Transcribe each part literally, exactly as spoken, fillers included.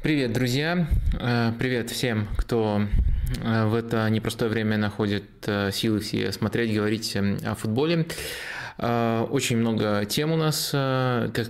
Привет, друзья! Привет всем, кто в это непростое время находит силы все смотреть, говорить о футболе. Очень много тем у нас, как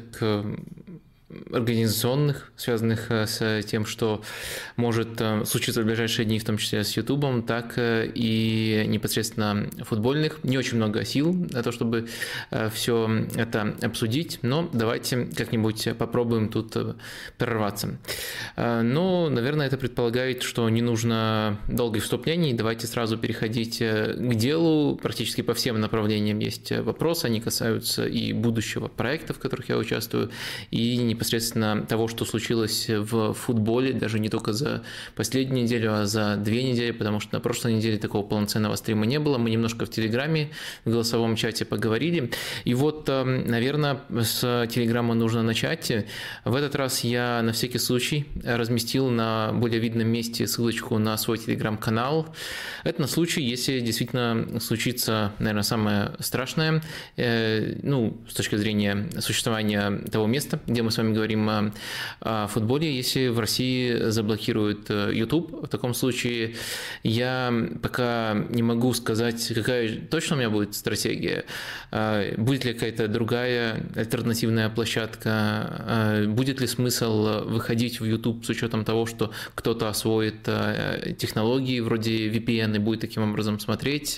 организационных, связанных с тем, что может случиться в ближайшие дни, в том числе с Ютубом, так и непосредственно футбольных. Не очень много сил на то, чтобы все это обсудить, но давайте как-нибудь попробуем тут прорваться. Но, наверное, это предполагает, что не нужно долгих вступлений, давайте сразу переходить к делу. Практически по всем направлениям есть вопросы, они касаются и будущего проекта, в которых я участвую, и непосредственно того, что случилось в футболе, даже не только за последнюю неделю, а за две недели, потому что на прошлой неделе такого полноценного стрима не было. Мы немножко в Телеграме, в голосовом чате поговорили. И вот, наверное, с Телеграма нужно начать. В этот раз я на всякий случай разместил на более видном месте ссылочку на свой Телеграм-канал. Это на случай, если действительно случится, наверное, самое страшное, ну, с точки зрения существования того места, где мы с вами говорим о, о футболе, если в России заблокируют YouTube. В таком случае я пока не могу сказать, какая точно у меня будет стратегия. Будет ли какая-то другая альтернативная площадка? Будет ли смысл выходить в YouTube с учетом того, что кто-то освоит технологии вроде ви пи эн и будет таким образом смотреть?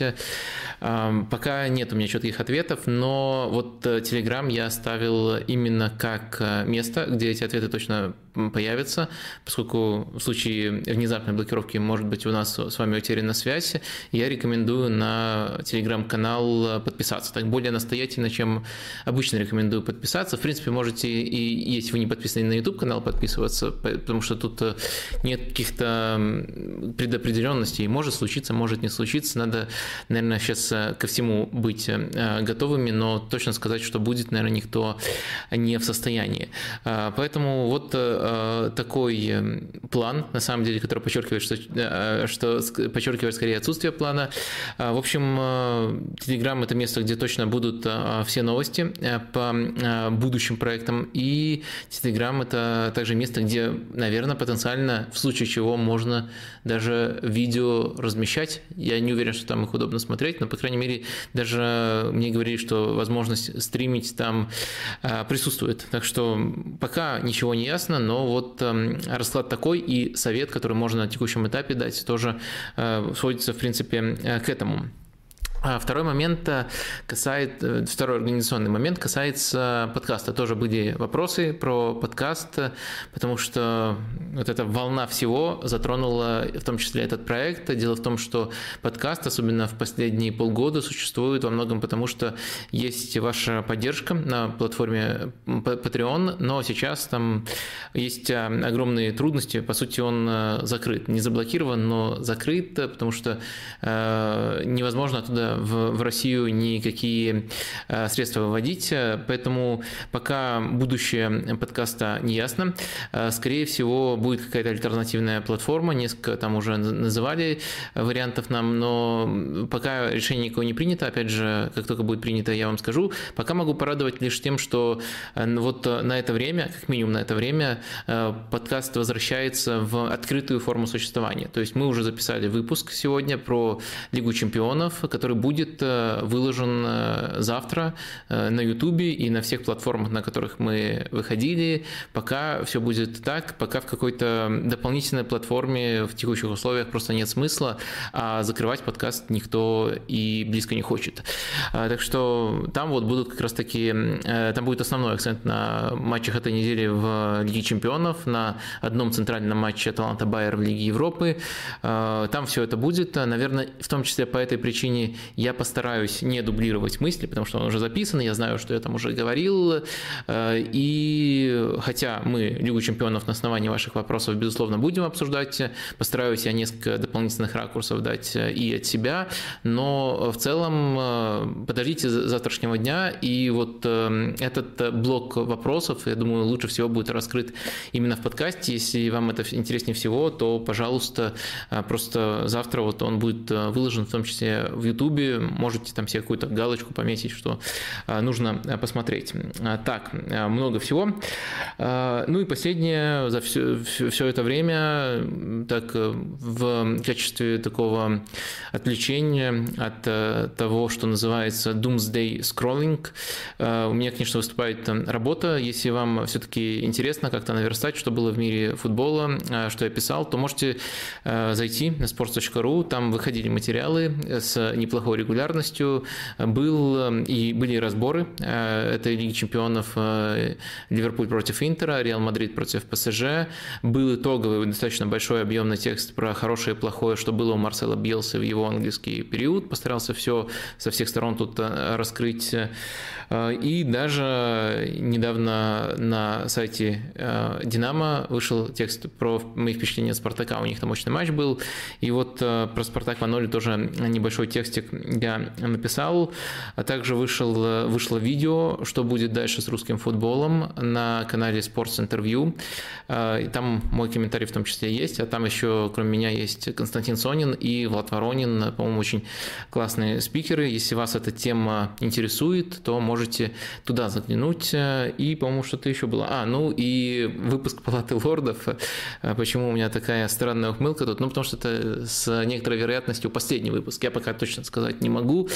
Пока нет у меня четких ответов, но вот Telegram я оставил именно как место, где эти ответы точно появятся, поскольку в случае внезапной блокировки может быть у нас с вами утеряна связь, я рекомендую на телеграм-канал подписаться, так более настоятельно, чем обычно рекомендую подписаться. В принципе, можете и, если вы не подписаны на YouTube-канал, подписываться, потому что тут нет каких-то предопределенностей, может случиться, может не случиться, надо, наверное, сейчас ко всему быть готовыми, но точно сказать, что будет, наверное, никто не в состоянии. Поэтому вот такой план, на самом деле, который подчеркивает, что, что подчеркивает скорее отсутствие плана. В общем, Telegram – это место, где точно будут все новости по будущим проектам, и Telegram – это также место, где, наверное, потенциально, в случае чего, можно даже видео размещать. Я не уверен, что там их удобно смотреть, но, по крайней мере, даже мне говорили, что возможность стримить там присутствует. Так что пока ничего не ясно, но вот расклад такой, и совет, который можно на текущем этапе дать, тоже сводится, в принципе, к этому. Второй момент касается, второй организационный момент касается подкаста. Тоже были вопросы про подкаст, потому что вот эта волна всего затронула в том числе этот проект. Дело в том, что подкаст, особенно в последние полгода, существует во многом потому, что есть ваша поддержка на платформе Patreon, но сейчас там есть огромные трудности. По сути, он закрыт. Не заблокирован, но закрыт, потому что невозможно оттуда В, в Россию никакие э, средства выводить, поэтому пока будущее подкаста не ясно. Э, скорее всего, будет какая-то альтернативная платформа, несколько там уже называли вариантов нам, но пока решение никого не принято, опять же, как только будет принято, я вам скажу. Пока могу порадовать лишь тем, что э, вот на это время, как минимум на это время, э, подкаст возвращается в открытую форму существования. То есть мы уже записали выпуск сегодня про Лигу чемпионов, который будет выложен завтра на YouTube и на всех платформах, на которых мы выходили. Пока все будет так, пока в какой-то дополнительной платформе в текущих условиях просто нет смысла, а закрывать подкаст никто и близко не хочет. Так что там вот будут как раз таки, там будет основной акцент на матчах этой недели в Лиге чемпионов, на одном центральном матче Аталанта-Байер в Лиге Европы. Там все это будет. Наверное, в том числе по этой причине я постараюсь не дублировать мысли, потому что он уже записан, я знаю, что я там уже говорил. И хотя мы Лигу чемпионов на основании ваших вопросов, безусловно, будем обсуждать, постараюсь я несколько дополнительных ракурсов дать и от себя, но в целом подождите завтрашнего дня, и вот этот блок вопросов, я думаю, лучше всего будет раскрыт именно в подкасте. Если вам это интереснее всего, то, пожалуйста, просто завтра вот он будет выложен в том числе в YouTube, YouTube, можете там себе какую-то галочку пометить, что нужно посмотреть. Так, много всего. Ну и последнее, за все, все это время, так, в качестве такого отвлечения от того, что называется doomsday scrolling, у меня, конечно, выступает работа. Если вам все-таки интересно как-то наверстать, что было в мире футбола, что я писал, то можете зайти на sports точка ru, там выходили материалы с неплохой регулярностью, был, и были разборы этой Лиги чемпионов, Ливерпуль против Интера, Реал Мадрид против ПСЖ, был итоговый достаточно большой объемный текст про хорошее и плохое, что было у Марсела Бьелса в его английский период, постарался все со всех сторон тут раскрыть, и даже недавно на сайте Динамо вышел текст про мои впечатления от Спартака, у них там мощный матч был, и вот про Спартак ноль тоже небольшой текстик я написал, а также вышел, вышло видео, что будет дальше с русским футболом на канале Sports Interview, и там мой комментарий в том числе есть, а там еще кроме меня есть Константин Сонин и Влад Воронин, по-моему, очень классные спикеры, если вас эта тема интересует, то можете туда заглянуть, и, по-моему, что-то еще было, а, ну и выпуск Палаты лордов, почему у меня такая странная ухмылка тут, ну, потому что это с некоторой вероятностью последний выпуск, я пока точно сказать не могу,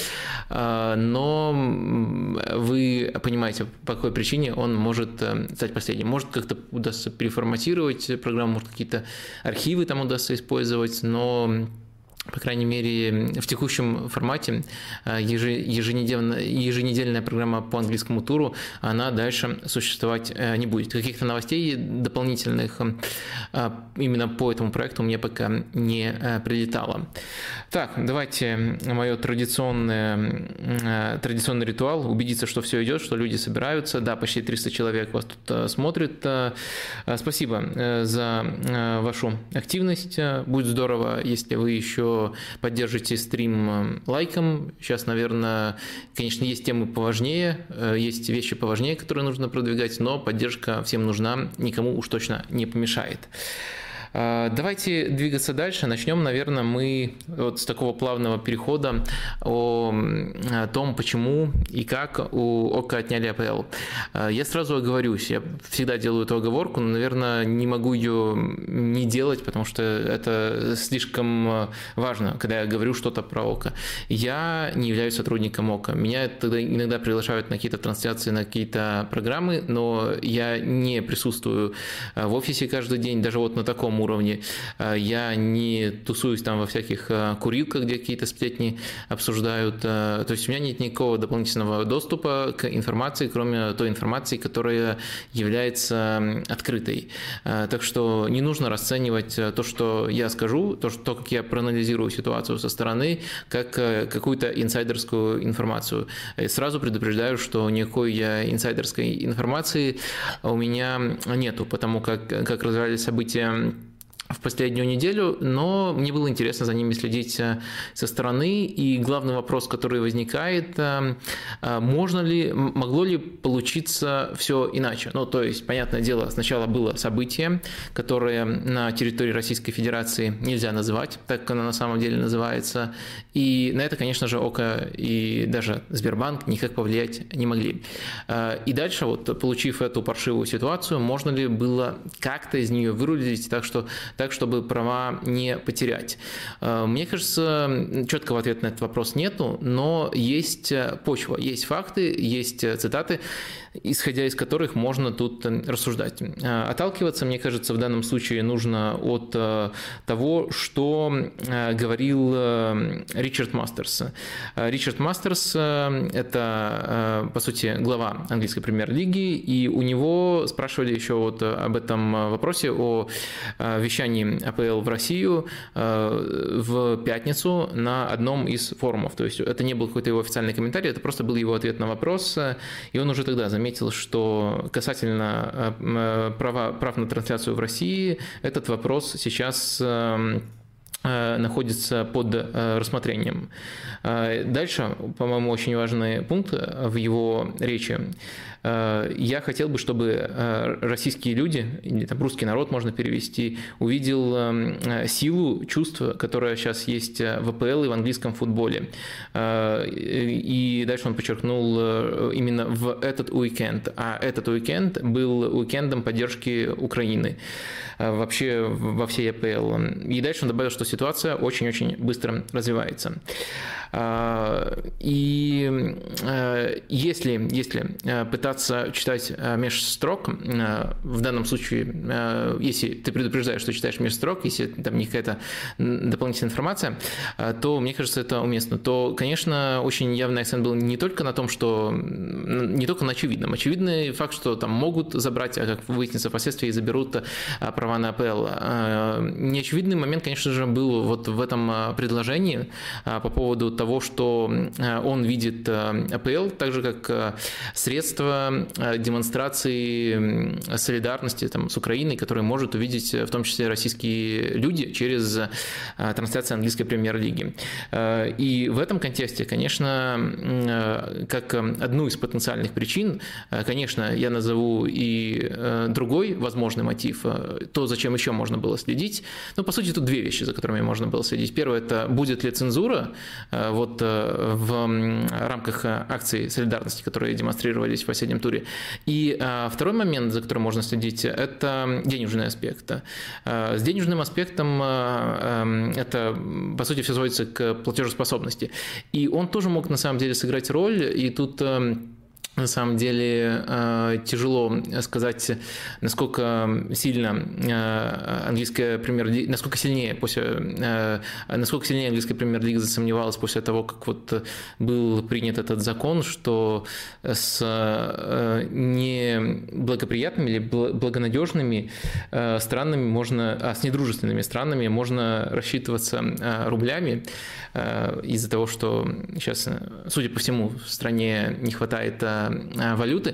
но вы понимаете, по какой причине он может стать последним. Может, как-то удастся переформатировать программу, может, какие-то архивы там удастся использовать, но по крайней мере, в текущем формате еженедельная, еженедельная программа по английскому туру, она дальше существовать не будет. Каких-то новостей дополнительных именно по этому проекту мне пока не прилетало. Так, давайте мой традиционный, традиционный ритуал, убедиться, что все идет, что люди собираются. Да, почти триста человек вас тут смотрит. Спасибо за вашу активность. Будет здорово, если вы еще поддержите стрим лайком. Сейчас, наверное, конечно, есть темы поважнее, есть вещи поважнее, которые нужно продвигать, но поддержка всем нужна, никому уж точно не помешает. Давайте двигаться дальше. Начнем, наверное, мы вот с такого плавного перехода о том, почему и как у ОК отняли АПЛ. Я сразу оговорюсь, я всегда делаю эту оговорку, но, наверное, не могу ее не делать, потому что это слишком важно, когда я говорю что-то про ОК. Я не являюсь сотрудником ОК. Меня тогда иногда приглашают на какие-то трансляции, на какие-то программы, но я не присутствую в офисе каждый день, даже вот на таком уровне. Я не тусуюсь там во всяких курилках, где какие-то сплетни обсуждают. То есть у меня нет никакого дополнительного доступа к информации, кроме той информации, которая является открытой. Так что не нужно расценивать то, что я скажу, то, что, то как я проанализирую ситуацию со стороны, как какую-то инсайдерскую информацию. Сразу предупреждаю, что никакой я инсайдерской информации у меня нету, потому как, как развивались события в последнюю неделю, но мне было интересно за ними следить со стороны, и главный вопрос, который возникает, можно ли, могло ли получиться все иначе? Ну, то есть, понятное дело, сначала было событие, которое на территории Российской Федерации нельзя называть, так как оно на самом деле называется, и на это, конечно же, ОКО и даже Сбербанк никак повлиять не могли. И дальше, вот, получив эту паршивую ситуацию, можно ли было как-то из нее вырулить так, что так, чтобы права не потерять? Мне кажется, четкого ответа на этот вопрос нету, но есть почва, есть факты, есть цитаты, исходя из которых можно тут рассуждать. Отталкиваться, мне кажется, в данном случае нужно от того, что говорил Ричард Мастерс. Ричард Мастерс – это, по сути, глава английской премьер-лиги, и у него спрашивали еще вот об этом вопросе, о вещании АПЛ в Россию в пятницу на одном из форумов. То есть это не был какой-то его официальный комментарий, это просто был его ответ на вопрос, и он уже тогда заметил, что касательно права, прав на трансляцию в России, этот вопрос сейчас находится под рассмотрением. Дальше, по-моему, очень важный пункт в его речи. Я хотел бы, чтобы российские люди, или там русский народ можно перевести, увидел силу чувств, которая сейчас есть в АПЛ и в английском футболе. И дальше он подчеркнул именно в этот уикенд. А этот уикенд был уикендом поддержки Украины вообще во всей АПЛ. И дальше он добавил, что ситуация очень-очень быстро развивается. И если, если пытаться читать меж строк, в данном случае, если ты предупреждаешь, что читаешь меж строк, если там не какая-то дополнительная информация, то, мне кажется, это уместно. То, конечно, очень явный акцент был не только на том, что не только на очевидном. Очевидный факт, что там могут забрать, а как выяснится впоследствии, заберут права на АПЛ. Неочевидный момент, конечно же, был вот в этом предложении по поводу того, что он видит АПЛ так же, как средство демонстрации солидарности там, с Украиной, которые может увидеть в том числе российские люди через трансляцию английской премьер-лиги. И в этом контексте, конечно, как одну из потенциальных причин, конечно, я назову и другой возможный мотив, то, зачем еще можно было следить. Но, по сути, тут две вещи, за которыми можно было следить. Первое – это будет ли цензура вот в рамках акций солидарности, которые демонстрировались в последнем туре. И второй момент, за которым можно следить, это денежный аспект. С денежным аспектом это, по сути, все сводится к платежеспособности. И он тоже мог, на самом деле, сыграть роль, и тут на самом деле тяжело сказать, насколько сильно английская премьер-лига, насколько сильнее после, насколько сильнее английская премьер-лига засомневалась после того, как вот был принят этот закон, что с неблагоприятными или благонадежными странами можно, а с недружественными странами можно рассчитываться рублями из-за того, что сейчас, судя по всему, в стране не хватает валюты.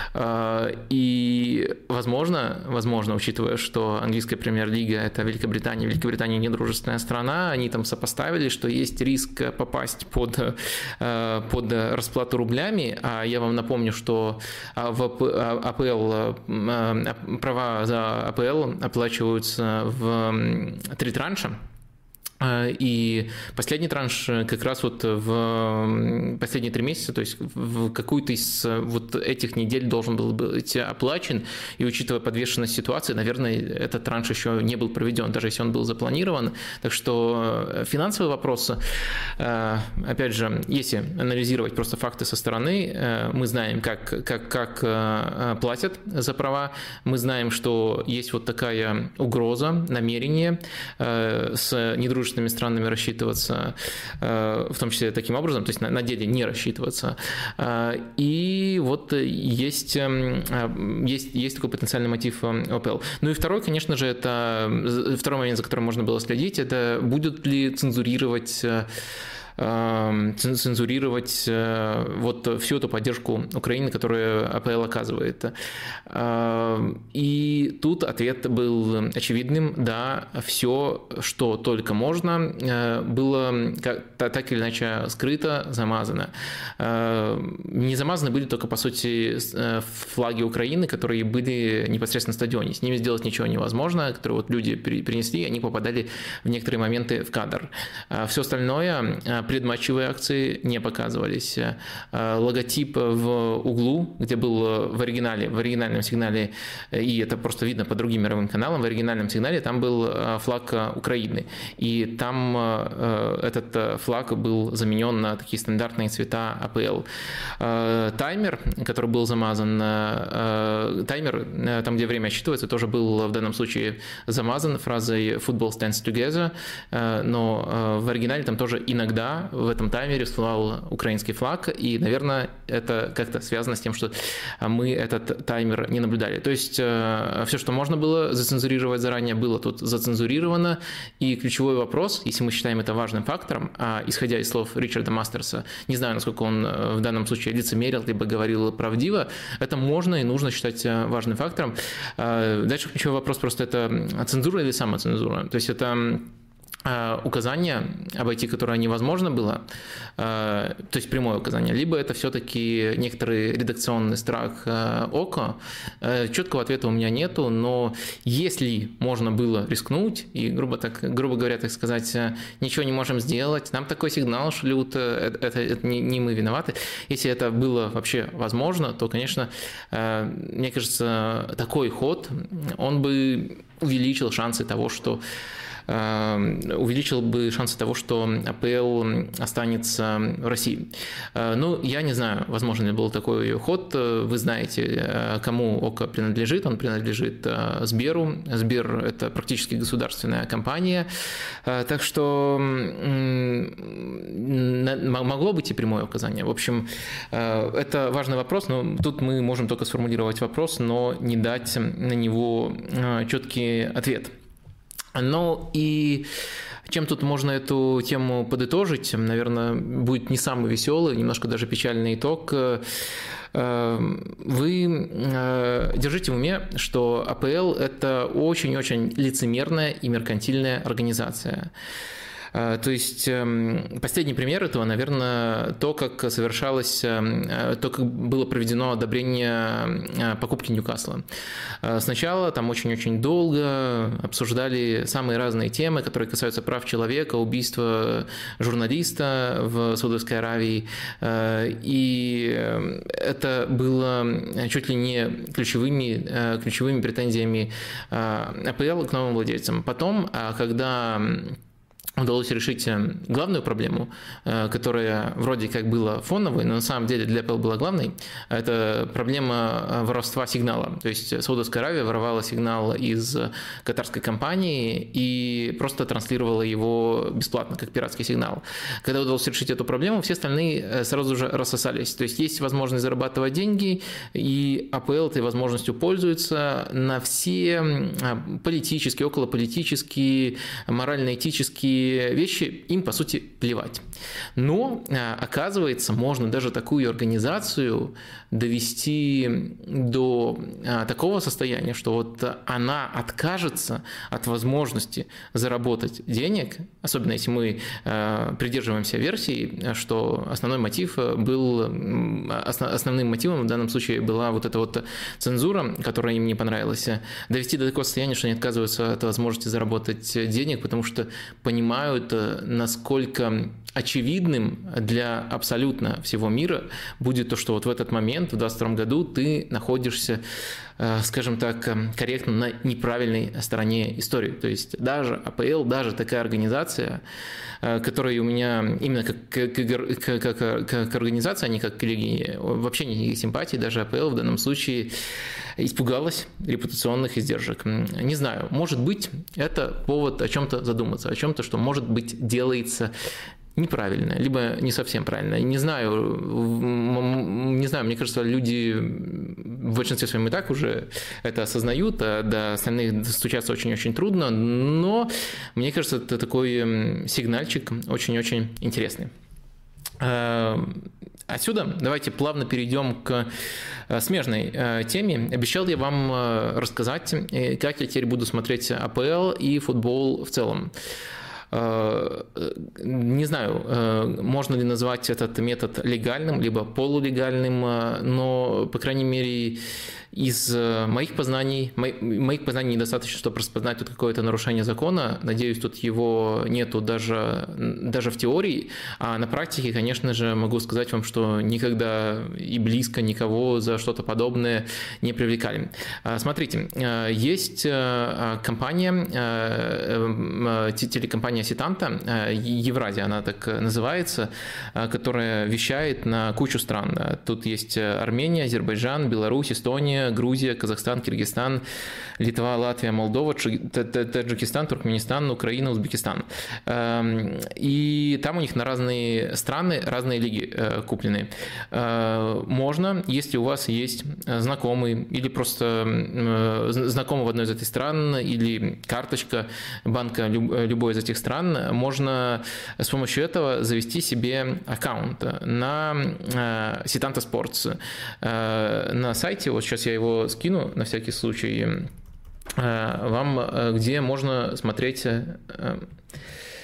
И, возможно, возможно, учитывая, что английская премьер-лига – это Великобритания, Великобритания недружественная страна, они там сопоставили, что есть риск попасть под, под расплату рублями. А я вам напомню, что в АПЛ, права за АПЛ оплачиваются в три транша. И последний транш как раз вот в последние три месяца, то есть в какую-то из вот этих недель должен был быть оплачен, и учитывая подвешенность ситуации, наверное, этот транш еще не был проведен, даже если он был запланирован. Так что финансовые вопросы, опять же, если анализировать просто факты со стороны, мы знаем, как, как, как платят за права, мы знаем, что есть вот такая угроза, намерение с недружественными странами рассчитываться, в том числе таким образом, то есть на, на деле не рассчитываться. И вот есть, есть, есть такой потенциальный мотив АПЛ. Ну и второй, конечно же, это второй момент, за которым можно было следить, это будут ли цензурировать цензурировать вот всю эту поддержку Украины, которую АПЛ оказывает. И тут ответ был очевидным: да, все, что только можно, было так или иначе скрыто, замазано. Не замазаны были только, по сути, флаги Украины, которые были непосредственно на стадионе. С ними сделать ничего невозможно, которые вот люди принесли, они попадали в некоторые моменты в кадр. Все остальное, предматчевые акции не показывались. Логотип в углу, где был в оригинале, в оригинальном сигнале, и это просто видно по другим мировым каналам, в оригинальном сигнале там был флаг Украины. И там этот флаг был заменен на такие стандартные цвета АПЛ. Таймер, который был замазан, таймер, там, где время отсчитывается, тоже был в данном случае замазан фразой «Football stands together», но в оригинале там тоже иногда в этом таймере всплывал украинский флаг, и, наверное, это как-то связано с тем, что мы этот таймер не наблюдали. То есть все, что можно было зацензурировать заранее, было тут зацензурировано, и ключевой вопрос, если мы считаем это важным фактором, а исходя из слов Ричарда Мастерса, не знаю, насколько он в данном случае лицемерил, либо говорил правдиво, это можно и нужно считать важным фактором. Дальше ключевой вопрос просто: это цензура или самоцензура? То есть это указание, обойти которое невозможно было, то есть прямое указание, либо это все-таки некоторый редакционный страх ОКО. Четкого ответа у меня нету, но если можно было рискнуть и, грубо, так, грубо говоря, так сказать, ничего не можем сделать, нам такой сигнал шлют, это, это, это не, не мы виноваты. Если это было вообще возможно, то, конечно, мне кажется, такой ход, он бы увеличил шансы того, что увеличил бы шансы того, что АПЛ останется в России. Ну, я не знаю, возможно ли был такой ход. Вы знаете, кому ОКО принадлежит. Он принадлежит Сберу. Сбер – это практически государственная компания. Так что могло быть и прямое указание. В общем, это важный вопрос, но тут мы можем только сформулировать вопрос, но не дать на него четкий ответ. Ну и чем тут можно эту тему подытожить? Наверное, будет не самый веселый, немножко даже печальный итог. Вы держите в уме, что АПЛ – это очень-очень лицемерная и меркантильная организация. То есть последний пример этого, наверное, то, как совершалось, то, как было проведено одобрение покупки Ньюкасла. Сначала там очень-очень долго обсуждали самые разные темы, которые касаются прав человека, убийства журналиста в Саудовской Аравии, и это было чуть ли не ключевыми, ключевыми претензиями АПЛ к новым владельцам. Потом, когда удалось решить главную проблему, которая вроде как была фоновой, но на самом деле для АПЛ была главной. Это проблема воровства сигнала. То есть Саудовская Аравия воровала сигнал из катарской компании и просто транслировала его бесплатно, как пиратский сигнал. Когда удалось решить эту проблему, все остальные сразу же рассосались. То есть есть возможность зарабатывать деньги, и АПЛ этой возможностью пользуется на все политические, околополитические, морально-этические вещи, им, по сути, плевать. Но, оказывается, можно даже такую организацию довести до такого состояния, что вот она откажется от возможности заработать денег, особенно если мы придерживаемся версии, что основной мотив был, основным мотивом в данном случае была вот эта вот цензура, которая им не понравилась, довести до такого состояния, что они отказываются от возможности заработать денег, потому что понимают, насколько очевидным для абсолютно всего мира будет то, что вот в этот момент, в двадцать втором году, ты находишься, скажем так, корректно на неправильной стороне истории. То есть даже АПЛ, даже такая организация, которая у меня именно как, как, как, как организация, а не как коллеги, вообще никаких симпатий, даже АПЛ в данном случае испугалась репутационных издержек. Не знаю, может быть, это повод о чем-то задуматься, о чем-то, что, может быть, делается неправильно, либо не совсем правильно. Не знаю, не знаю, мне кажется, люди в большинстве своем и так уже это осознают, а до остальных стучаться очень-очень трудно, но мне кажется, это такой сигнальчик очень-очень интересный. Отсюда давайте плавно перейдем к смежной теме. Обещал я вам рассказать, как я теперь буду смотреть АПЛ и футбол в целом. Не знаю, можно ли назвать этот метод легальным, либо полулегальным, но, по крайней мере, из моих познаний, моих познаний недостаточно, чтобы распознать тут какое-то нарушение закона. Надеюсь, тут его нету даже, даже в теории. А на практике, конечно же, могу сказать вам, что никогда и близко никого за что-то подобное не привлекали. Смотрите, есть компания, телекомпания Сетанта, Евразия она так называется, которая вещает на кучу стран. Тут есть Армения, Азербайджан, Беларусь, Эстония, Грузия, Казахстан, Киргизстан, Литва, Латвия, Молдова, Таджикистан, Туркменистан, Украина, Узбекистан. И там у них на разные страны разные лиги куплены. Можно, если у вас есть знакомый или просто знакомый в одной из этих стран, или карточка банка любой из этих стран, можно с помощью этого завести себе аккаунт на Setanta Sports. На сайте, вот сейчас я его скину на всякий случай вам, где можно смотреть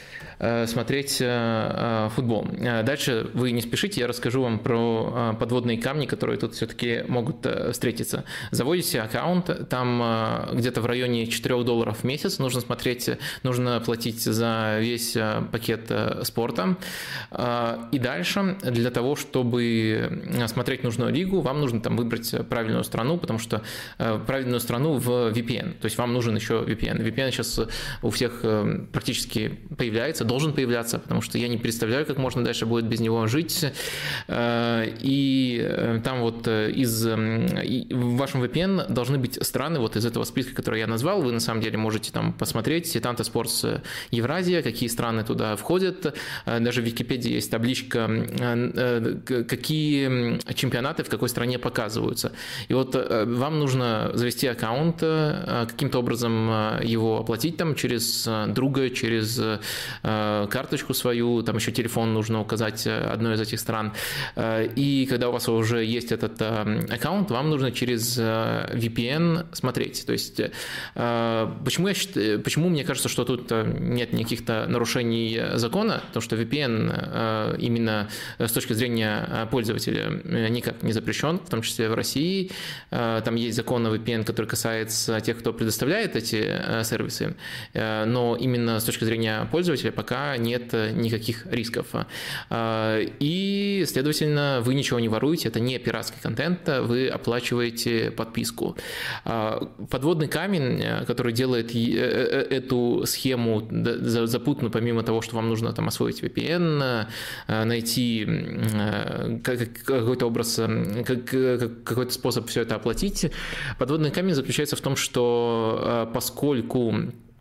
смотреть футбол. Дальше вы не спешите, я расскажу вам про подводные камни, которые тут все-таки могут встретиться. Заводите аккаунт, там где-то в районе четырех долларов в месяц, нужно смотреть, нужно платить за весь пакет спорта. И дальше для того, чтобы смотреть нужную лигу, вам нужно там выбрать правильную страну, потому что правильную страну в ви пи эн, то есть вам нужен еще ви пи эн. ви пи эн сейчас у всех практически появляется, должен появляться, потому что я не представляю, как можно дальше будет без него жить. И там вот из в вашем ви пи эн должны быть страны вот из этого списка, который я назвал. Вы на самом деле можете там посмотреть Сетанта Спортс Евразия, какие страны туда входят. Даже в Википедии есть табличка, какие чемпионаты в какой стране показываются. И вот вам нужно завести аккаунт, каким-то образом его оплатить там через друга, через карточку свою, там еще телефон нужно указать одной из этих стран. И когда у вас уже есть этот аккаунт, вам нужно через ви пи эн смотреть. То есть почему, я считаю, почему мне кажется, что тут нет никаких-то нарушений закона, потому что ви пи эн именно с точки зрения пользователя никак не запрещен, в том числе в России. Там есть закон на ви пи эн, который касается тех, кто предоставляет эти сервисы, но именно с точки зрения пользователя пока нет никаких рисков. И, следовательно, вы ничего не воруете, это не пиратский контент, вы оплачиваете подписку. Подводный камень, который делает эту схему запутанную, помимо того, что вам нужно там освоить ви пи эн, найти какой-то образ, какой-то способ все это оплатить, подводный камень заключается в том, что поскольку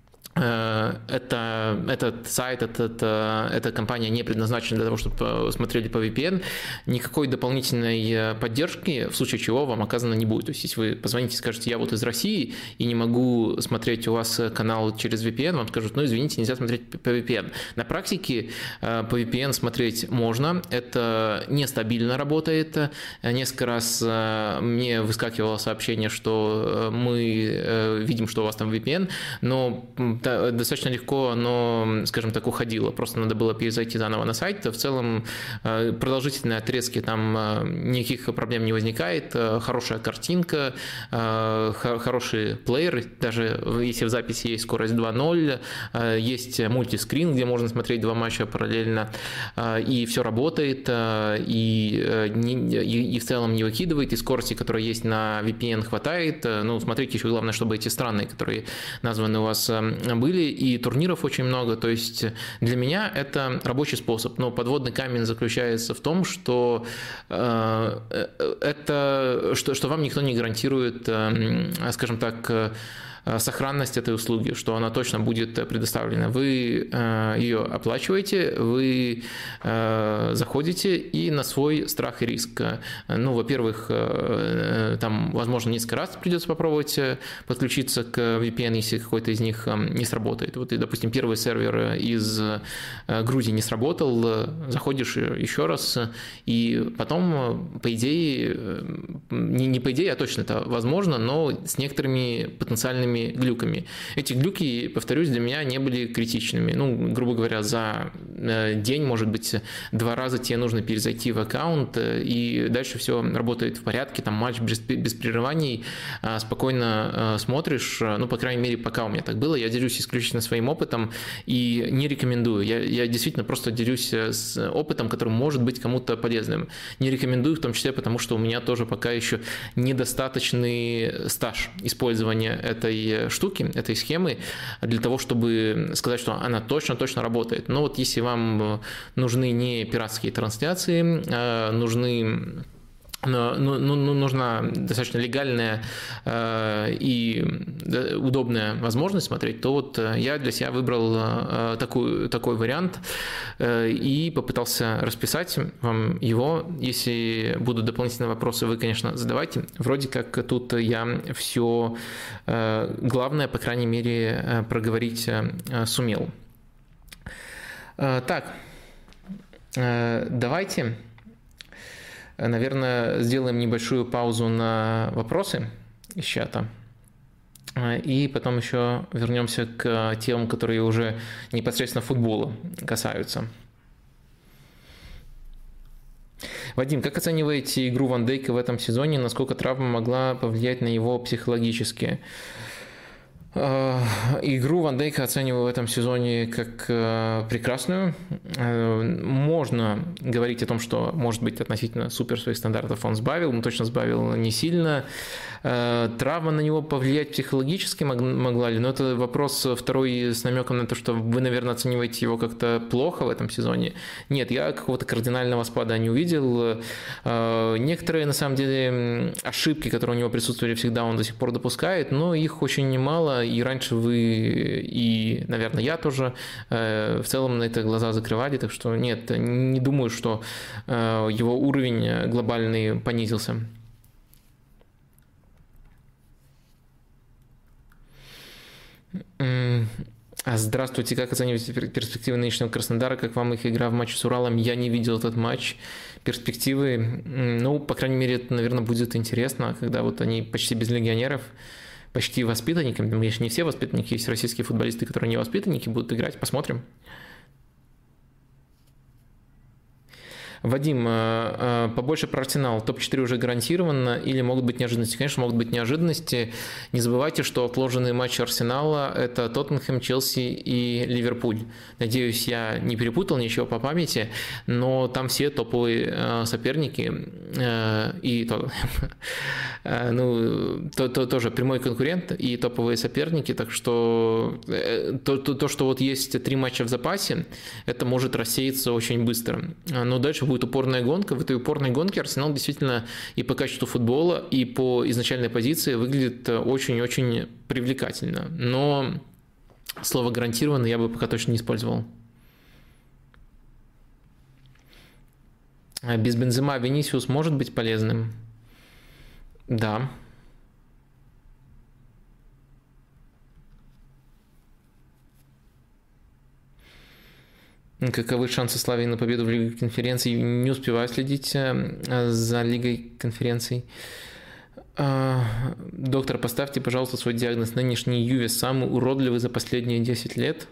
Это, этот сайт, этот, эта компания не предназначена для того, чтобы смотрели по ви пи эн, никакой дополнительной поддержки, в случае чего, вам оказано не будет. То есть, если вы позвоните и скажете, я вот из России и не могу смотреть у вас канал через ви пи эн, вам скажут, ну, извините, нельзя смотреть по ви пи эн. На практике по ви пи эн смотреть можно, это нестабильно работает. Несколько раз мне выскакивало сообщение, что мы видим, что у вас там ви пи эн, но достаточно легко оно, скажем так, уходило. Просто надо было перезайти заново на сайт. В целом продолжительные отрезки там никаких проблем не возникает. Хорошая картинка, хороший плеер. Даже если в записи есть скорость два ноль, есть мультискрин, где можно смотреть два матча параллельно. И все работает. И, и, и в целом не выкидывает. И скорости, которая есть на ви пи эн, хватает. Ну, смотрите еще главное, чтобы эти страны, которые названы у вас, были, и турниров очень много, то есть для меня это рабочий способ, но подводный камень заключается в том, что э, это, что, что вам никто не гарантирует, э, скажем так, сохранность этой услуги, что она точно будет предоставлена. Вы ее оплачиваете, вы заходите и на свой страх и риск. Ну, во-первых, там, возможно, несколько раз придется попробовать подключиться к ви пи эн, если какой-то из них не сработает. Вот, и, допустим, первый сервер из Грузии не сработал, заходишь еще раз, и потом, по идее, не, не по идее, а точно это возможно, но с некоторыми потенциальными глюками. Эти глюки, повторюсь, для меня не были критичными. Ну, грубо говоря, за день, может быть, два раза тебе нужно перезайти в аккаунт, и дальше все работает в порядке, там матч без, без прерываний, спокойно смотришь, ну, по крайней мере, пока у меня так было, я делюсь исключительно своим опытом и не рекомендую. Я, я действительно просто делюсь с опытом, который может быть кому-то полезным. Не рекомендую, в том числе, потому что у меня тоже пока еще недостаточный стаж использования этой штуки, этой схемы, для того, чтобы сказать, что она точно-точно работает. Но вот если вам нужны не пиратские трансляции, а нужны Ну, ну, ну, нужна достаточно легальная э, и удобная возможность смотреть, то вот я для себя выбрал э, такую, такой вариант э, и попытался расписать вам его. Если будут дополнительные вопросы, вы, конечно, задавайте. Вроде как тут я все э, главное, по крайней мере, проговорить э, сумел. Э, так, э, давайте... Наверное, сделаем небольшую паузу на вопросы из чата. И потом еще вернемся к темам, которые уже непосредственно футбола касаются. Вадим, как оцениваете игру Ван Дейка в этом сезоне? Насколько травма могла повлиять на его психологически? Игру Ван Дейка оцениваю в этом сезоне как прекрасную. Можно говорить о том, что, может быть, относительно супер своих стандартов он сбавил, но точно сбавил не сильно. Травма на него повлиять психологически могла ли? Но это вопрос второй с намеком на то, что вы, наверное, оцениваете его как-то плохо в этом сезоне. Нет, я какого-то кардинального спада не увидел. Некоторые, на самом деле, ошибки, которые у него присутствовали всегда, он до сих пор допускает, но их очень немало. И раньше вы и, наверное, я тоже в целом на это глаза закрывали, так что нет, не думаю, что его уровень глобальный понизился. Здравствуйте, как оцениваете перспективы нынешнего Краснодара? Как вам их игра в матче с Уралом? Я не видел этот матч. Перспективы, ну, по крайней мере, это, наверное, будет интересно, когда вот они почти без легионеров, почти воспитанниками, конечно, не все воспитанники, есть российские футболисты, которые не воспитанники, будут играть, посмотрим. Вадим, побольше про Арсенал. топ четыре уже гарантированно или могут быть неожиданности? Конечно, могут быть неожиданности. Не забывайте, что отложенные матчи Арсенала – это Тоттенхэм, Челси и Ливерпуль. Надеюсь, я не перепутал ничего по памяти, но там все топовые соперники и ну, то, то, тоже прямой конкурент и топовые соперники, так что то, то, то, что вот есть три матча в запасе, это может рассеяться очень быстро. Но дальше будет упорная гонка. В этой упорной гонке Арсенал действительно и по качеству футбола, и по изначальной позиции выглядит очень-очень привлекательно. Но слово «гарантированно» я бы пока точно не использовал. Без Бензема Винисиус может быть полезным? Да. Каковы шансы Славии на победу в Лиге конференций? Не успеваю следить за Лигой конференций. Доктор, поставьте, пожалуйста, свой диагноз. Нынешний Юве самый уродливый за последние десять лет.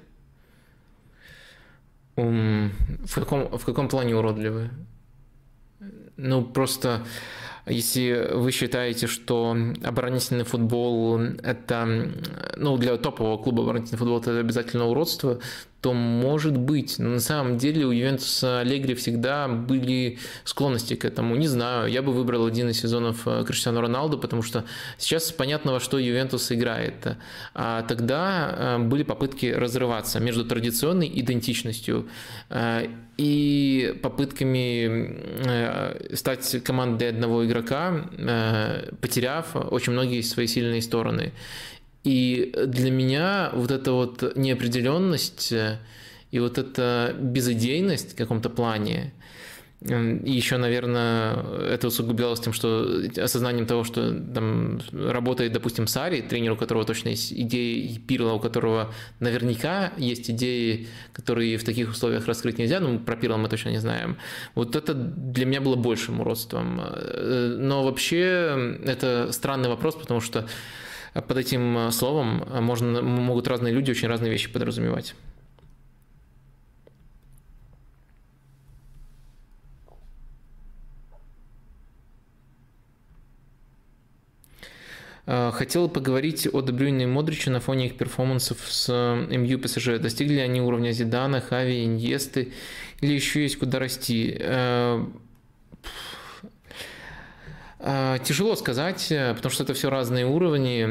В каком, в каком плане уродливый? Ну, просто... Если вы считаете, что оборонительный футбол – это, ну, для топового клуба оборонительный футбол – это обязательно уродство, то может быть. Но на самом деле у Ювентуса Аллегри всегда были склонности к этому. Не знаю, я бы выбрал один из сезонов Криштиану Роналду, потому что сейчас понятно, во что Ювентус играет. А тогда были попытки разрываться между традиционной идентичностью и попытками стать командой одного игрока, потеряв очень многие свои сильные стороны. И для меня вот эта вот неопределенность и вот эта безыдейность в каком-то плане, и еще, наверное, это усугублялось тем, что осознанием того, что там работает, допустим, Сарри, тренер, у которого точно есть идеи, и Пирло, у которого наверняка есть идеи, которые в таких условиях раскрыть нельзя, но про Пирло мы точно не знаем. Вот это для меня было большим уродством. Но вообще это странный вопрос, потому что под этим словом можно, могут разные люди очень разные вещи подразумевать. Хотел поговорить о Де Брюйне и Модриче на фоне их перформансов с МЮ ПСЖ. Достигли они уровня Зидана, Хави, Иньесты или еще есть куда расти? Тяжело сказать, потому что это все разные уровни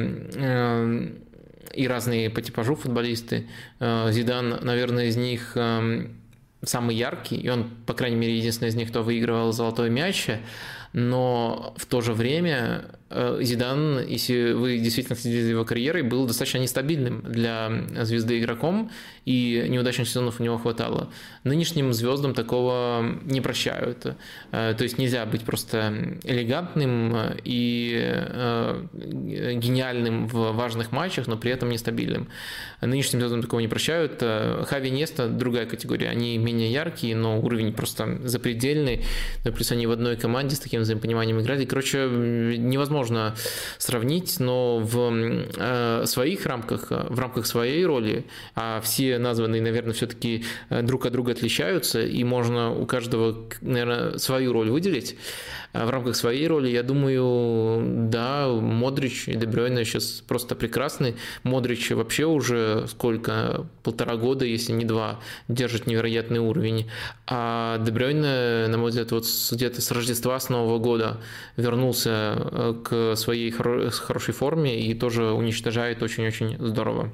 и разные по типажу футболисты. Зидан, наверное, из них самый яркий, и он, по крайней мере, единственный из них, кто выигрывал золотой мяч, но в то же время Зидан, если вы действительно следите за его карьерой, был достаточно нестабильным для звезды игроком, и неудачных сезонов у него хватало. Нынешним звездам такого не прощают. То есть нельзя быть просто элегантным и гениальным в важных матчах, но при этом нестабильным. Нынешним звездам такого не прощают. Хави и Иньеста – другая категория. Они менее яркие, но уровень просто запредельный. Но плюс они в одной команде с таким таким взаимопониманием играли. Короче, невозможно сравнить, но в своих рамках, в рамках своей роли, а все названные, наверное, все-таки друг от друга отличаются, и можно у каждого, наверное, свою роль выделить. В рамках своей роли, я думаю, да, Модрич и Де Брюйне сейчас просто прекрасны. Модрич вообще уже сколько, полтора года, если не два, держит невероятный уровень. А Де Брюйне, на мой взгляд, вот где-то с Рождества, с Нового года вернулся к своей хорошей форме и тоже уничтожает очень-очень здорово.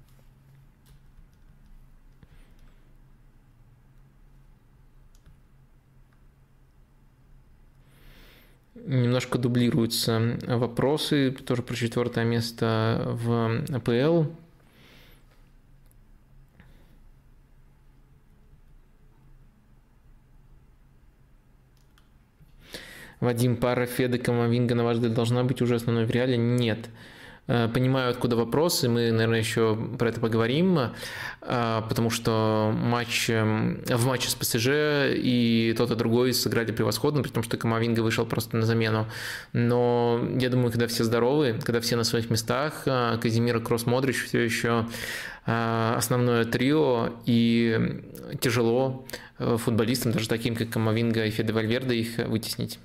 Немножко дублируются вопросы, тоже про четвертое место в АПЛ. Вадим, пара Феда, Камавинга, на ваш взгляд, должна быть уже основной в Реале? Нет. Понимаю, откуда вопросы, мы, наверное, еще про это поговорим, потому что матч, в матче с ПСЖ и тот и другой сыграли превосходно, при том, что Камавинга вышел просто на замену. Но я думаю, когда все здоровы, когда все на своих местах, Казимир, Кросс, Модрич все еще основное трио, и тяжело футболистам, даже таким, как Камавинга и Феде Вальверде, их вытеснить.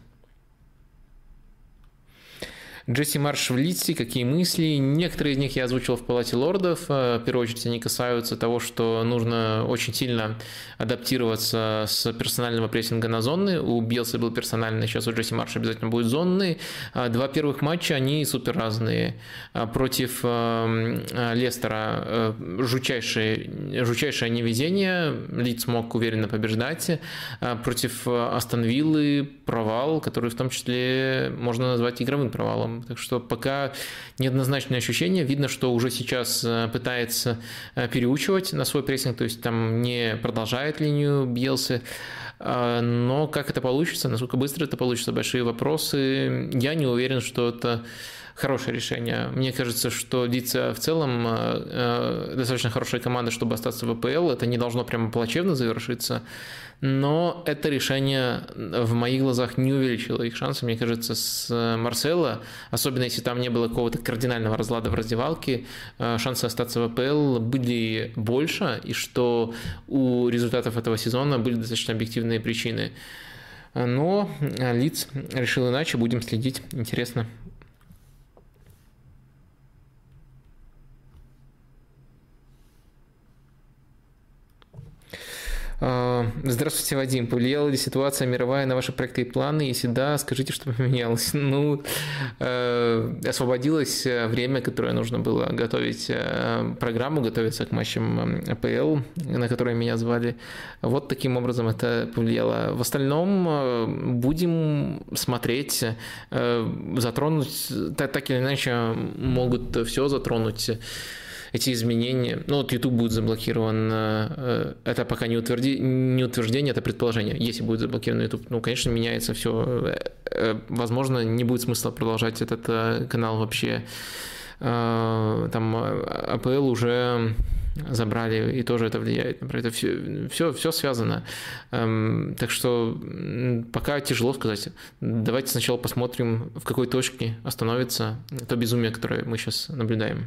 Джесси Марш в Лидсе, какие мысли? Некоторые из них я озвучил в Палате лордов. В первую очередь они касаются того, что нужно очень сильно адаптироваться с персонального прессинга на зоны. У Бьелса был персональный, сейчас у Джесси Марша обязательно будет зонный. Два первых матча, они супер разные. Против Лестера жутчайшее, жутчайшее невезение. Лидс мог уверенно побеждать. Против Астон Виллы провал, который в том числе можно назвать игровым провалом. Так что пока неоднозначное ощущение. Видно, что уже сейчас пытается переучивать на свой прессинг, то есть там не продолжает линию Бьелсы. Но как это получится, насколько быстро это получится, большие вопросы. Я не уверен, что это хорошее решение. Мне кажется, что Лидс в целом достаточно хорошая команда, чтобы остаться в АПЛ. Это не должно прямо плачевно завершиться. Но это решение в моих глазах не увеличило их шансы. Мне кажется, с Марсело, особенно если там не было какого-то кардинального разлада в раздевалке, шансы остаться в АПЛ были больше, и что у результатов этого сезона были достаточно объективные причины. Но Лидс решил иначе, будем следить. Интересно. Здравствуйте, Вадим. Повлияла ли ситуация мировая на ваши проекты и планы? Если да, скажите, что поменялось. Ну, освободилось время, которое нужно было готовить программу, готовиться к матчам АПЛ, на которые меня звали. Вот таким образом это повлияло. В остальном будем смотреть, затронуть, так или иначе могут все затронуть. Эти изменения, ну вот YouTube будет заблокирован, это пока не, утверди, не утверждение, это предположение. Если будет заблокирован YouTube, ну, конечно, меняется все. Возможно, не будет смысла продолжать этот канал вообще. Там АПЛ уже забрали, и тоже это влияет. Это все, все, все связано. Так что пока тяжело сказать. Давайте сначала посмотрим, в какой точке остановится то безумие, которое мы сейчас наблюдаем.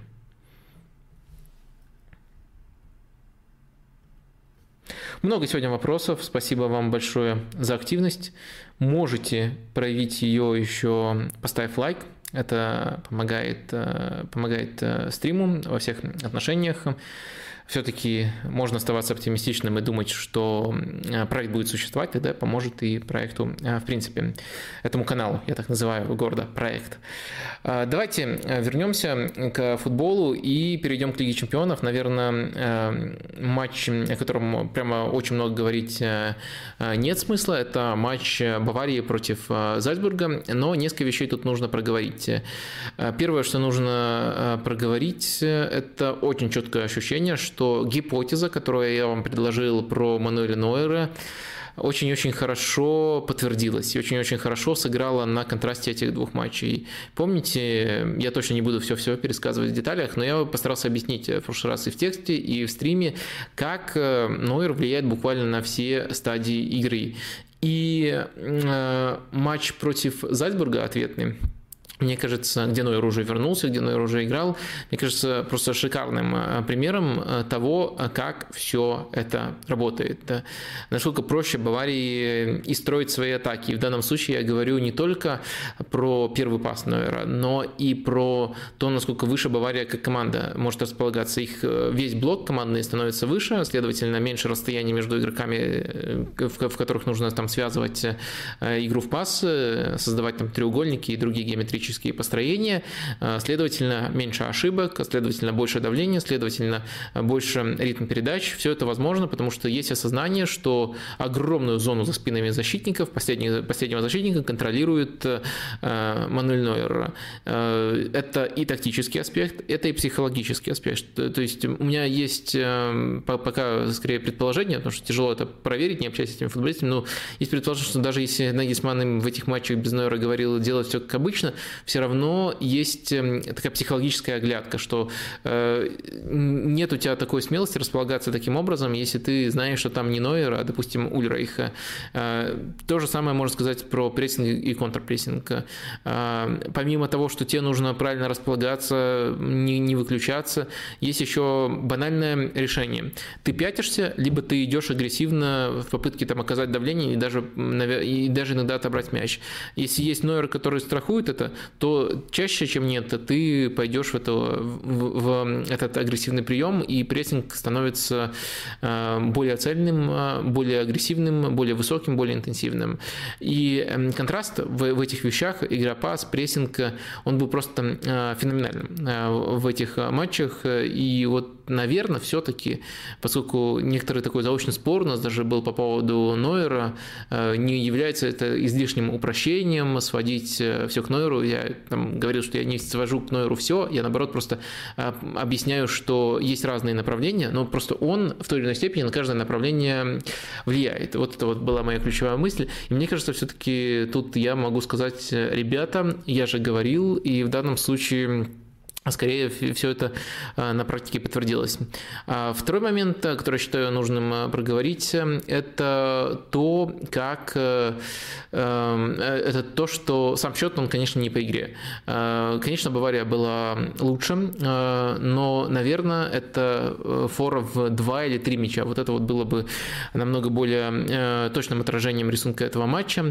Много сегодня вопросов. Спасибо вам большое за активность. Можете проявить ее еще, поставив лайк. Это помогает, помогает стриму во всех отношениях. Все-таки можно оставаться оптимистичным и думать, что проект будет существовать, тогда поможет и проекту, в принципе, этому каналу, я так называю гордо, проект. Давайте вернемся к футболу и перейдем к Лиге Чемпионов. Наверное, матч, о котором прямо очень много говорить нет смысла, это матч Баварии против Зальцбурга, но несколько вещей тут нужно проговорить. Первое, что нужно проговорить, это очень четкое ощущение, что что гипотеза, которую я вам предложил про Мануэля Нойера, очень-очень хорошо подтвердилась и очень-очень хорошо сыграла на контрасте этих двух матчей. Помните, я точно не буду все-все пересказывать в деталях, но я постарался объяснить в прошлый раз и в тексте, и в стриме, как Нойер влияет буквально на все стадии игры. И э, матч против Зальцбурга ответный, мне кажется, где Нойер уже вернулся, где Нойер уже играл, мне кажется, просто шикарным примером того, как все это работает. Насколько проще Баварии и строить свои атаки. И в данном случае я говорю не только про первый пас Нойера, но и про то, насколько выше Бавария как команда может располагаться. Их весь блок командный становится выше, следовательно, меньше расстояния между игроками, в которых нужно там связывать игру в пас, создавать там треугольники и другие геометрические построения, следовательно, меньше ошибок, следовательно, больше давления, следовательно, больше ритм передач. Все это возможно, потому что есть осознание, что огромную зону за спинами защитников, последнего, последнего защитника контролирует Мануэль Нойер. Это и тактический аспект, это и психологический аспект. То есть у меня есть пока скорее предположение, потому что тяжело это проверить, не общаясь с этими футболистами, но есть предположение, что даже если Нагельсманн в этих матчах без Нойера говорил делать все как обычно, все равно есть такая психологическая оглядка, что э, нет у тебя такой смелости располагаться таким образом, если ты знаешь, что там не Нойер, а, допустим, Ульрайх. Э, то же самое можно сказать про прессинг и контрпрессинг. Э, помимо того, что тебе нужно правильно располагаться, не, не выключаться, есть еще банальное решение. Ты пятишься, либо ты идешь агрессивно в попытке там оказать давление и даже, и даже иногда отобрать мяч. Если есть Нойер, который страхует это, то чаще, чем нет, ты пойдешь в, это, в, в этот агрессивный прием, и прессинг становится более цельным, более агрессивным, более высоким, более интенсивным. И контраст в, в этих вещах, игра-пас, прессинг, он был просто феноменальным в этих матчах. И вот, наверное, все-таки, поскольку некоторый такой заочный спор у нас даже был по поводу Нойера, не является это излишним упрощением сводить все к Нойеру. Я там говорил, что я не свожу к Нойеру все, я наоборот просто объясняю, что есть разные направления, но просто он в той или иной степени на каждое направление влияет. Вот это вот была моя ключевая мысль. И мне кажется, все-таки тут я могу сказать, ребята, я же говорил, и в данном случае скорее все это на практике подтвердилось. Второй момент, который я считаю нужным проговорить, это то, как это то, что сам счет, он, конечно, не по игре. Конечно, Бавария была лучше, но, наверное, это фора в два или три мяча. Вот это вот было бы намного более точным отражением рисунка этого матча.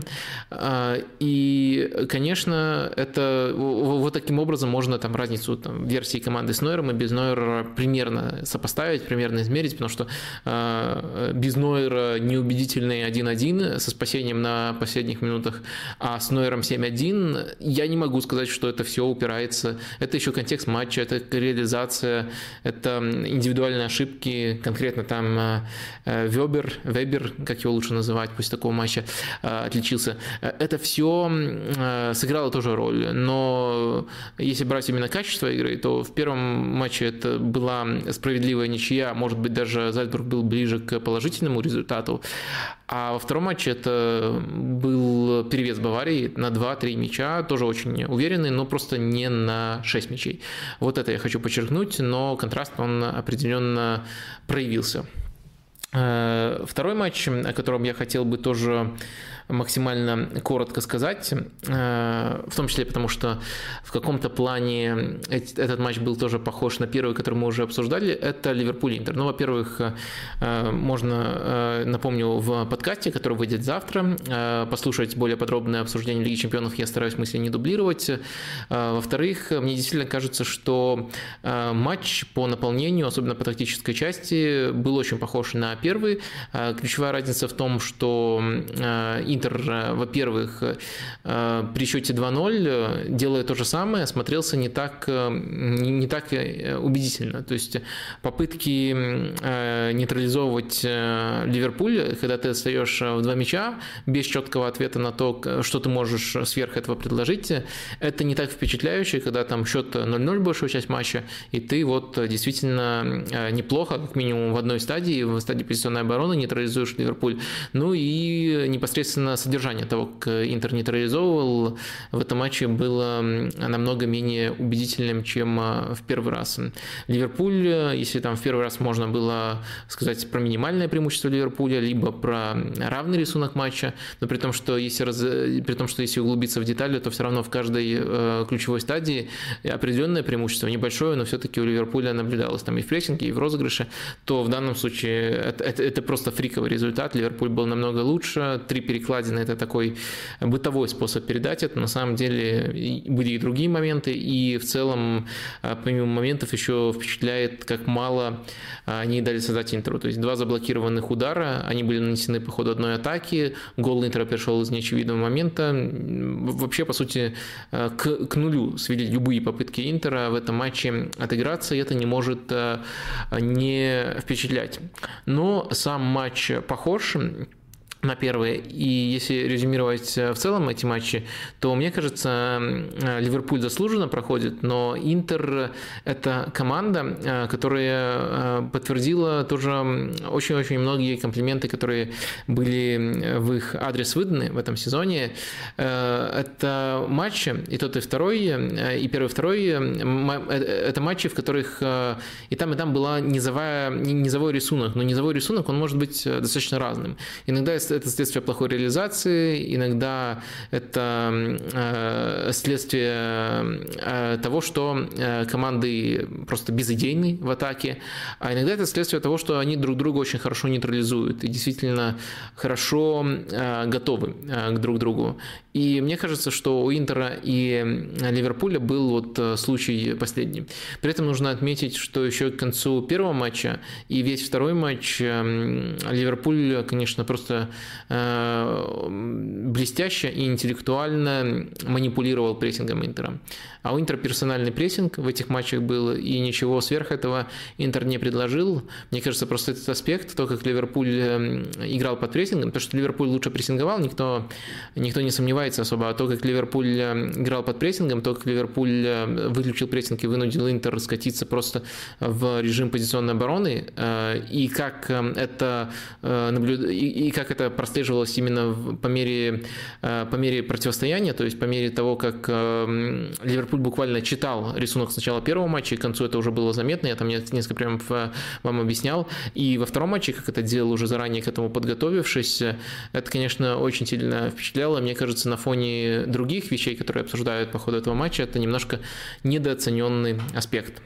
И, конечно, это вот таким образом можно там разницу там, версии команды с Нойером и без Нойера примерно сопоставить, примерно измерить, потому что э, без Нойера неубедительный один-один со спасением на последних минутах, а с Нойером семь один я не могу сказать, что это все упирается. Это еще контекст матча, это реализация, это индивидуальные ошибки, конкретно там э, Вебер, Вебер, как его лучше называть после такого матча, э, отличился. Это все э, сыграло тоже роль, но если брать именно качество игры, то в первом матче это была справедливая ничья, может быть, даже Зальцбург был ближе к положительному результату, а во втором матче это был перевес Баварии на два-три мяча, тоже очень уверенный, но просто не на шесть мячей. Вот это я хочу подчеркнуть, но контраст, он определенно проявился. Второй матч, о котором я хотел бы тоже максимально коротко сказать, в том числе потому, что в каком-то плане этот матч был тоже похож на первый, который мы уже обсуждали, это Ливерпуль-Интер. Ну, во-первых, можно, напомню, в подкасте, который выйдет завтра, послушать более подробное обсуждение Лиги Чемпионов, я стараюсь мысли не дублировать. Во-вторых, мне действительно кажется, что матч по наполнению, особенно по тактической части, был очень похож на первый. Ключевая разница в том, что Интер, во-первых, при счете два ноль, делая то же самое, смотрелся не так, не так убедительно. То есть попытки нейтрализовывать Ливерпуль, когда ты отстаешь в два мяча, без четкого ответа на то, что ты можешь сверх этого предложить, это не так впечатляюще, когда там счет ноль ноль большую часть матча, и ты вот действительно неплохо, как минимум в одной стадии, в стадии позиционной обороны, нейтрализуешь Ливерпуль, ну и непосредственно содержание того, как Интер нейтрализовывал в этом матче, было намного менее убедительным, чем в первый раз. Ливерпуль, если там в первый раз можно было сказать про минимальное преимущество Ливерпуля, либо про равный рисунок матча, но при том, что если, раз... при том, что если углубиться в детали, то все равно в каждой э, ключевой стадии определенное преимущество, небольшое, но все-таки у Ливерпуля наблюдалось там и в прессинге, и в розыгрыше, то в данном случае это, это, это просто фриковый результат. Ливерпуль был намного лучше, три перекладины – это такой бытовой способ передать это. На самом деле были и другие моменты, и в целом, помимо моментов, еще впечатляет, как мало они дали создать Интеру. То есть два заблокированных удара, они были нанесены по ходу одной атаки, гол Интера пришел из неочевидного момента. Вообще, по сути, к, к нулю свели любые попытки Интера в этом матче отыграться, и это не может не впечатлять. Но сам матч похож на первые. И если резюмировать в целом эти матчи, то, мне кажется, Ливерпуль заслуженно проходит, но Интер – это команда, которая подтвердила тоже очень-очень многие комплименты, которые были в их адрес выданы в этом сезоне. Это матчи, и тот, и второй, и первый, и второй, это матчи, в которых и там, и там была низовая, низовой рисунок, но низовой рисунок, он может быть достаточно разным. Иногда это следствие плохой реализации, иногда это э, следствие э, того, что э, команды просто безыдейны в атаке, а иногда это следствие того, что они друг друга очень хорошо нейтрализуют и действительно хорошо э, готовы э, к друг другу. И мне кажется, что у Интера и Ливерпуля был вот случай последний. При этом нужно отметить, что еще к концу первого матча и весь второй матч Ливерпуль, конечно, просто блестяще и интеллектуально манипулировал прессингом Интера. А у Интера персональный прессинг в этих матчах был, и ничего сверх этого Интер не предложил. Мне кажется, просто этот аспект, то, как Ливерпуль играл под прессингом, то, что Ливерпуль лучше прессинговал, никто, никто не сомневается особо, а то, как Ливерпуль играл под прессингом, то, как Ливерпуль выключил прессинг и вынудил Интер скатиться просто в режим позиционной обороны, и как это, наблюд... и как это прослеживалось именно по мере, по мере противостояния, то есть по мере того, как Ливерпуль буквально читал рисунок с начала первого матча, и к концу это уже было заметно, я там несколько прям вам объяснял, и во втором матче, как это делал уже заранее к этому подготовившись, это, конечно, очень сильно впечатляло. Мне кажется, на фоне других вещей, которые обсуждают по ходу этого матча, это немножко недооцененный аспект.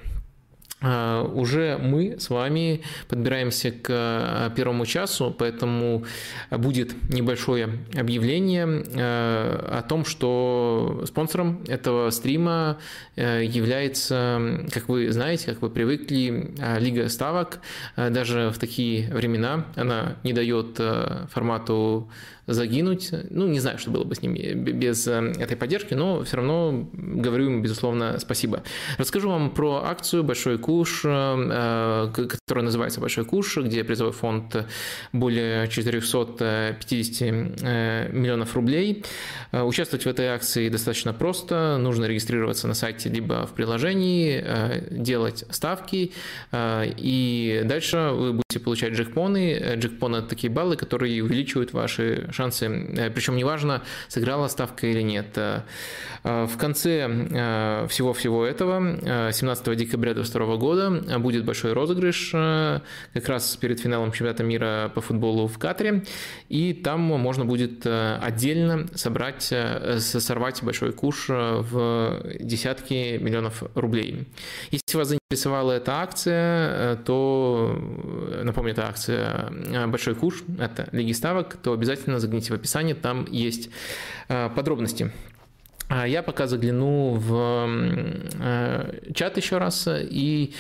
Уже мы с вами подбираемся к первому часу, поэтому будет небольшое объявление о том, что спонсором этого стрима является, как вы знаете, как вы привыкли, Лига ставок. Даже в такие времена она не дает формату загинуть. Ну, не знаю, что было бы с ними без этой поддержки, но все равно говорю им, безусловно, спасибо. Расскажу вам про акцию «Большой куш», которая называется «Большой куш», где призовой фонд более четыреста пятьдесят миллионов рублей. Участвовать в этой акции достаточно просто. Нужно регистрироваться на сайте либо в приложении, делать ставки, и дальше вы будете получать джекпоны. Джекпоны – это такие баллы, которые увеличивают ваши шансы, причем неважно, сыграла ставка или нет. В конце всего-всего этого, семнадцатого декабря две тысячи двадцать второго года, будет большой розыгрыш как раз перед финалом чемпионата мира по футболу в Катаре, и там можно будет отдельно собрать, сорвать большой куш в десятки миллионов рублей. Если вас заинтересовала эта акция, то, напомню, это акция «Большой куш», это Лиги ставок, то обязательно загляните в описание, там есть подробности. Я пока загляну в чат еще раз и,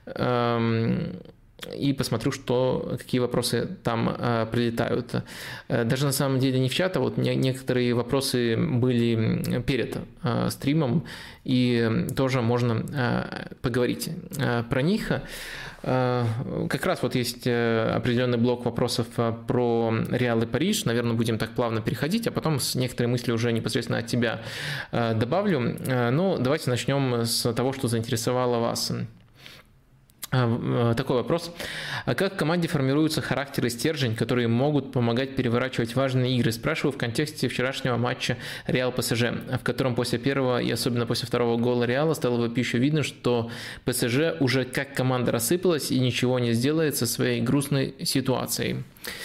и посмотрю, что, какие вопросы там прилетают. Даже на самом деле не в чат, а вот некоторые вопросы были перед стримом, и тоже можно поговорить про них. Как раз вот есть определенный блок вопросов про Реал и Париж. Наверное, будем так плавно переходить, а потом с некоторые мысли уже непосредственно от тебя добавлю. Но давайте начнем с того, что заинтересовало вас. Такой вопрос. А как в команде формируются характер и стержень, которые могут помогать переворачивать важные игры? Спрашиваю в контексте вчерашнего матча Реал-ПСЖ, в котором после первого и особенно после второго гола Реала стало вопиюще видно, что ПСЖ уже как команда рассыпалась и ничего не сделает со своей грустной ситуацией.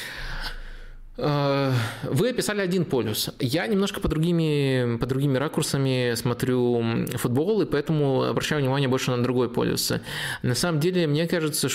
Вы описали один полюс. Я немножко по другими, по другими ракурсами смотрю футбол, и поэтому обращаю внимание больше на другой полюс. На самом деле, мне кажется,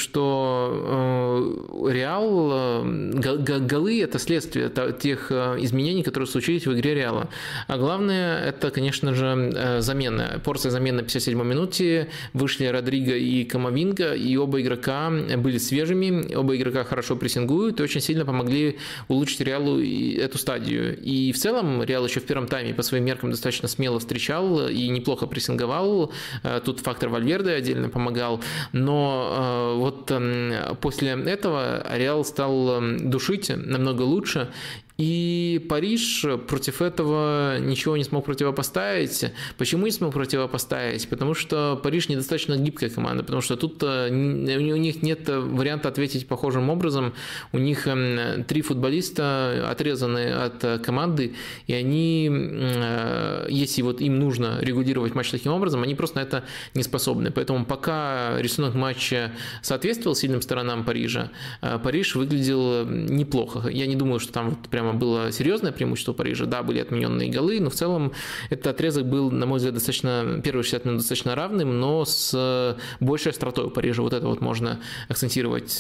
что Реал, голы – это следствие тех изменений, которые случились в игре Реала. А главное – это, конечно же, замена. Порция замен на пятьдесят седьмой минуте. Вышли Родриго и Камавинга, и оба игрока были свежими, оба игрока хорошо прессингуют и очень сильно помогли улучшить Реалу эту стадию. И в целом Реал еще в первом тайме по своим меркам достаточно смело встречал и неплохо прессинговал. Тут фактор Вальверде отдельно помогал. Но вот после этого Реал стал душить намного лучше. И Париж против этого ничего не смог противопоставить. Почему не смог противопоставить? Потому что Париж недостаточно гибкая команда, потому что тут у них нет варианта ответить похожим образом. У них три футболиста отрезаны от команды, и они, если вот им нужно регулировать матч таким образом, они просто на это не способны. Поэтому пока рисунок матча соответствовал сильным сторонам Парижа, Париж выглядел неплохо. Я не думаю, что там вот прям было серьезное преимущество Парижа. Да, были отмененные голы, но в целом этот отрезок был, на мой взгляд, достаточно, первые шестьдесят минут достаточно равным, но с большей остротой у Парижа. Вот это вот можно акцентировать.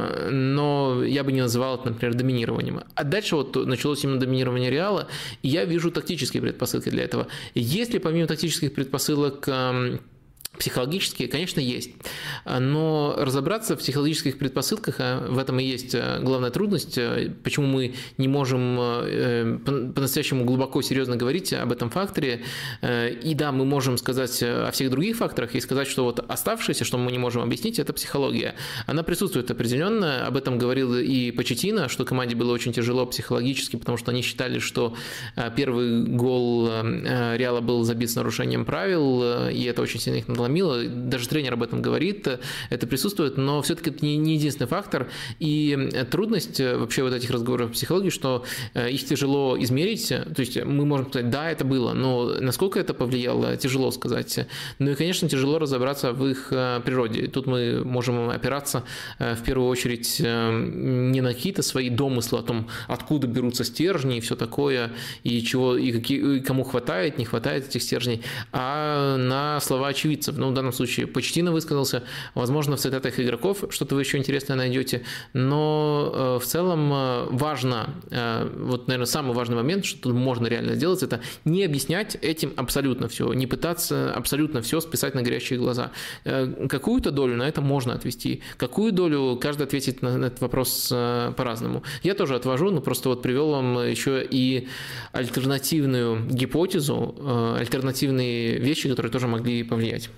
Но я бы не называл это, например, доминированием. А дальше вот началось именно доминирование Реала, и я вижу тактические предпосылки для этого. Если помимо тактических предпосылок психологические, конечно, есть. Но разобраться в психологических предпосылках, в этом и есть главная трудность, почему мы не можем по-настоящему глубоко, серьезно говорить об этом факторе. И да, мы можем сказать о всех других факторах и сказать, что вот оставшееся, что мы не можем объяснить, это психология. Она присутствует определенно. Об этом говорил и Почеттино, что команде было очень тяжело психологически, потому что они считали, что первый гол Реала был забит с нарушением правил, и это очень сильно их надломило. Даже тренер об этом говорит, это присутствует, но все-таки это не единственный фактор. И трудность вообще вот этих разговоров в психологии, что их тяжело измерить. То есть мы можем сказать, да, это было, но насколько это повлияло, тяжело сказать. Ну и, конечно, тяжело разобраться в их природе. Тут мы можем опираться в первую очередь не на какие-то свои домыслы о том, откуда берутся стержни и все такое, и чего, и, какие, и кому хватает, не хватает этих стержней, а на слова очевидцев. Ну, в данном случае Почеттино высказался, возможно, в цитатах игроков что-то вы еще интересное найдете, но в целом важно, вот, наверное, самый важный момент, что тут можно реально сделать, это не объяснять этим абсолютно все, не пытаться абсолютно все списать на горящие глаза. Какую-то долю на это можно отвести, какую долю каждый ответит на этот вопрос по-разному. Я тоже отвожу, но просто вот привел вам еще и альтернативную гипотезу, альтернативные вещи, которые тоже могли повлиять.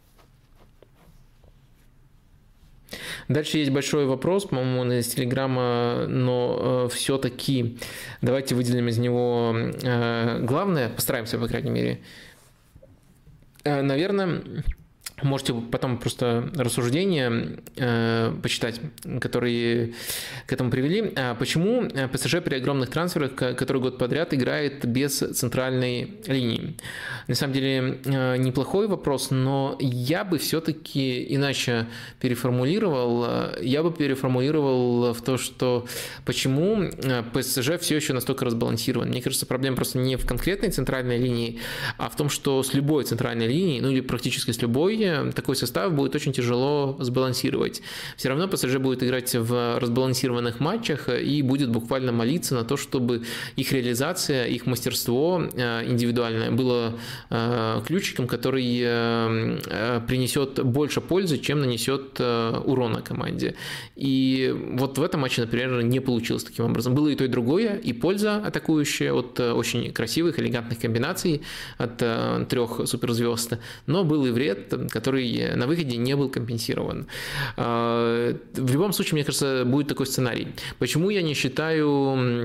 Дальше есть большой вопрос, по-моему, он из Телеграма, но э, все-таки давайте выделим из него э, главное, постараемся, по крайней мере. Э, наверное, можете потом просто рассуждения э, почитать, которые к этому привели. А почему ПСЖ при огромных трансферах, который год подряд играет без центральной линии? На самом деле э, неплохой вопрос, но я бы все-таки иначе переформулировал. Я бы переформулировал в то, что почему ПСЖ все еще настолько разбалансирован. Мне кажется, проблема просто не в конкретной центральной линии, а в том, что с любой центральной линией, ну или практически с любой, такой состав будет очень тяжело сбалансировать. Все равно ПСЖ будет играть в разбалансированных матчах и будет буквально молиться на то, чтобы их реализация, их мастерство индивидуальное было ключиком, который принесет больше пользы, чем нанесет урона команде. И вот в этом матче, например, не получилось таким образом. Было и то, и другое, и польза атакующая от очень красивых, элегантных комбинаций от трех суперзвезд, но был и вред, который на выходе не был компенсирован. В любом случае, мне кажется, будет такой сценарий. Почему я не считаю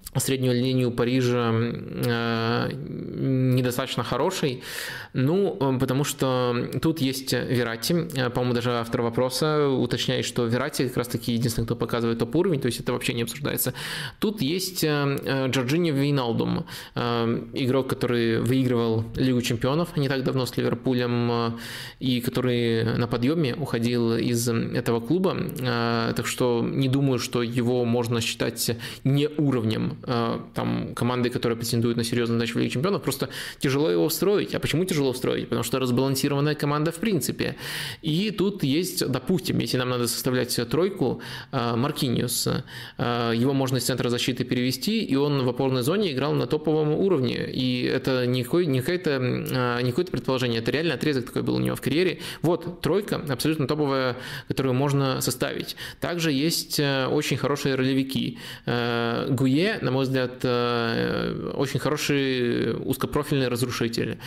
среднюю линию Парижа э, недостаточно хорошей. Ну, потому что тут есть Верратти, по-моему, даже автор вопроса уточняет, что Верратти как раз-таки единственный, кто показывает топ-уровень, то есть это вообще не обсуждается. Тут есть Джорджиньо Вейналдум, игрок, который выигрывал Лигу чемпионов не так давно с Ливерпулем, и который на подъеме уходил из этого клуба, так что не думаю, что его можно считать не уровнем там команды, которые претендуют на серьезную задачу в Лиге чемпионов, просто тяжело его встроить. А почему тяжело встроить? Потому что разбалансированная команда в принципе. И тут есть, допустим, если нам надо составлять тройку, Маркиньос. Его можно из центра защиты перевести, и он в опорной зоне играл на топовом уровне. И это не какое-то, не какое-то предположение, это реально отрезок такой был у него в карьере. Вот тройка абсолютно топовая, которую можно составить. Также есть очень хорошие ролевики. Гуе, на мой взгляд, очень хороший узкопрофильный разрушитель.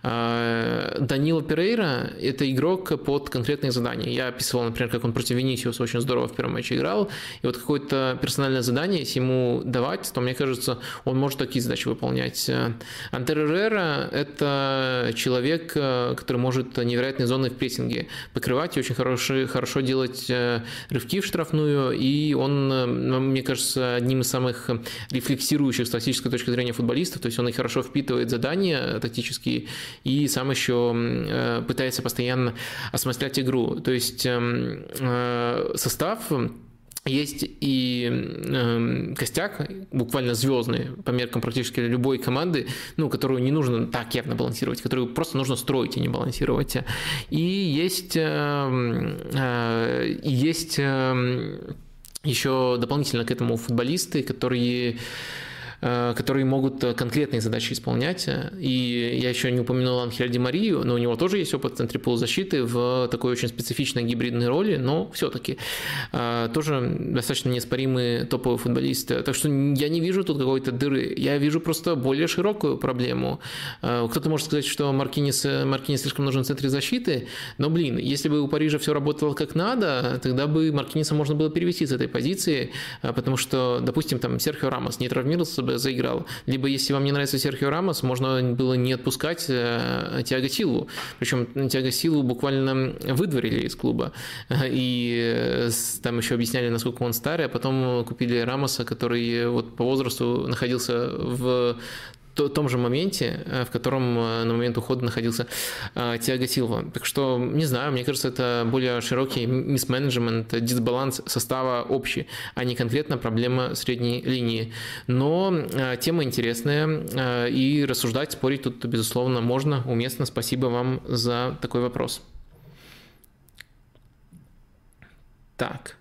Данило Перейра – это игрок под конкретные задания. Я описывал, например, как он против Винисиуса очень здорово в первом матче играл. И вот какое-то персональное задание, если ему давать, то, мне кажется, он может такие задачи выполнять. Антер Эррера – это человек, который может невероятные зоны в прессинге покрывать и очень хороший, хорошо делать рывки в штрафную. И он, мне кажется, одним из самых рефлексирующих с тактической точки зрения футболистов, то есть он и хорошо впитывает задания тактические, и сам еще пытается постоянно осмыслять игру. То есть состав есть и э, костяк, буквально звездный, по меркам практически любой команды, ну, которую не нужно так явно балансировать, которую просто нужно строить и не балансировать. И есть, э, э, есть э, еще дополнительно к этому футболисты, которые которые могут конкретные задачи исполнять. И я еще не упомянул Анхеля Ди Марию, но у него тоже есть опыт в центре полузащиты в такой очень специфичной гибридной роли, но все-таки тоже достаточно неоспоримый топовый футболист. Так что я не вижу тут какой-то дыры, я вижу просто более широкую проблему. Кто-то может сказать, что Маркинис, Маркинис слишком нужен в центре защиты, но, блин, если бы у Парижа все работало как надо, тогда бы Маркиниса можно было перевести с этой позиции, потому что, допустим, там Серхио Рамос не травмировался бы, заиграл. Либо, если вам не нравится Серхио Рамос, можно было не отпускать Тиаго Силву. Причем Тиаго Силву буквально выдворили из клуба. И там еще объясняли, насколько он старый, а потом купили Рамоса, который вот по возрасту находился в в том же моменте, в котором на момент ухода находился Тиаго Силва. Так что, не знаю, мне кажется, это более широкий мисс-менеджмент, дисбаланс состава общий, а не конкретно проблема средней линии. Но тема интересная, и рассуждать, спорить тут, безусловно, можно, уместно. Спасибо вам за такой вопрос. Так.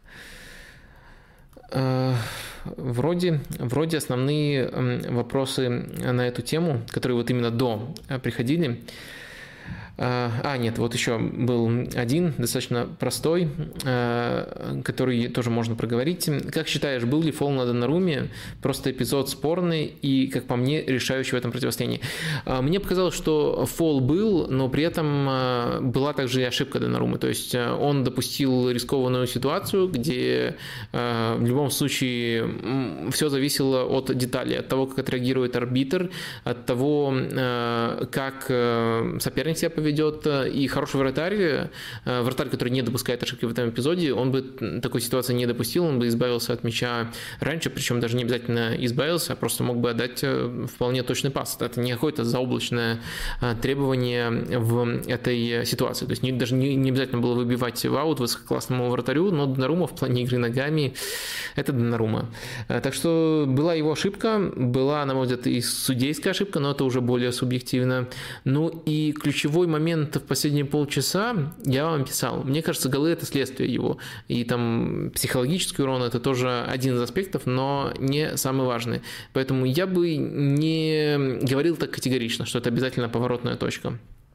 Вроде, вроде основные вопросы на эту тему, которые вот именно до приходили. А, нет, вот еще был один, достаточно простой, который тоже можно проговорить. Как считаешь, был ли фол на Донаруме просто эпизод спорный и, как по мне, решающий в этом противостоянии? Мне показалось, что фол был, но при этом была также и ошибка Донарумы. То есть он допустил рискованную ситуацию, где в любом случае все зависело от деталей, от того, как отреагирует арбитр, от того, как соперник себя поведет. Ведет, и хороший вратарь, вратарь, который не допускает ошибки в этом эпизоде, он бы такой ситуации не допустил, он бы избавился от мяча раньше, причем даже не обязательно избавился, а просто мог бы отдать вполне точный пас. Это не какое-то заоблачное требование в этой ситуации. То есть даже не, не обязательно было выбивать в аут высококлассному вратарю, но Донарума в плане игры ногами – это Донарума. Так что была его ошибка, была, на мой взгляд, и судейская ошибка, но это уже более субъективно. Ну и ключевой момент в последние полчаса я вам писал. Мне кажется, голы – это следствие его. И там психологический урон – это тоже один из аспектов, но не самый важный. Поэтому я бы не говорил так категорично, что это обязательно поворотная точка.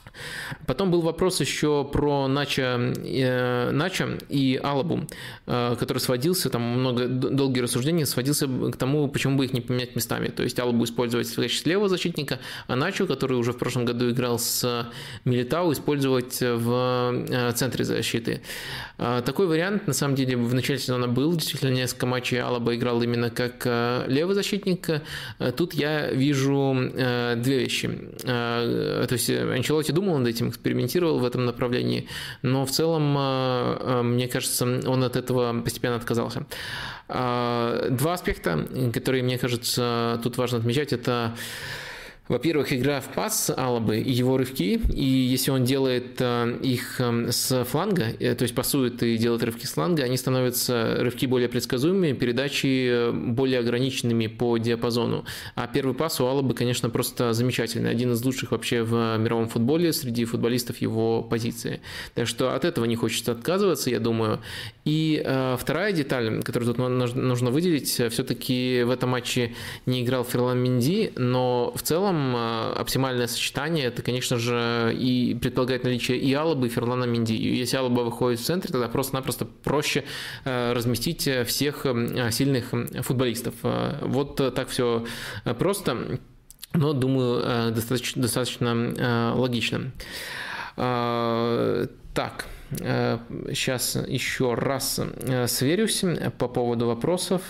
Потом был вопрос еще про Начо, э, Начо и Алабу, э, который сводился, там много долгие рассуждения, сводился к тому, почему бы их не поменять местами. То есть Алабу использовать в качестве левого защитника, а Начо, который уже в прошлом году играл с Милитао, использовать в э, центре защиты. Э, такой вариант, на самом деле, в начале сезона был. Действительно, несколько матчей Алаба играл именно как э, левый защитник. Э, тут я вижу э, две вещи. Э, то есть Анчелотти думал над этим, экспериментировал в этом направлении, но в целом, мне кажется, он от этого постепенно отказался. Два аспекта, которые, мне кажется, тут важно отмечать, это, во-первых, игра в пас Алабы и его рывки, и если он делает их с фланга, то есть пасует и делает рывки с фланга, они становятся рывки более предсказуемыми, передачи более ограниченными по диапазону. А первый пас у Алабы, конечно, просто замечательный, один из лучших вообще в мировом футболе среди футболистов его позиции. Так что от этого не хочется отказываться, я думаю. И э, вторая деталь, которую тут нужно выделить, все-таки в этом матче не играл Ферлан Менди, но в целом оптимальное сочетание, это, конечно же, и предполагает наличие и Алабы, и Ферлана Менди. И если Алаба выходит в центре, тогда просто-напросто проще разместить всех сильных футболистов. Вот так все просто, но, думаю, достаточно, достаточно логично. Так, сейчас еще раз сверюсь по поводу вопросов,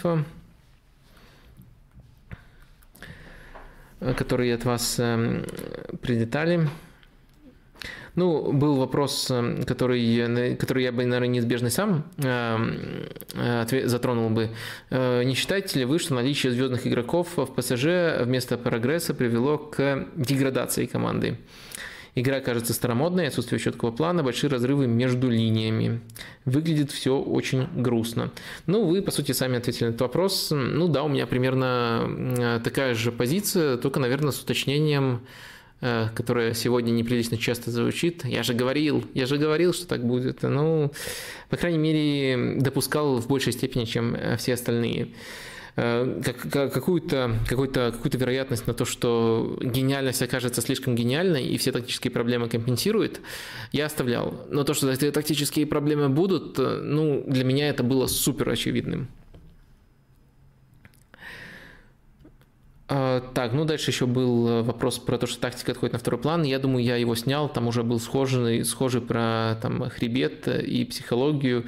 которые от вас прилетали. Ну, был вопрос, который, который я бы, наверное, неизбежно сам затронул бы. Не считаете ли вы, что наличие звездных игроков в ПСЖ вместо прогресса привело к деградации команды? Игра кажется старомодной, отсутствие четкого плана, большие разрывы между линиями. Выглядит все очень грустно. Ну, вы, по сути, сами ответили на этот вопрос. Ну да, у меня примерно такая же позиция, только, наверное, с уточнением, которое сегодня неприлично часто звучит. Я же говорил, я же говорил, что так будет. Ну, по крайней мере, допускал в большей степени, чем все остальные. Какую-то, какую-то, какую-то вероятность на то, что гениальность окажется слишком гениальной и все тактические проблемы компенсирует, я оставлял. Но то, что эти тактические проблемы будут, ну, для меня это было супер очевидным. Так, ну дальше еще был вопрос про то, что тактика отходит на второй план. Я думаю, я его снял, там уже был схожий, схожий про там, хребет и психологию.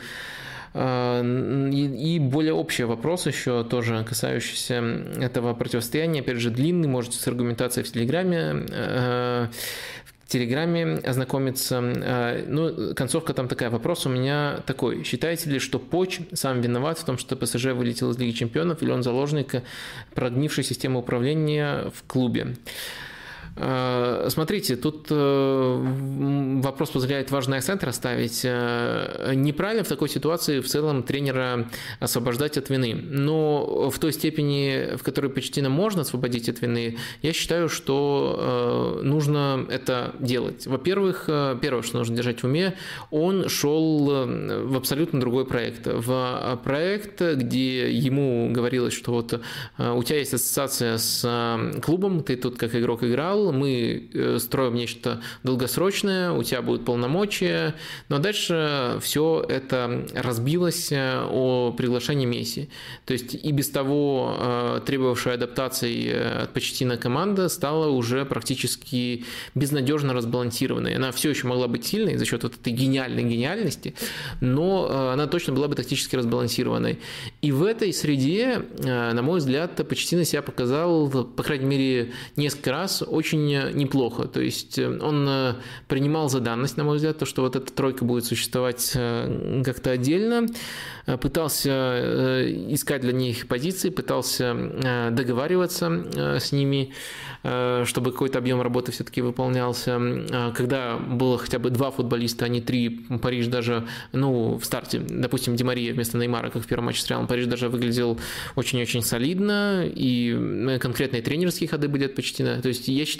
И более общий вопрос еще, тоже касающийся этого противостояния, опять же, длинный, можете с аргументацией в Телеграме, в Телеграме ознакомиться. Ну, концовка там такая. Вопрос у меня такой. Считаете ли, что Поч сам виноват в том, что ПСЖ вылетел из Лиги Чемпионов, или он заложник прогнившей системы управления в клубе? Смотрите, тут вопрос позволяет важный акцент расставить. Неправильно в такой ситуации в целом тренера освобождать от вины, но в той степени, в которой Почеттино можно освободить от вины, я считаю, что нужно это делать. Во-первых, первое, что нужно держать в уме, он шел в абсолютно другой проект. В проект, где ему говорилось, что вот у тебя есть ассоциация с клубом, ты тут как игрок играл, мы строим нечто долгосрочное, у тебя будут полномочия, но дальше все это разбилось о приглашении Месси. То есть и без того требовавшая адаптации от Почеттино команда стала уже практически безнадежно разбалансированной. Она все еще могла быть сильной за счет вот этой гениальной гениальности, но она точно была бы тактически разбалансированной. И в этой среде, на мой взгляд, Почеттино себя показал, по крайней мере, несколько раз очень неплохо. То есть он принимал за данность, на мой взгляд, то, что вот эта тройка будет существовать как-то отдельно, пытался искать для них позиции, пытался договариваться с ними, чтобы какой-то объем работы все-таки выполнялся. Когда было хотя бы два футболиста, а не три, Париж даже, ну, в старте, допустим, Ди Мария вместо Неймара, как в первом матче с Реалом, Париж даже выглядел очень-очень солидно, и конкретные тренерские ходы были от Почеттино. То есть я считаю,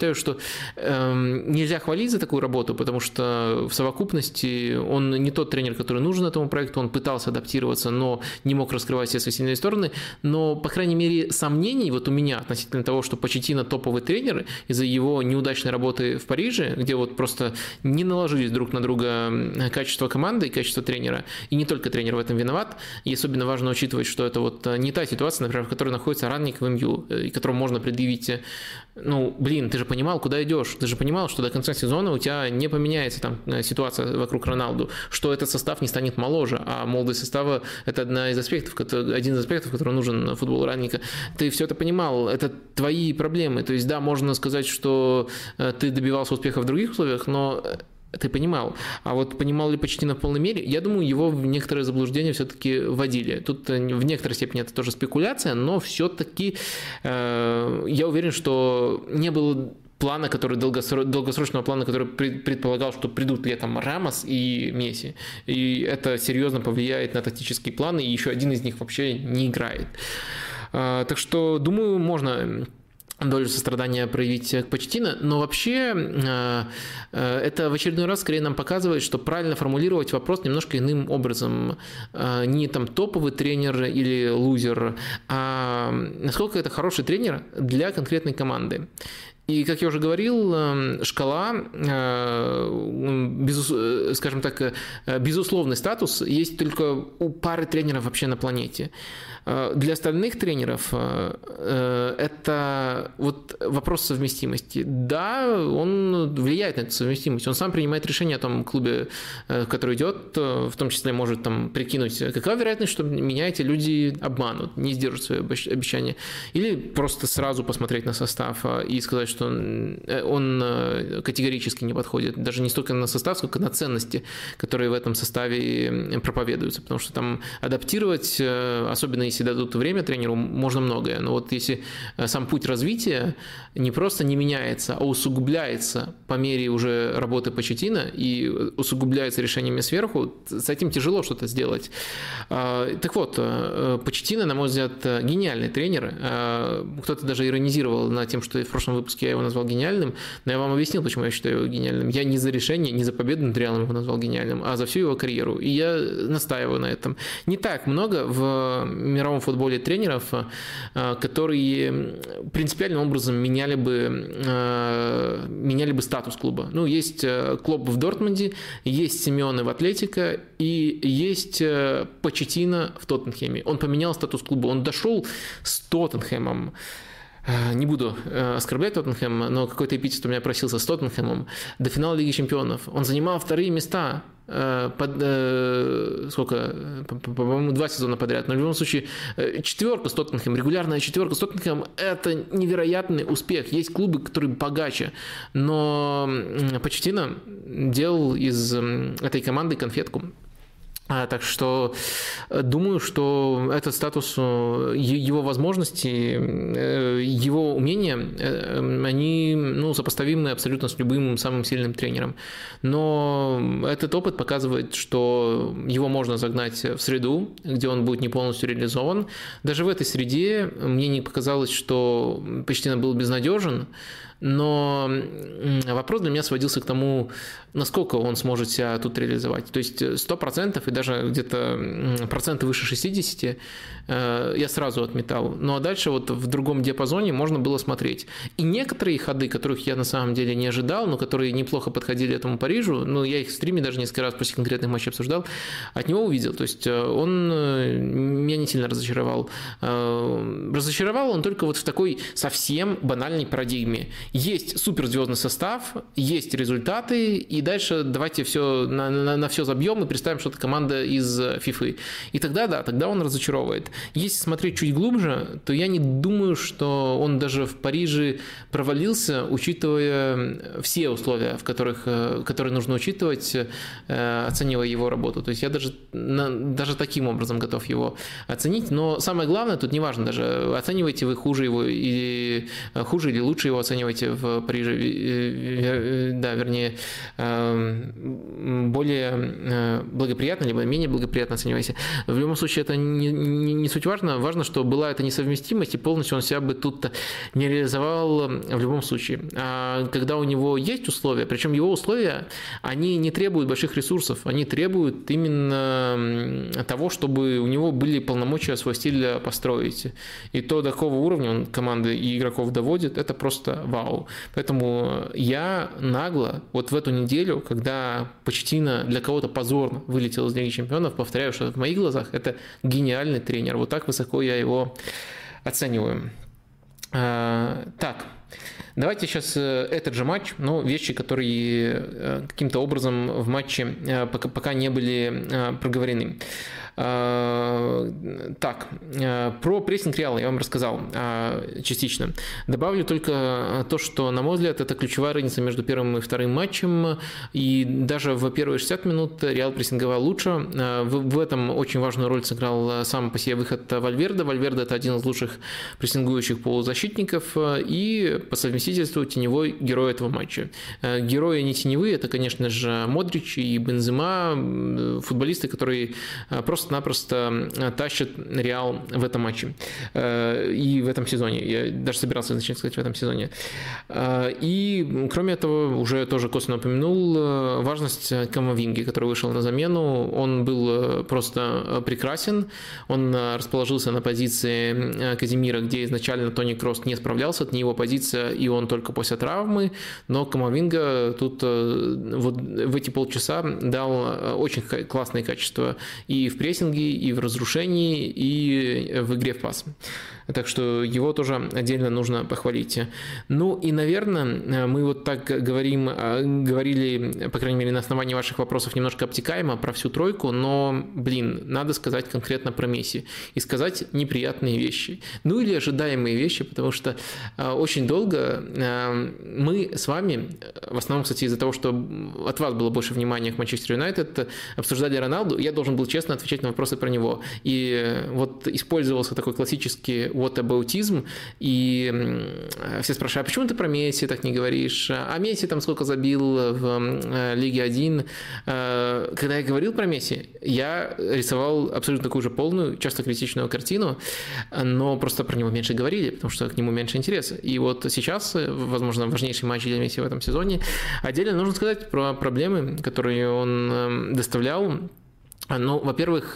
считаю, что э, нельзя хвалить за такую работу, потому что в совокупности он не тот тренер, который нужен этому проекту, он пытался адаптироваться, но не мог раскрывать все свои сильные стороны, но, по крайней мере, сомнений вот у меня относительно того, что Почеттино топовый тренер из-за его неудачной работы в Париже, где вот просто не наложились друг на друга качество команды и качество тренера, и не только тренер в этом виноват, и особенно важно учитывать, что это вот не та ситуация, например, в которой находится Рангник в эм ю, и которому можно предъявить, ну, блин, ты же понимал, куда идешь, ты же понимал, что до конца сезона у тебя не поменяется там ситуация вокруг Роналду, что этот состав не станет моложе, а молодость состава – это одна из аспектов, один из аспектов, который нужен футболу Рангника. Ты все это понимал, это твои проблемы, то есть, да, можно сказать, что ты добивался успеха в других условиях, но ты понимал. А вот понимал ли Почеттино в полной мере? Я думаю, его в некоторые заблуждения все-таки вводили. Тут в некоторой степени это тоже спекуляция, но все-таки э, я уверен, что не было плана, который долгосрочного плана, который предполагал, что придут летом Рамос и Месси. И это серьезно повлияет на тактические планы, и еще один из них вообще не играет. Э, так что, думаю, можно долю сострадания проявить к Почеттино, но вообще это в очередной раз скорее нам показывает, что правильно формулировать вопрос немножко иным образом. Не там топовый тренер или лузер, а насколько это хороший тренер для конкретной команды. И, как я уже говорил, шкала, скажем так, безусловный статус есть только у пары тренеров вообще на планете. Для остальных тренеров это вот вопрос совместимости. Да, он влияет на эту совместимость. Он сам принимает решение о том клубе, который идет, в том числе может там прикинуть, какая вероятность, что меня эти люди обманут, не сдержат свои обещания. Или просто сразу посмотреть на состав и сказать, что он, он категорически не подходит. Даже не столько на состав, сколько на ценности, которые в этом составе проповедуются. Потому что там адаптировать, особенно если дадут время тренеру, можно многое. Но вот если сам путь развития не просто не меняется, а усугубляется по мере уже работы Почеттино и усугубляется решениями сверху, с этим тяжело что-то сделать. Так вот, Почеттино, на мой взгляд, гениальный тренер. Кто-то даже иронизировал над тем, что в прошлом выпуске я его назвал гениальным, но я вам объяснил, почему я считаю его гениальным. Я не за решение, не за победу над Реалом его назвал гениальным, а за всю его карьеру. И я настаиваю на этом. Не так много в мировом футболе тренеров, которые принципиальным образом меняли бы, меняли бы статус клуба. Ну, есть Клоп в Дортмунде, есть Симеоне в Атлетико и есть Почеттино в Тоттенхэме. Он поменял статус клуба, он дошел с Тоттенхэмом. Не буду оскорблять Тоттенхэм, но какой-то эпитет у меня просился с Тоттенхэмом до финала Лиги Чемпионов. Он занимал вторые места под, сколько, по-моему, два сезона подряд, но в любом случае четверка с Тоттенхэмом, регулярная четверка с Тоттенхэмом – это невероятный успех. Есть клубы, которые богаче, но Почеттино делал из этой команды конфетку. Так что думаю, что этот статус, его возможности, его умения, они, ну, сопоставимы абсолютно с любым самым сильным тренером. Но этот опыт показывает, что его можно загнать в среду, где он будет не полностью реализован. Даже в этой среде мне не показалось, что Почеттино был безнадежен. Но вопрос для меня сводился к тому, насколько он сможет себя тут реализовать. То есть сто процентов и даже где-то проценты выше шестьдесят я сразу отметал. Ну а дальше вот в другом диапазоне можно было смотреть. И некоторые ходы, которых я на самом деле не ожидал, но которые неплохо подходили этому Парижу, ну я их в стриме даже несколько раз после конкретных матчей обсуждал, от него увидел. То есть он меня не сильно разочаровал. Разочаровал он только вот в такой совсем банальной парадигме. Есть суперзвездный состав, есть результаты, и дальше давайте все на, на, на все забьем и представим, что это команда из FIFA. И тогда, да, тогда он разочаровывает. Если смотреть чуть глубже, то я не думаю, что он даже в Париже провалился, учитывая все условия, в которых, которые нужно учитывать, оценивая его работу. То есть я даже, даже таким образом готов его оценить. Но самое главное, тут не важно даже, оцениваете вы хуже его, или хуже или лучше его оцениваете, оцениваете в Париже, да, вернее, более благоприятно, либо менее благоприятно оцениваете. В любом случае, это не, не, не суть важно. Важно, что была эта несовместимость, и полностью он себя бы тут не реализовал в любом случае. А когда у него есть условия, причем его условия, они не требуют больших ресурсов, они требуют именно того, чтобы у него были полномочия свой стиль построить. И то, до какого уровня он команды и игроков доводит, это просто вау. Поэтому я нагло вот в эту неделю, когда Почеттино для кого-то позорно вылетел из Лиги Чемпионов, повторяю, что в моих глазах это гениальный тренер. Вот так высоко я его оцениваю. Так, давайте сейчас этот же матч, но вещи, которые каким-то образом в матче пока, пока не были проговорены. Так, про прессинг Реала я вам рассказал частично. Добавлю только то, что, на мой взгляд, это ключевая разница между первым и вторым матчем. И даже в первые шестьдесят минут Реал прессинговал лучше. В этом очень важную роль сыграл сам по себе выход Вальверде. Вальверде – это один из лучших прессингующих полузащитников и по совместительству теневой герой этого матча. Герои не теневые – это, конечно же, Модрич и Бензема, футболисты, которые просто просто-напросто тащит Реал в этом матче и в этом сезоне. Я даже собирался начать сказать в этом сезоне. И, кроме этого, уже тоже косвенно упомянул важность Камавинги, который вышел на замену. Он был просто прекрасен. Он расположился на позиции Казимира, где изначально Тони Кросс не справлялся. Это не его позиция, и он только после травмы. Но Камавинга тут вот в эти полчаса дал очень классные качества и в прессинге, и в разрушении, и в игре в пас. Так что его тоже отдельно нужно похвалить. Ну и, наверное, мы вот так говорим, говорили, по крайней мере, на основании ваших вопросов немножко обтекаемо про всю тройку, но, блин, надо сказать конкретно про Месси и сказать неприятные вещи. Ну или ожидаемые вещи, потому что очень долго мы с вами, в основном, кстати, из-за того, что от вас было больше внимания к Манчестер Юнайтед, обсуждали Роналду, я должен был честно отвечать на вопросы про него. И вот использовался такой классический whataboutism, и все спрашивают, а почему ты про Месси так не говоришь? А Месси там сколько забил в Лиге один? Когда я говорил про Месси, я рисовал абсолютно такую же полную, часто критичную картину, но просто про него меньше говорили, потому что к нему меньше интереса. И вот сейчас, возможно, важнейший матч для Месси в этом сезоне. Отдельно нужно сказать про проблемы, которые он доставлял. Ну, во-первых,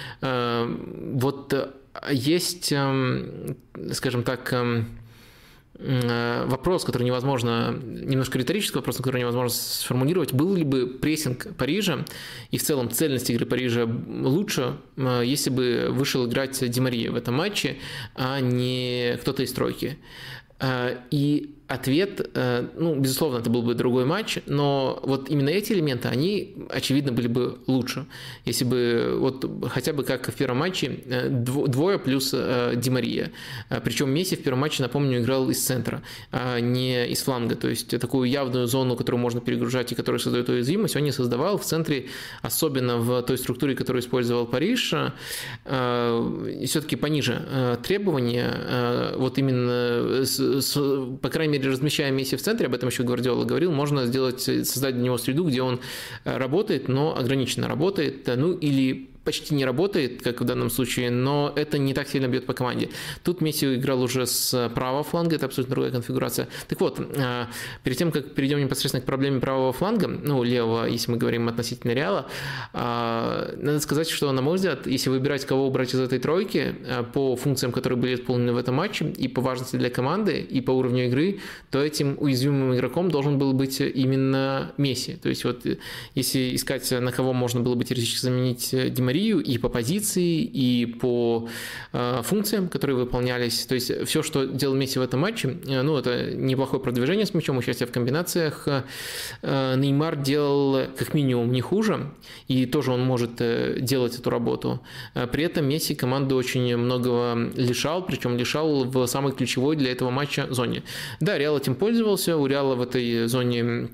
вот есть, скажем так, вопрос, который невозможно, немножко риторический вопрос, который невозможно сформулировать, был ли бы прессинг Парижа и в целом цельность игры Парижа лучше, если бы вышел играть Ди Мария в этом матче, а не кто-то из тройки. И ответ, ну, безусловно, это был бы другой матч, но вот именно эти элементы, они, очевидно, были бы лучше, если бы вот хотя бы как в первом матче двое плюс Ди Мария. Причем Месси в первом матче, напомню, играл из центра, а не из фланга, то есть такую явную зону, которую можно перегружать и которая создает уязвимость, он не создавал в центре, особенно в той структуре, которую использовал Париж, и все-таки пониже требования, вот именно, по крайней мере, размещая Месси в центре, об этом еще Гвардиола говорил, можно сделать, создать для него среду, где он работает, но ограниченно работает, ну или почти не работает, как в данном случае, но это не так сильно бьет по команде. Тут Месси играл уже с правого фланга, это абсолютно другая конфигурация. Так вот, перед тем, как перейдем непосредственно к проблеме правого фланга, ну, левого, если мы говорим относительно Реала, надо сказать, что, на мой взгляд, если выбирать, кого убрать из этой тройки, по функциям, которые были исполнены в этом матче, и по важности для команды, и по уровню игры, то этим уязвимым игроком должен был быть именно Месси. То есть вот, если искать, на кого можно было бы теоретически заменить Ди Марию, и по позиции, и по э, функциям, которые выполнялись. То есть все, что делал Месси в этом матче, э, ну, это неплохое продвижение с мячом, участие в комбинациях. Э, Неймар делал как минимум не хуже, и тоже он может э, делать эту работу. Э, при этом Месси команду очень многого лишал, причем лишал в самой ключевой для этого матча зоне. Да, Реал этим пользовался, у Реала в этой зоне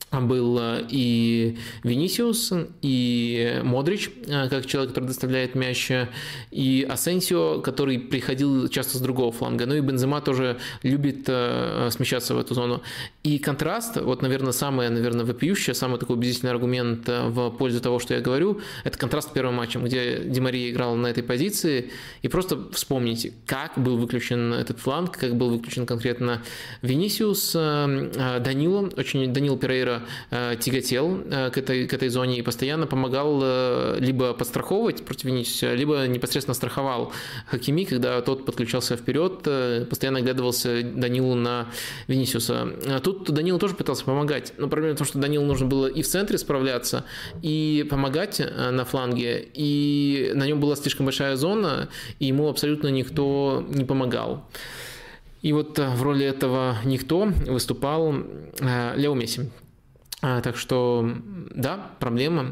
был и Винисиус, и Модрич, как человек, который доставляет мяч, и Асенсио, который приходил часто с другого фланга. Ну и Бензема тоже любит смещаться в эту зону. И контраст, вот, наверное, самый, наверное, вопиющий, самый такой убедительный аргумент в пользу того, что я говорю, это контраст с первым матчем, где Ди Мария играл на этой позиции. И просто вспомните, как был выключен этот фланг, как был выключен конкретно Винисиус, Данило, очень Данил Перейра тяготел к этой, к этой зоне и постоянно помогал либо подстраховывать против Винисиуса, либо непосредственно страховал Хакими, когда тот подключался вперед, постоянно оглядывался Данилу на Винисиуса. Тут Данилу тоже пытался помогать, но проблема в том, что Данилу нужно было и в центре справляться, и помогать на фланге, и на нем была слишком большая зона, и ему абсолютно никто не помогал. И вот в роли этого никто выступал Лео Месси. Так что, да, проблема.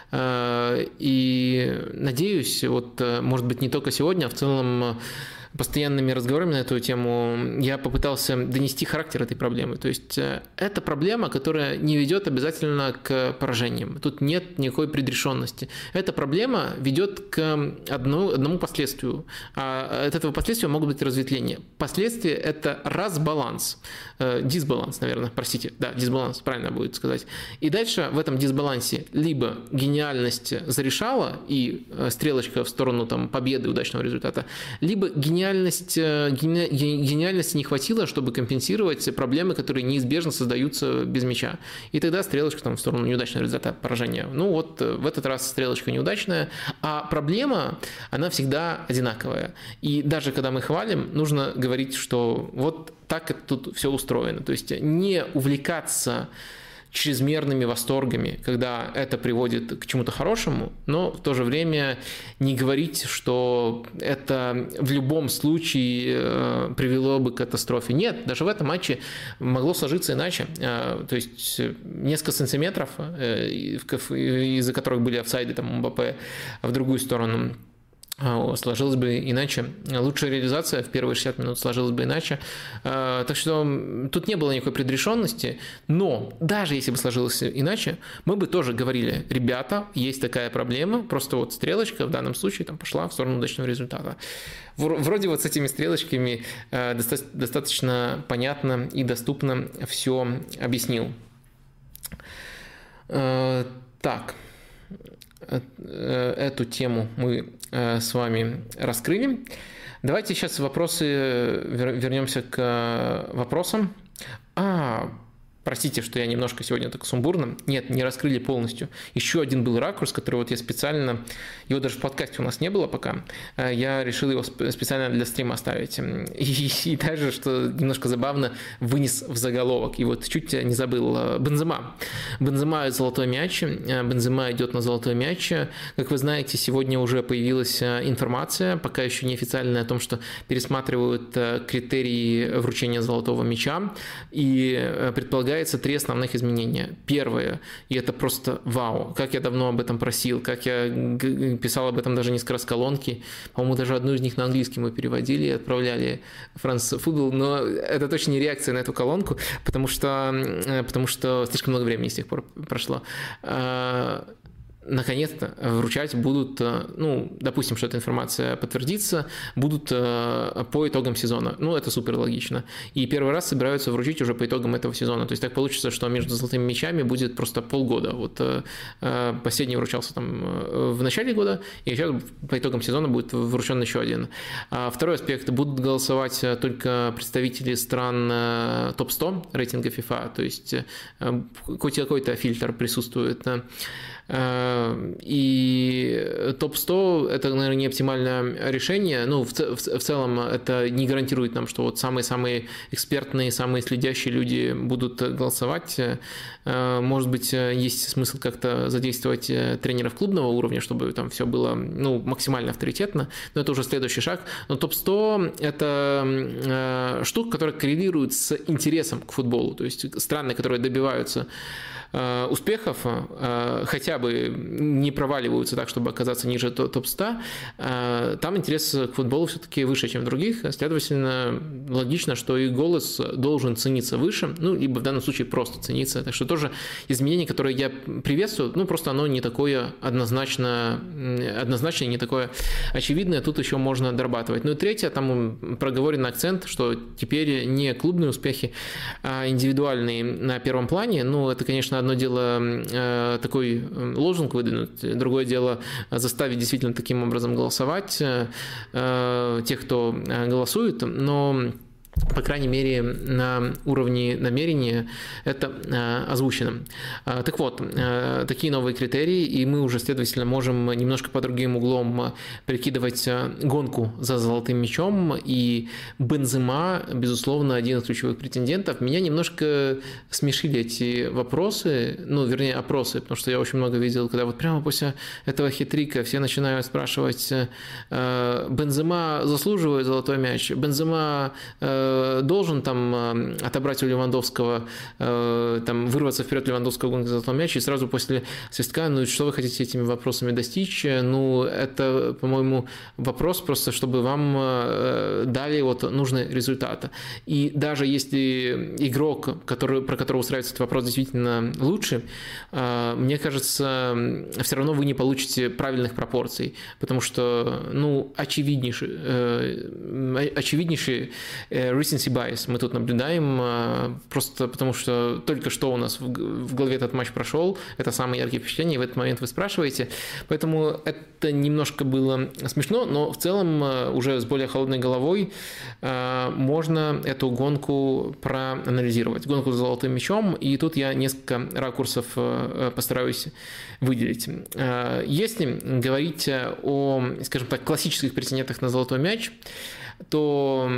И надеюсь, вот, может быть, не только сегодня, а в целом постоянными разговорами на эту тему я попытался донести характер этой проблемы. То есть это проблема, которая не ведет обязательно к поражениям. Тут нет никакой предрешенности. Эта проблема ведет к одному, одному последствию. А от этого последствия могут быть разветвления. Последствия – это разбаланс. Дисбаланс, наверное, простите. Да, дисбаланс, правильно будет сказать. И дальше в этом дисбалансе либо гениальность зарешала и стрелочка в сторону там, победы, удачного результата, либо гениальность Гениальность, гениальности не хватило, чтобы компенсировать проблемы, которые неизбежно создаются без мяча. И тогда стрелочка там, в сторону неудачного результата поражения. Ну вот в этот раз стрелочка неудачная, а проблема, она всегда одинаковая. И даже когда мы хвалим, нужно говорить, что вот так это тут все устроено. То есть не увлекаться чрезмерными восторгами, когда это приводит к чему-то хорошему, но в то же время не говорить, что это в любом случае привело бы к катастрофе. Нет, даже в этом матче могло сложиться иначе. То есть несколько сантиметров, из-за которых были офсайды там Мбаппе в другую сторону, сложилось бы иначе. Лучшая реализация в первые шестьдесят минут сложилась бы иначе. Так что тут не было никакой предрешенности. Но даже если бы сложилось иначе, мы бы тоже говорили: ребята, есть такая проблема, просто вот стрелочка в данном случае там пошла в сторону удачного результата. Вроде вот с этими стрелочками достаточно понятно и доступно все объяснил. Так. Эту тему мы с вами раскрыли. Давайте сейчас вопросы, вернемся к вопросам. А, простите, что я немножко сегодня так сумбурно. Нет, не раскрыли полностью. Еще один был ракурс, который вот я специально... Его даже в подкасте у нас не было пока. Я решил его специально для стрима оставить. И, и даже, что немножко забавно, вынес в заголовок. И вот чуть не забыл. Бензема. Бензема и золотой мяч. Бензема идет на золотой мяч. Как вы знаете, сегодня уже появилась информация, пока еще неофициальная, о том, что пересматривают критерии вручения золотого мяча. И предполагается три основных изменения. Первое, и это просто вау, как я давно об этом просил, как я писал об этом даже несколько раз колонки, по-моему, даже одну из них на английский мы переводили и отправляли в France Football, но это точно не реакция на эту колонку, потому что, потому что слишком много времени с тех пор прошло. Наконец-то вручать будут, ну, допустим, что эта информация подтвердится, будут по итогам сезона. Ну, это супер логично. И первый раз собираются вручить уже по итогам этого сезона. То есть так получится, что между золотыми мячами будет просто полгода. Вот последний вручался там в начале года, и сейчас по итогам сезона будет вручен еще один. Второй аспект. Будут голосовать только представители стран топ сто рейтинга FIFA, то есть хоть какой-то фильтр присутствует. И топ сто – это, наверное, не оптимальное решение. Ну, в, в, в целом, это не гарантирует нам, что вот самые-самые экспертные, самые следящие люди будут голосовать. Может быть, есть смысл как-то задействовать тренеров клубного уровня, чтобы там все было, ну, максимально авторитетно. Но это уже следующий шаг. Но топ сто – это штука, которая коррелирует с интересом к футболу. То есть страны, которые добиваются успехов, хотя бы не проваливаются так, чтобы оказаться ниже топ сто, там интерес к футболу все-таки выше, чем в других. Следовательно, логично, что и голос должен цениться выше, ну, либо в данном случае просто цениться. Так что тоже изменение, которое я приветствую, ну, просто оно не такое однозначно, однозначно не такое очевидное, тут еще можно дорабатывать. Ну и третье, там проговорен акцент, что теперь не клубные успехи, а индивидуальные на первом плане. Ну, это, конечно, одно дело такой лозунг выдвинуть, другое дело заставить действительно таким образом голосовать тех, кто голосует, но по крайней мере, на уровне намерения это озвучено. Так вот, такие новые критерии, и мы уже, следовательно, можем немножко по другим углом прикидывать гонку за золотым мячом, и Бензема, безусловно, один из ключевых претендентов. Меня немножко смешили эти вопросы, ну, вернее, опросы, потому что я очень много видел, когда вот прямо после этого хитрика все начинают спрашивать: Бензема заслуживает золотой мяч, Бензема должен там отобрать у Левандовского, там, вырваться вперед Левандовского гонки за золотой мяч, и сразу после свистка: ну, что вы хотите этими вопросами достичь? Ну, это, по-моему, вопрос просто, чтобы вам дали вот нужный результат. И даже если игрок, который, про которого устраивается этот вопрос, действительно лучше, мне кажется, все равно вы не получите правильных пропорций, потому что, ну, очевиднейший, очевиднейший recency bias мы тут наблюдаем, просто потому что только что у нас в голове этот матч прошел, это самые яркие впечатления, и в этот момент вы спрашиваете, поэтому это немножко было смешно, но в целом уже с более холодной головой можно эту гонку проанализировать, гонку за золотым мячом, и тут я несколько ракурсов постараюсь выделить. Если говорить о, скажем так, классических претендентах на золотой мяч, то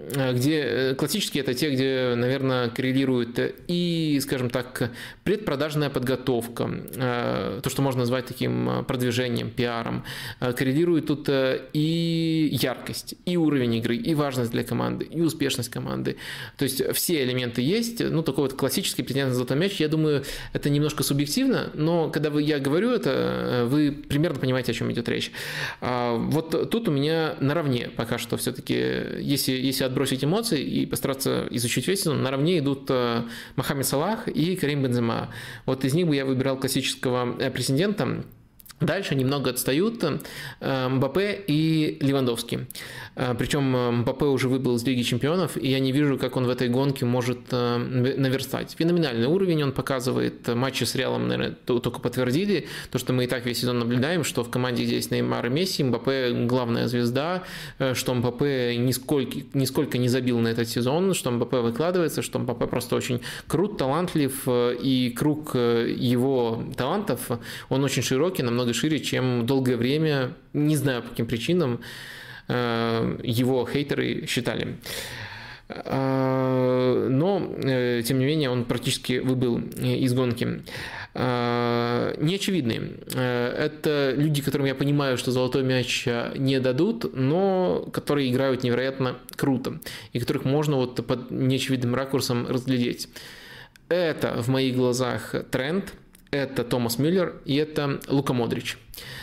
где классические — это те, где, наверное, коррелирует и, скажем так, предпродажная подготовка, то, что можно назвать таким продвижением, пиаром, коррелирует тут и яркость, и уровень игры, и важность для команды, и успешность команды. То есть все элементы есть. Ну, такой вот классический претендент на золотой мяч, я думаю, это немножко субъективно, но когда вы, я говорю это, вы примерно понимаете, о чем идет речь. Вот тут у меня наравне пока что все-таки, если, если отбросить эмоции и постараться изучить весь сезон, наравне идут Мохаммед Салах и Карим Бензема. Вот из них бы я выбирал классического претендента. Дальше немного отстают Мбаппе и Левандовский. Причем Мбаппе уже выбыл из Лиги Чемпионов, и я не вижу, как он в этой гонке может наверстать. Феноменальный уровень он показывает. Матчи с Реалом, наверное, только подтвердили то, что мы и так весь сезон наблюдаем, что в команде, где есть Неймар и Месси, Мбаппе главная звезда, что Мбаппе нисколько, нисколько не забил на этот сезон, что Мбаппе выкладывается, что Мбаппе просто очень крут, талантлив, и круг его талантов, он очень широкий, намного шире, чем долгое время, не знаю по каким причинам, его хейтеры считали. Но, тем не менее, он практически выбыл из гонки. Неочевидные. Это люди, которым я понимаю, что золотой мяч не дадут, но которые играют невероятно круто, и которых можно вот под неочевидным ракурсом разглядеть. Это в моих глазах тренд. Это Томас Мюллер и это Лука Модрич.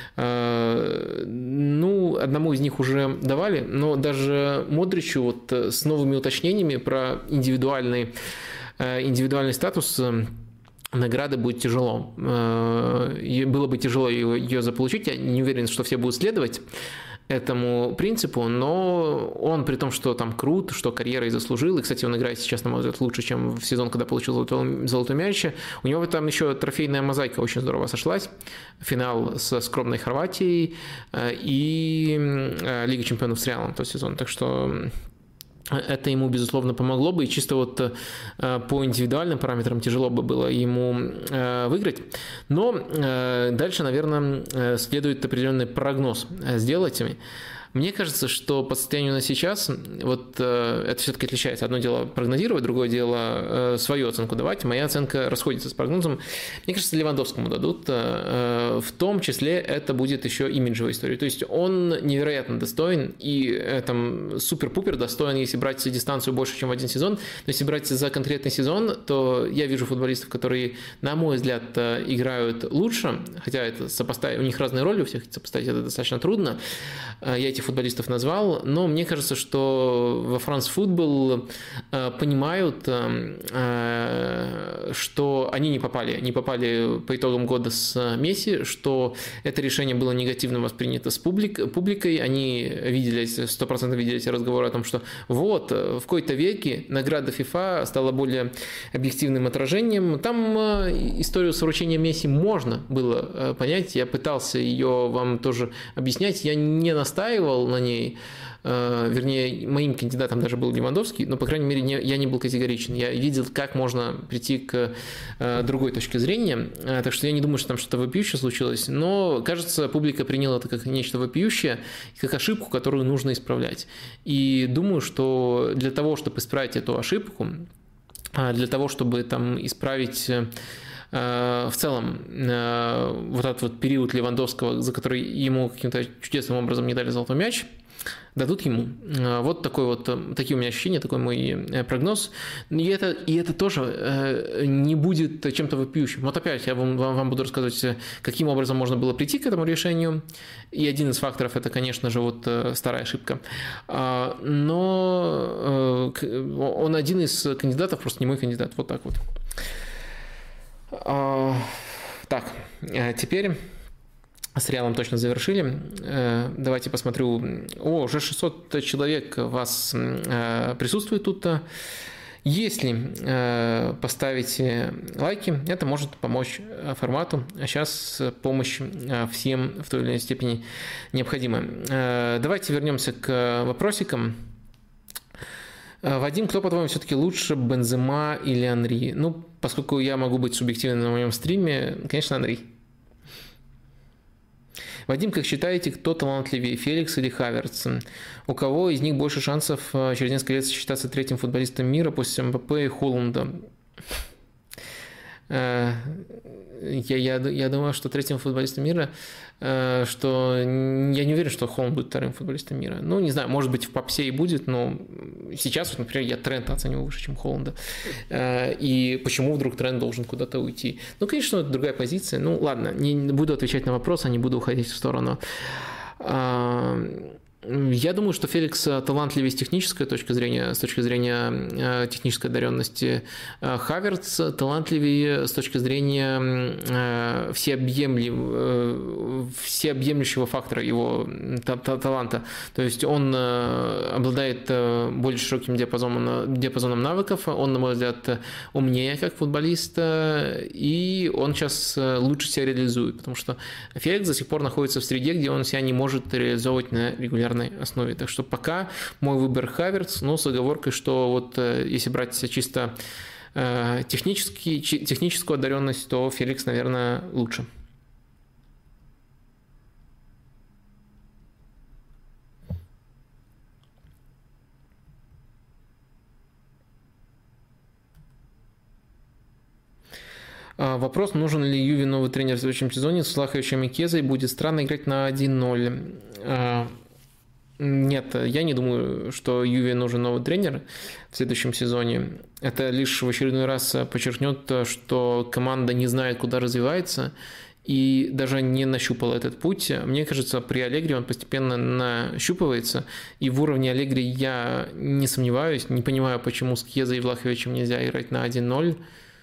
Ну, одному из них уже давали, но даже Модричу вот с новыми уточнениями про индивидуальный, индивидуальный статус награды будет тяжело. Было бы тяжело ее заполучить. Я не уверен, что все будут следовать этому принципу, но он, при том, что там крут, что карьерой заслужил, и, кстати, он играет сейчас, на мой взгляд, лучше, чем в сезон, когда получил золотой, золотой мяч, у него там еще трофейная мозаика очень здорово сошлась, финал со скромной Хорватией и Лига Чемпионов с Реалом тот сезон, так что это ему, безусловно, помогло бы, и чисто вот по индивидуальным параметрам тяжело бы было ему выиграть. Но дальше, наверное, следует определенный прогноз сделать. Мне кажется, что по состоянию на сейчас, вот э, это все-таки отличается. Одно дело прогнозировать, другое дело э, свою оценку давать. Моя оценка расходится с прогнозом. Мне кажется, Левандовскому дадут. Э, в том числе это будет еще имиджевая история. То есть он невероятно достоин и э, там супер-пупер достоин, если брать дистанцию больше, чем в один сезон. Но если брать за конкретный сезон, то я вижу футболистов, которые, на мой взгляд, играют лучше, хотя это сопоставить, у них разные роли, у всех сопоставить это достаточно трудно. Я этих футболистов назвал, но мне кажется, что во France Football понимают, что они не попали, не попали по итогам года с Месси, что это решение было негативно воспринято с публик, публикой, они видели, сто процентов видели эти разговоры о том, что вот, в какой-то веке награда FIFA стала более объективным отражением. Там историю с вручением Месси можно было понять, я пытался ее вам тоже объяснять, я не настаивал на ней, вернее, моим кандидатом даже был Левандовский, но, по крайней мере, не, я не был категоричен, я видел, как можно прийти к другой точке зрения, так что я не думаю, что там что-то вопиющее случилось, но, кажется, публика приняла это как нечто вопиющее, как ошибку, которую нужно исправлять. И думаю, что для того, чтобы исправить эту ошибку, для того, чтобы там исправить в целом вот этот вот период Левандовского, за который ему каким-то чудесным образом не дали золотой мяч, дадут ему. Вот такой вот, такие у меня ощущения, такой мой прогноз. И это, и это тоже не будет чем-то вопиющим. Вот опять я вам, вам буду рассказывать, каким образом можно было прийти к этому решению. И один из факторов – это, конечно же, вот старая ошибка. Но он один из кандидатов, просто не мой кандидат. Вот так вот. Так, теперь с Реалом точно завершили. Давайте посмотрю. О, уже шестьсот человек у вас присутствует тут. Если поставите лайки, это может помочь формату. А сейчас помощь всем в той или иной степени необходима. Давайте вернемся к вопросикам. Вадим, кто, по-твоему, все-таки лучше, Бензема или Анри? Ну, поскольку я могу быть субъективным на моем стриме, конечно, Анри. Вадим, как считаете, кто талантливее, Феликс или Хавертс? У кого из них больше шансов через несколько лет сочетаться третьим футболистом мира после МБП и Холланда? Я, я, я думаю, что третьим футболистом мира, что я не уверен, что Холланд будет вторым футболистом мира. Ну, не знаю, может быть, в попсе и будет, но сейчас, вот, например, я Трента оцениваю выше, чем Холланда. И почему вдруг Трент должен куда-то уйти? Ну, конечно, это другая позиция. Ну, ладно, не буду отвечать на вопрос, а не буду уходить в сторону. Я думаю, что Феликс талантливее с технической точки зрения, с точки зрения технической одаренности. Хавертс талантливее с точки зрения всеобъемлющего фактора его таланта. То есть он обладает более широким диапазоном, диапазоном навыков, он, на мой взгляд, умнее как футболист, и он сейчас лучше себя реализует, потому что Феликс до сих пор находится в среде, где он себя не может реализовывать на регулярной основе. Так что пока мой выбор Хавертс, но с оговоркой, что вот если брать чисто технический, техническую одаренность, то Феликс, наверное, лучше. Вопрос, нужен ли Юве новый тренер в следующем сезоне с Влаховичем и Кезой? Будет странно играть на один ноль. Нет, я не думаю, что Юве нужен новый тренер в следующем сезоне. Это лишь в очередной раз подчеркнет, что команда не знает, куда развивается, и даже не нащупала этот путь. Мне кажется, при Аллегри он постепенно нащупывается, и в уровне Аллегри я не сомневаюсь, не понимаю, почему с Кьезой и Влаховичем нельзя играть на один ноль.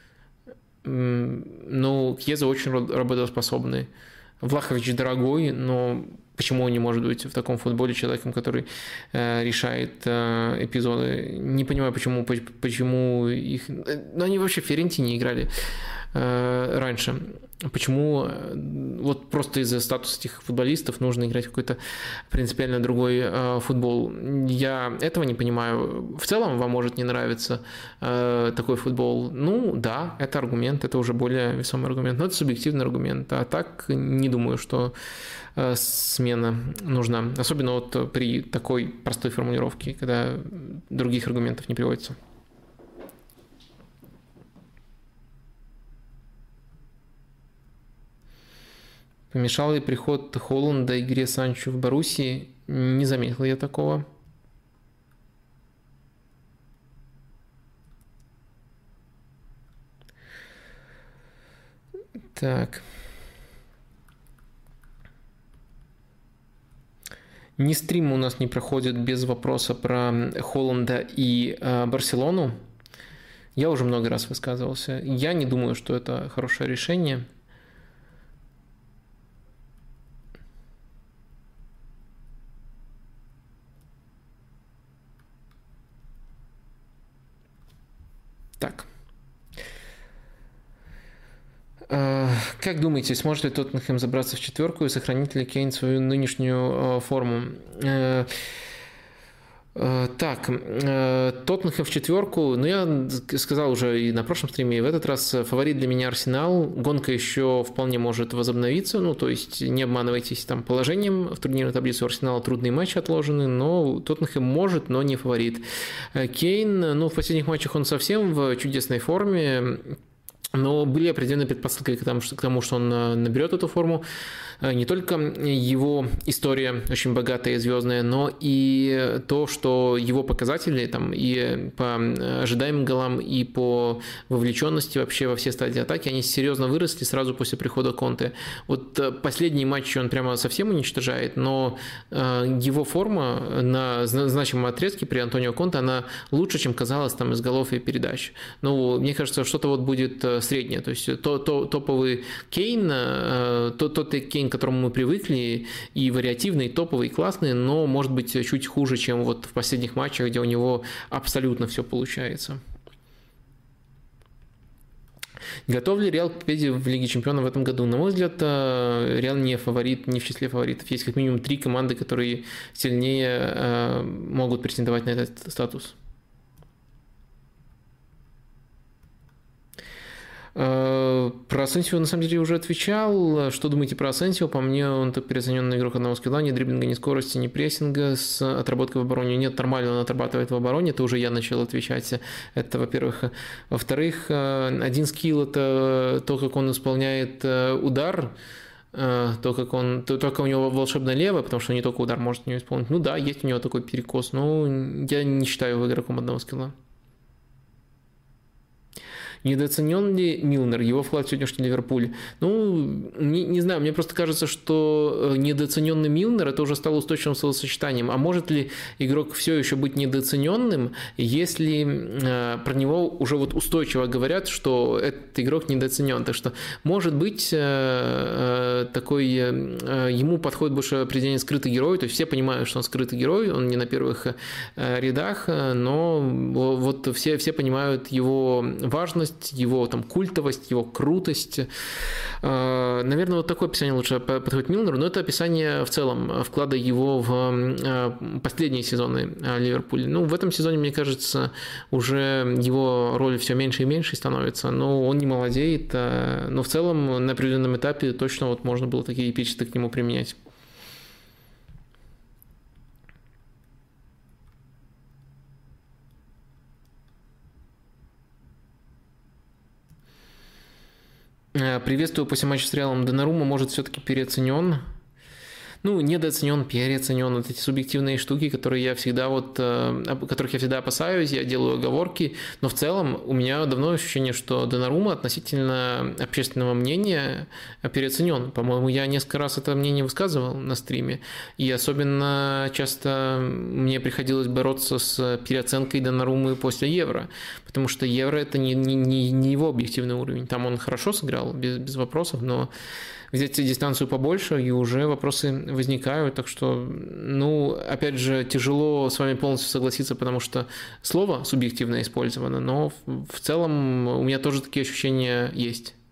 Ну, Кьеза очень работоспособный. Влахович дорогой, но почему он не может быть в таком футболе человеком, который э, решает э, эпизоды? Не понимаю, почему, почему их... Ну, они вообще в Фиорентине играли. раньше. Почему вот просто из-за статуса этих футболистов нужно играть в какой-то принципиально другой футбол? Я этого не понимаю. В целом вам может не нравиться такой футбол? Ну да, это аргумент, это уже более весомый аргумент, но это субъективный аргумент. А так не думаю, что смена нужна. Особенно вот при такой простой формулировке, когда других аргументов не приводится. Помешал ли приход Холланда игре Санчо в Боруссии? Не заметил я такого. Так. Ни стрим у нас не проходит без вопроса про Холланда и э, Барселону. Я уже много раз высказывался. Я не думаю, что это хорошее решение. Так. Как думаете, сможет ли Тоттенхэм забраться в четверку и сохранит ли Кейн свою нынешнюю форму? Так, Тоттенхэм в четверку, ну я сказал уже и на прошлом стриме, и в этот раз фаворит для меня Арсенал, гонка еще вполне может возобновиться, ну то есть не обманывайтесь там положением, в турнирной таблице у Арсенала трудные матчи отложены, но Тоттенхэм может, но не фаворит. Кейн, ну в последних матчах он совсем в чудесной форме, но были определенные предпосылки к тому, к тому, что он наберет эту форму. Не только его история очень богатая и звездная, но и то, что его показатели там, и по ожидаемым голам, и по вовлеченности вообще во все стадии атаки, они серьезно выросли сразу после прихода Конте. Вот последние матчи он прямо совсем уничтожает, но его форма на значимом отрезке при Антонио Конте, она лучше, чем казалось там из голов и передач. Ну, мне кажется, что-то вот будет среднее, то есть то, то, топовый Кейн, тот, тот Кейн, к которому мы привыкли, и вариативный, и топовый, и классный, но может быть чуть хуже, чем вот в последних матчах, где у него абсолютно все получается. Готов ли Реал к победе в Лиге Чемпионов в этом году? На мой взгляд, Реал не фаворит, не в числе фаворитов. Есть как минимум три команды, которые сильнее могут претендовать на этот статус. Про Асенсио на самом деле уже отвечал. Что думаете про Асенсио? По мне, он так переоцененный игрок одного скилла, ни дриблинга, ни скорости, ни прессинга с отработкой в обороне. Нет, нормально он отрабатывает в обороне, это уже я начал отвечать. Это, во-первых. Во-вторых, один скилл – это то, как он исполняет удар, то, как он, то, только у него волшебное лево, потому что не только удар может у него исполнить. Ну да, есть у него такой перекос, но я не считаю его игроком одного скилла. Недооценен ли Милнер, его вклад в сегодняшний Ливерпуль? Ну, не, не знаю, мне просто кажется, что недооцененный Милнер это уже стало устойчивым словосочетанием. А может ли игрок все еще быть недооцененным, если э, про него уже вот устойчиво говорят, что этот игрок недооценен? Так что, может быть, э, э, такой э, ему подходит больше определение скрытый герой, то есть все понимают, что он скрытый герой, он не на первых э, рядах, но вот все, все понимают его важность, его там культовость, его крутость. Наверное, вот такое описание лучше подходит Милнеру, но это описание в целом вклада его в последние сезоны Ливерпуля. Ну, в этом сезоне, мне кажется, уже его роль все меньше и меньше становится, но он не молодеет, но в целом на определенном этапе точно вот можно было такие эпитеты к нему применять. Приветствую после матча с Реалом. Донарума может все-таки переоценен. Ну, недооценен, переоценен. Вот эти субъективные штуки, которые я всегда вот, которых я всегда опасаюсь, я делаю оговорки. Но в целом у меня давно ощущение, что Донарума относительно общественного мнения переоценен. По-моему, я несколько раз это мнение высказывал на стриме. И особенно часто мне приходилось бороться с переоценкой Донарумы после Евро. Потому что Евро это не, не, не его объективный уровень. Там он хорошо сыграл, без, без вопросов, но взять дистанцию побольше, и уже вопросы возникают. Так что, ну, опять же, тяжело с вами полностью согласиться, потому что слово субъективно использовано, но в целом у меня тоже такие ощущения есть.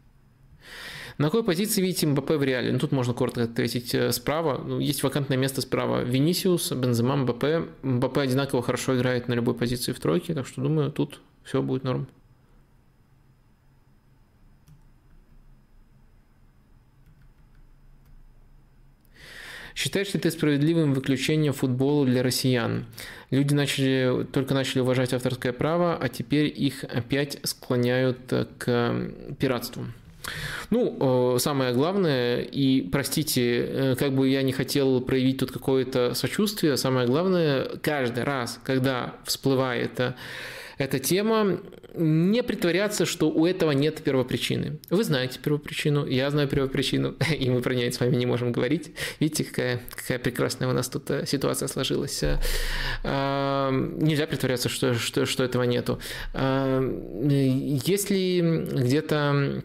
На какой позиции видите Мбаппе в Реале? Ну, тут можно коротко ответить справа. Ну, есть вакантное место справа. Винисиус, Бензема, Мбаппе. Мбаппе одинаково хорошо играет на любой позиции в тройке, так что, думаю, тут все будет норм. Считаешь ли ты справедливым выключение футбола для россиян? Люди начали, только начали уважать авторское право, а теперь их опять склоняют к пиратству. Ну, самое главное, и простите, как бы я не хотел проявить тут какое-то сочувствие, самое главное, каждый раз, когда всплывает эта тема, не притворяться, что у этого нет первопричины. Вы знаете первопричину, я знаю первопричину, и мы про нее с вами не можем говорить. Видите, какая, какая прекрасная у нас тут ситуация сложилась. Нельзя притворяться, что, что, что этого нету. Если где-то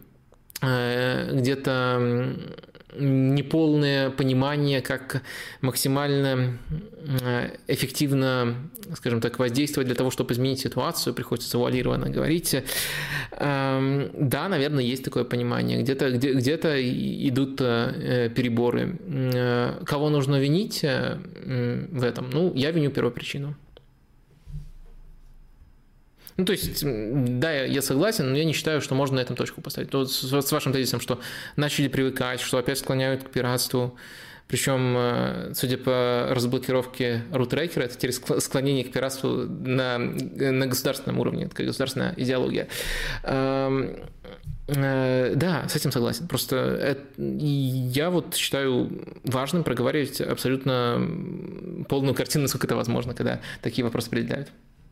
где-то неполное понимание, как максимально эффективно, скажем так, воздействовать для того, чтобы изменить ситуацию, приходится завуалированно говорить. Да, наверное, есть такое понимание. Где-то, где, где-то идут переборы. Кого нужно винить в этом? Ну, я виню первопричину. Ну, то есть, да, я согласен, но я не считаю, что можно на этом точку поставить. То с вашим тезисом, что начали привыкать, что опять склоняют к пиратству. Причем, судя по разблокировке рутрекера, это теперь склонение к пиратству на, на государственном уровне, такая государственная идеология. Да, с этим согласен. Просто я вот считаю важным проговаривать абсолютно полную картину, насколько это возможно, когда такие вопросы предъявляют.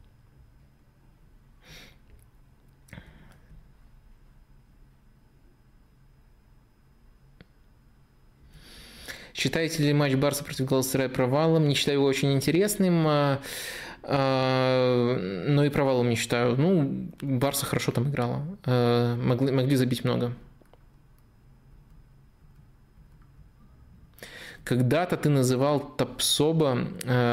Считаете ли матч Барса против Галатасарая провалом? Не считаю его очень интересным, но и провалом не считаю. Ну, Барса хорошо там играла. Могли, могли забить много. Когда-то ты называл Тапсоба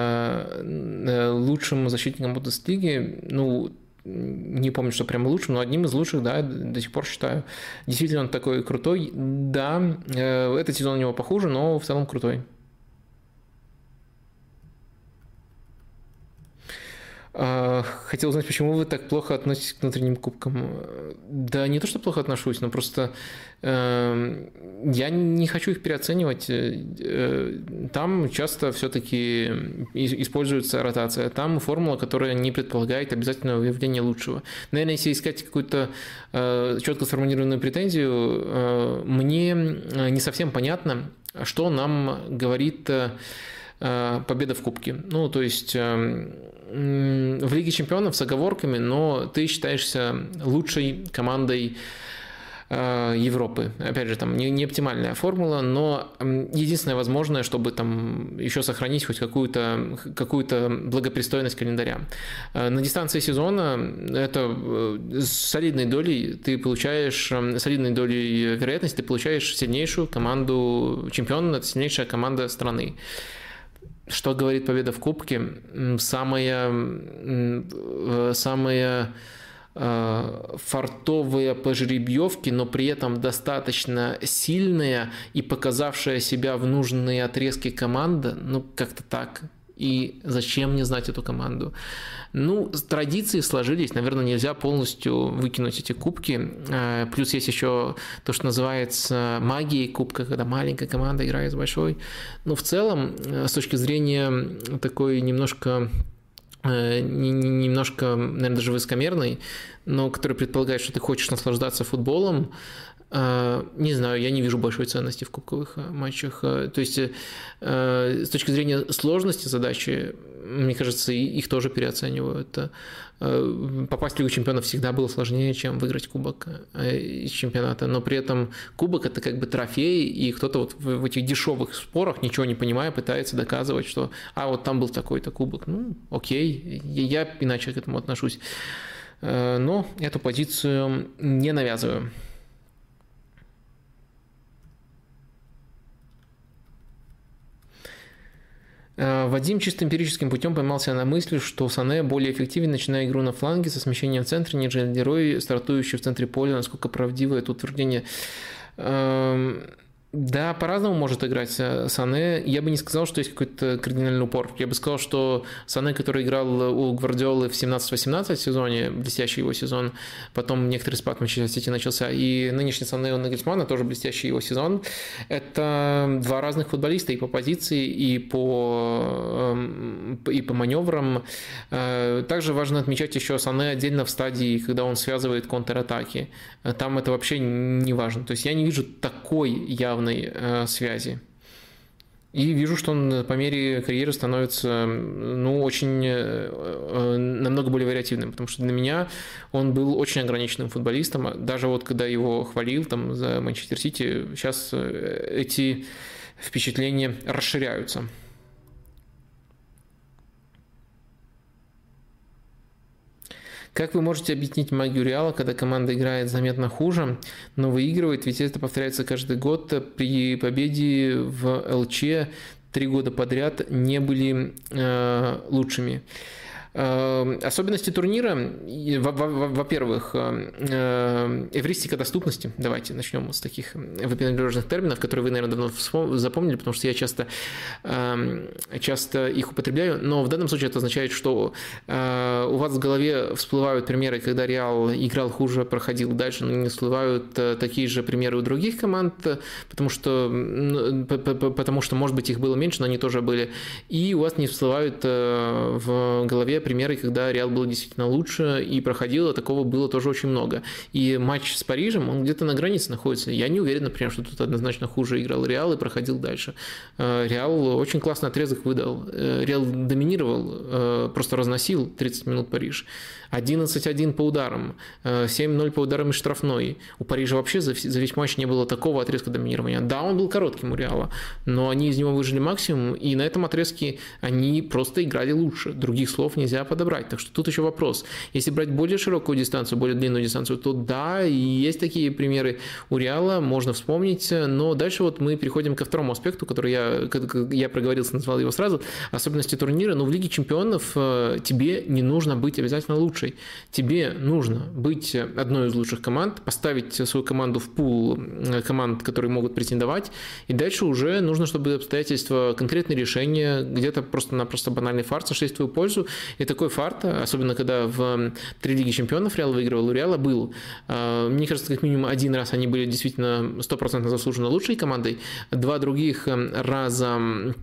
лучшим защитником Бундеслиги. Ну, не помню, что прямо лучшим, но одним из лучших, да, до сих пор считаю. Действительно, он такой крутой. Да, этот сезон у него похуже, но в целом крутой. Хотел узнать, почему вы так плохо относитесь к внутренним кубкам. Да не то, что плохо отношусь, но просто э, я не хочу их переоценивать. Там часто все-таки используется ротация. Там формула, которая не предполагает обязательного выявления лучшего. Наверное, если искать какую-то э, четко сформулированную претензию, э, мне не совсем понятно, что нам говорит э, победа в кубке. Ну, то есть э, в Лиге чемпионов с оговорками, но ты считаешься лучшей командой Европы. Опять же, там не, не оптимальная формула, но единственное возможное, чтобы там еще сохранить хоть какую-то, какую-то благопристойность календаря. На дистанции сезона это с солидной долей ты получаешь, солидной долей вероятности ты получаешь сильнейшую команду чемпиона, это сильнейшая команда страны. Что говорит победа в Кубке? Самая, самая фартовая по жеребьевке, но при этом достаточно сильная и показавшая себя в нужные отрезки команда, ну как-то так. И зачем мне знать эту команду? Ну, традиции сложились, наверное, нельзя полностью выкинуть эти кубки. Плюс есть еще то, что называется магией кубка, когда маленькая команда играет с большой. Но в целом, с точки зрения такой немножко... немножко, наверное, даже высокомерный, но который предполагает, что ты хочешь наслаждаться футболом, не знаю, я не вижу большой ценности в кубковых матчах. То есть, с точки зрения сложности задачи, мне кажется, их тоже переоценивают. Попасть в Лигу чемпионов всегда было сложнее, чем выиграть кубок из чемпионата, но при этом кубок – это как бы трофей, и кто-то вот в этих дешевых спорах, ничего не понимая, пытается доказывать, что «а, вот там был такой-то кубок». Ну, окей, я иначе к этому отношусь. Но эту позицию не навязываю. Вадим чисто эмпирическим путем поймался на мысли, что Сане более эффективен, начиная игру на фланге со смещением в центре, нежели Лерой, стартующий в центре поля. Насколько правдиво это утверждение? Да, по-разному может играть Сане. Я бы не сказал, что есть какой-то кардинальный упор. Я бы сказал, что Сане, который играл у Гвардиолы в семнадцать-восемнадцать сезоне, блестящий его сезон, потом некоторый спад Манчестер Сити начался, и нынешний Сане у Нагельсмана тоже блестящий его сезон. Это два разных футболиста и по позиции, и по, и по маневрам. Также важно отмечать еще Сане отдельно в стадии, когда он связывает контратаки. Там это вообще не важно. То есть я не вижу такой явной связи. И вижу, что он по мере карьеры становится, ну, очень намного более вариативным, потому что для меня он был очень ограниченным футболистом. Даже вот когда его хвалил там за Манчестер Сити, сейчас эти впечатления расширяются. Как вы можете объяснить магию Реала, когда команда играет заметно хуже, но выигрывает, ведь это повторяется каждый год. При победе в ЛЧ три года подряд не были э, лучшими. Особенности турнира, во-первых, эвристика доступности. Давайте начнем с таких выпендрежных терминов, которые вы, наверное, давно запомнили, потому что я часто, часто их употребляю. Но в данном случае это означает, что у вас в голове всплывают примеры, когда Реал играл хуже, проходил дальше, но не всплывают такие же примеры у других команд, потому что, потому что, может быть, их было меньше, но они тоже были. И у вас не всплывают в голове примеры, когда Реал был действительно лучше и проходило, такого было тоже очень много. И матч с Парижем, он где-то на границе находится. Я не уверен, например, что тут однозначно хуже играл Реал и проходил дальше. Реал очень классный отрезок выдал. Реал доминировал, просто разносил тридцать минут Париж. одиннадцать один по ударам, семь ноль по ударам из штрафной. У Парижа вообще за весь матч не было такого отрезка доминирования. Да, он был коротким у Реала, но они из него выжили максимум, и на этом отрезке они просто играли лучше. Других слов нельзя подобрать. Так что тут еще вопрос. Если брать более широкую дистанцию, более длинную дистанцию, то да, есть такие примеры у Реала, можно вспомнить, но дальше вот мы переходим ко второму аспекту, который я, я проговорился, назвал его сразу, особенности турнира. Но в Лиге Чемпионов тебе не нужно быть обязательно лучшей. Тебе нужно быть одной из лучших команд, поставить свою команду в пул команд, которые могут претендовать, и дальше уже нужно, чтобы обстоятельства, конкретные решения, где-то просто-напросто банальный фарт сошли в твою пользу. И такой фарт, особенно когда в три Лиги Чемпионов Реал выигрывал, у Реала был. Мне кажется, как минимум один раз они были действительно сто процентов заслуженно лучшей командой, два других раза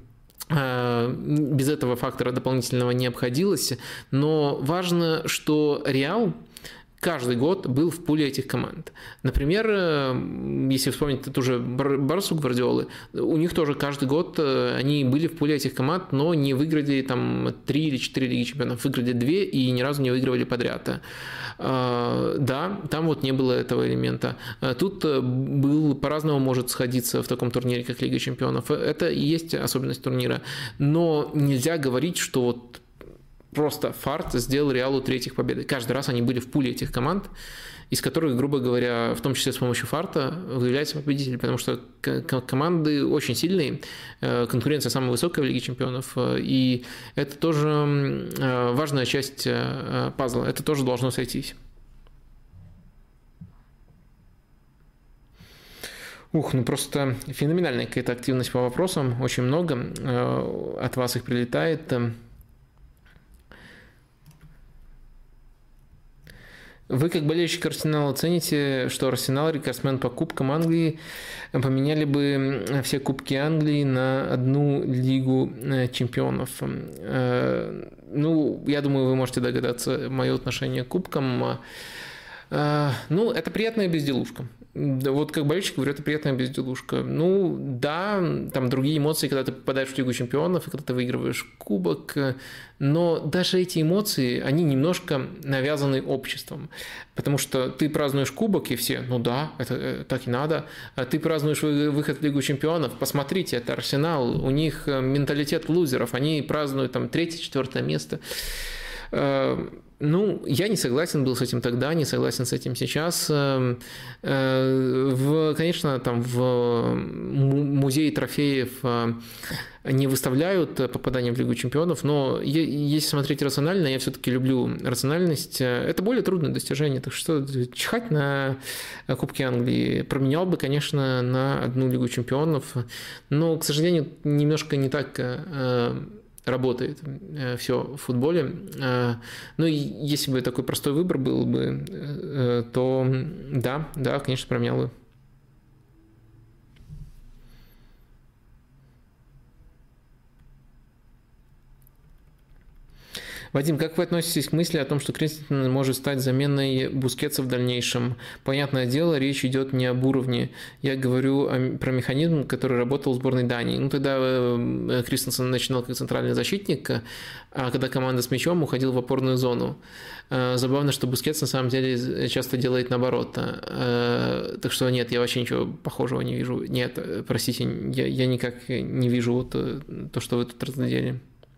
без этого фактора дополнительного не обходилось, но важно, что Реал каждый год был в пуле этих команд. Например, если вспомнить ту же Барсу Гвардиолы, у них тоже каждый год они были в пуле этих команд, но не выиграли там три или четыре Лиги Чемпионов, выиграли две и ни разу не выигрывали подряд. Да, там вот не было этого элемента. Тут был, по-разному может сходиться в таком турнире, как Лига Чемпионов. Это и есть особенность турнира. Но нельзя говорить, что вот просто фарт сделал Реалу третьих победы. Каждый раз они были в пуле этих команд, из которых, грубо говоря, в том числе с помощью фарта, выявляется победитель, потому что команды очень сильные, конкуренция самая высокая в Лиге Чемпионов, и это тоже важная часть пазла, это тоже должно сойтись. Ух, ну просто феноменальная какая-то активность по вопросам, очень много от вас их прилетает. Вы, как болельщик Арсенала, цените, что Арсенал, рекордсмен по Кубкам Англии, поменяли бы все Кубки Англии на одну Лигу Чемпионов? Ну, я думаю, вы можете догадаться мое отношение к Кубкам. Ну, это приятная безделушка. Вот как болельщик говорю, это приятная безделушка. Ну, да, там другие эмоции, когда ты попадаешь в Лигу Чемпионов, и когда ты выигрываешь кубок, но даже эти эмоции, они немножко навязаны обществом, потому что ты празднуешь кубок, и все, ну да, это так и надо, а ты празднуешь выход в Лигу Чемпионов, посмотрите, это Арсенал, у них менталитет лузеров, они празднуют там третье-четвертое место. Ну, я не согласен был с этим тогда, не согласен с этим сейчас. В, конечно, там в музее трофеев не выставляют попадание в Лигу чемпионов, но если смотреть рационально, я все-таки люблю рациональность. Это более трудное достижение, так что чихать на Кубки Англии променял бы, конечно, на одну Лигу чемпионов, но, к сожалению, немножко не так работает все в футболе. Ну, и если бы такой простой выбор был бы, то да, да, конечно, променял бы. Вадим, как вы относитесь к мысли о том, что Кристенсен может стать заменой Бускетса в дальнейшем? Понятное дело, речь идет не об уровне. Я говорю о, про механизм, который работал в сборной Дании. Ну, тогда Кристенсен начинал как центральный защитник, а когда команда с мячом уходил в опорную зону. Забавно, что Бускетс на самом деле часто делает наоборот. Так что нет, я вообще ничего похожего не вижу. Нет, простите, я, я никак не вижу вот то, что вы тут разглядели.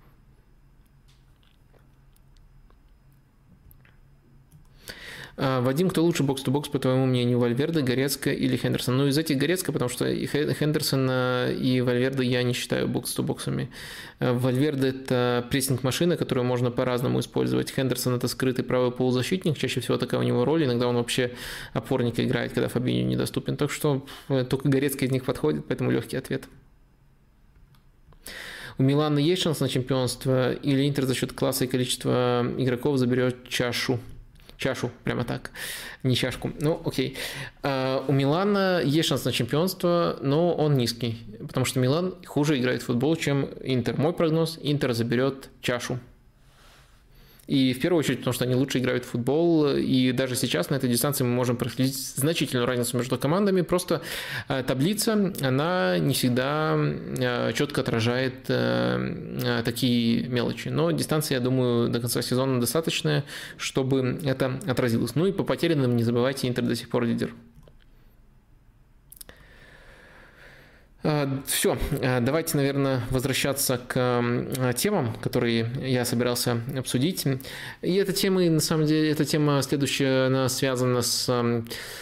Вадим, кто лучше бокс-то-бокс, по твоему мнению, Вальверде, Горецко или Хендерсон? Ну, из этих Горецко, потому что и Хендерсона, и Вальверде я не считаю бокс-то-боксами. Вальверде – это прессинг-машина, которую можно по-разному использовать. Хендерсон – это скрытый правый полузащитник, чаще всего такая у него роль, иногда он вообще опорника играет, когда Фабиньо недоступен. Так что только Горецко из них подходит, поэтому легкий ответ. У Милана есть шанс на чемпионство, или Интер за счет класса и количества игроков заберет чашу? Чашу, прямо так, не чашку. Ну, окей. У Милана есть шанс на чемпионство, но он низкий, потому что Милан хуже играет в футбол, чем Интер. Мой прогноз – Интер заберет чашу. И в первую очередь, потому что они лучше играют в футбол, и даже сейчас на этой дистанции мы можем проследить значительную разницу между командами, просто таблица, она не всегда четко отражает такие мелочи, но дистанция, я думаю, до конца сезона достаточная, чтобы это отразилось. Ну и по потерянным не забывайте, Интер до сих пор лидер. Все, давайте, наверное, возвращаться к темам, которые я собирался обсудить. И эта тема, на самом деле, эта тема следующая, она связана с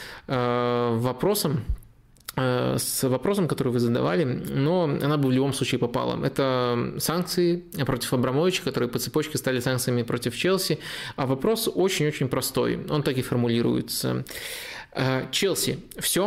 вопросом, с вопросом, который вы задавали, но она бы в любом случае попала. Это санкции против Абрамовича, которые по цепочке стали санкциями против Челси. А вопрос очень-очень простой. Он так и формулируется. Челси – все.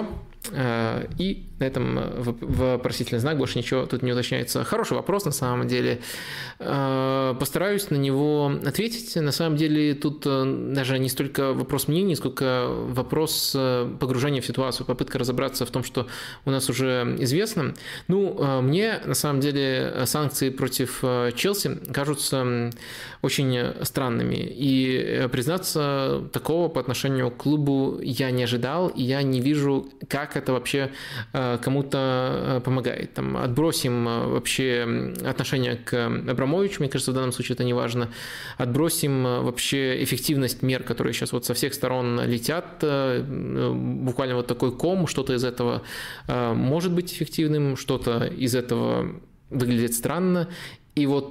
И на этом вопросительный знак, больше ничего тут не уточняется. Хороший вопрос, на самом деле. Постараюсь на него ответить. На самом деле тут даже не столько вопрос мнений, сколько вопрос погружения в ситуацию, попытка разобраться в том, что у нас уже известно. Ну, мне, на самом деле, санкции против Челси кажутся очень странными. И, признаться, такого по отношению к клубу я не ожидал, и я не вижу, как это вообще кому-то помогает. Там, отбросим вообще отношение к Абрамовичу, мне кажется, в данном случае это не важно. Отбросим вообще эффективность мер, которые сейчас вот со всех сторон летят. Буквально вот такой ком, что-то из этого может быть эффективным, что-то из этого выглядит странно. И вот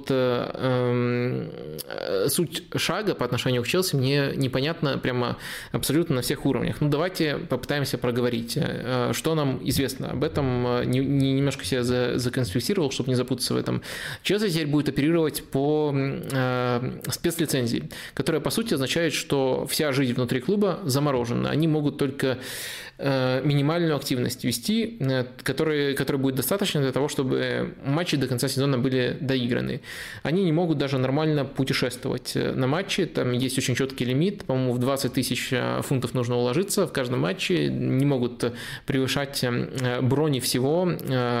э, э, суть шага по отношению к Челси мне непонятна прямо абсолютно на всех уровнях. Ну, давайте попытаемся проговорить, э, что нам известно об этом. Не, не немножко себя за, законспектировал, чтобы не запутаться в этом. Челси теперь будет оперировать по э, спецлицензии, которая, по сути, означает, что вся жизнь внутри клуба заморожена. Они могут только минимальную активность вести, которая, которая будет достаточно для того, чтобы матчи до конца сезона были доиграны. Они не могут даже нормально путешествовать на матчи, там есть очень четкий лимит, по-моему, в двадцать тысяч фунтов нужно уложиться в каждом матче, не могут превышать брони всего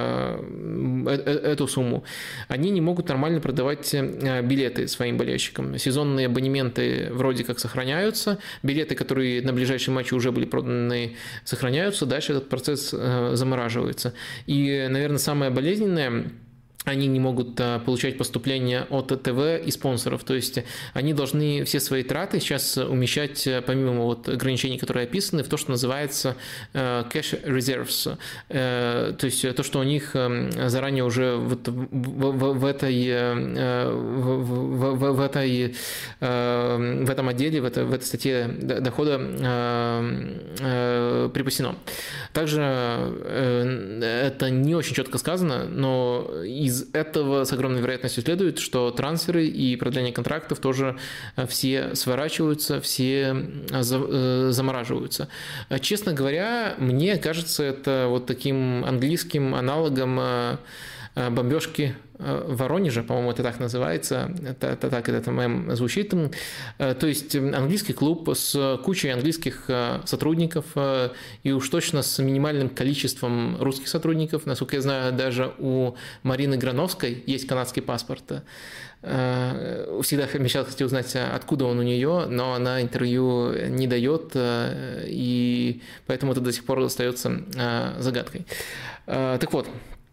эту сумму. Они не могут нормально продавать билеты своим болельщикам. Сезонные абонементы вроде как сохраняются, билеты, которые на ближайшие матчи уже были проданы, сохраняются, дальше этот процесс замораживается. И, наверное, самое болезненное они не могут получать поступления от ТВ и спонсоров. То есть они должны все свои траты сейчас умещать, помимо вот ограничений, которые описаны, в то, что называется cash reserves. То есть то, что у них заранее уже вот в, в, в этой, в, в, в, этой, в этом отделе, в этой, в этой статье дохода припасено. Также это не очень четко сказано, но из этого с огромной вероятностью следует, что трансферы и продление контрактов тоже все сворачиваются, все замораживаются. Честно говоря, мне кажется, это вот таким английским аналогом бомбежки в Воронеже, по-моему, это так называется, это, это так этот мем звучит. То есть английский клуб с кучей английских сотрудников и уж точно с минимальным количеством русских сотрудников. Насколько я знаю, даже у Марины Грановской есть канадский паспорт. Всегда мечтал, кстати, узнать, откуда он у нее, но она интервью не дает, и поэтому это до сих пор остается загадкой. Так вот,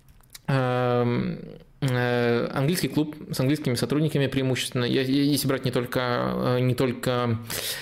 английский клуб с английскими сотрудниками преимущественно, если брать не только, не только,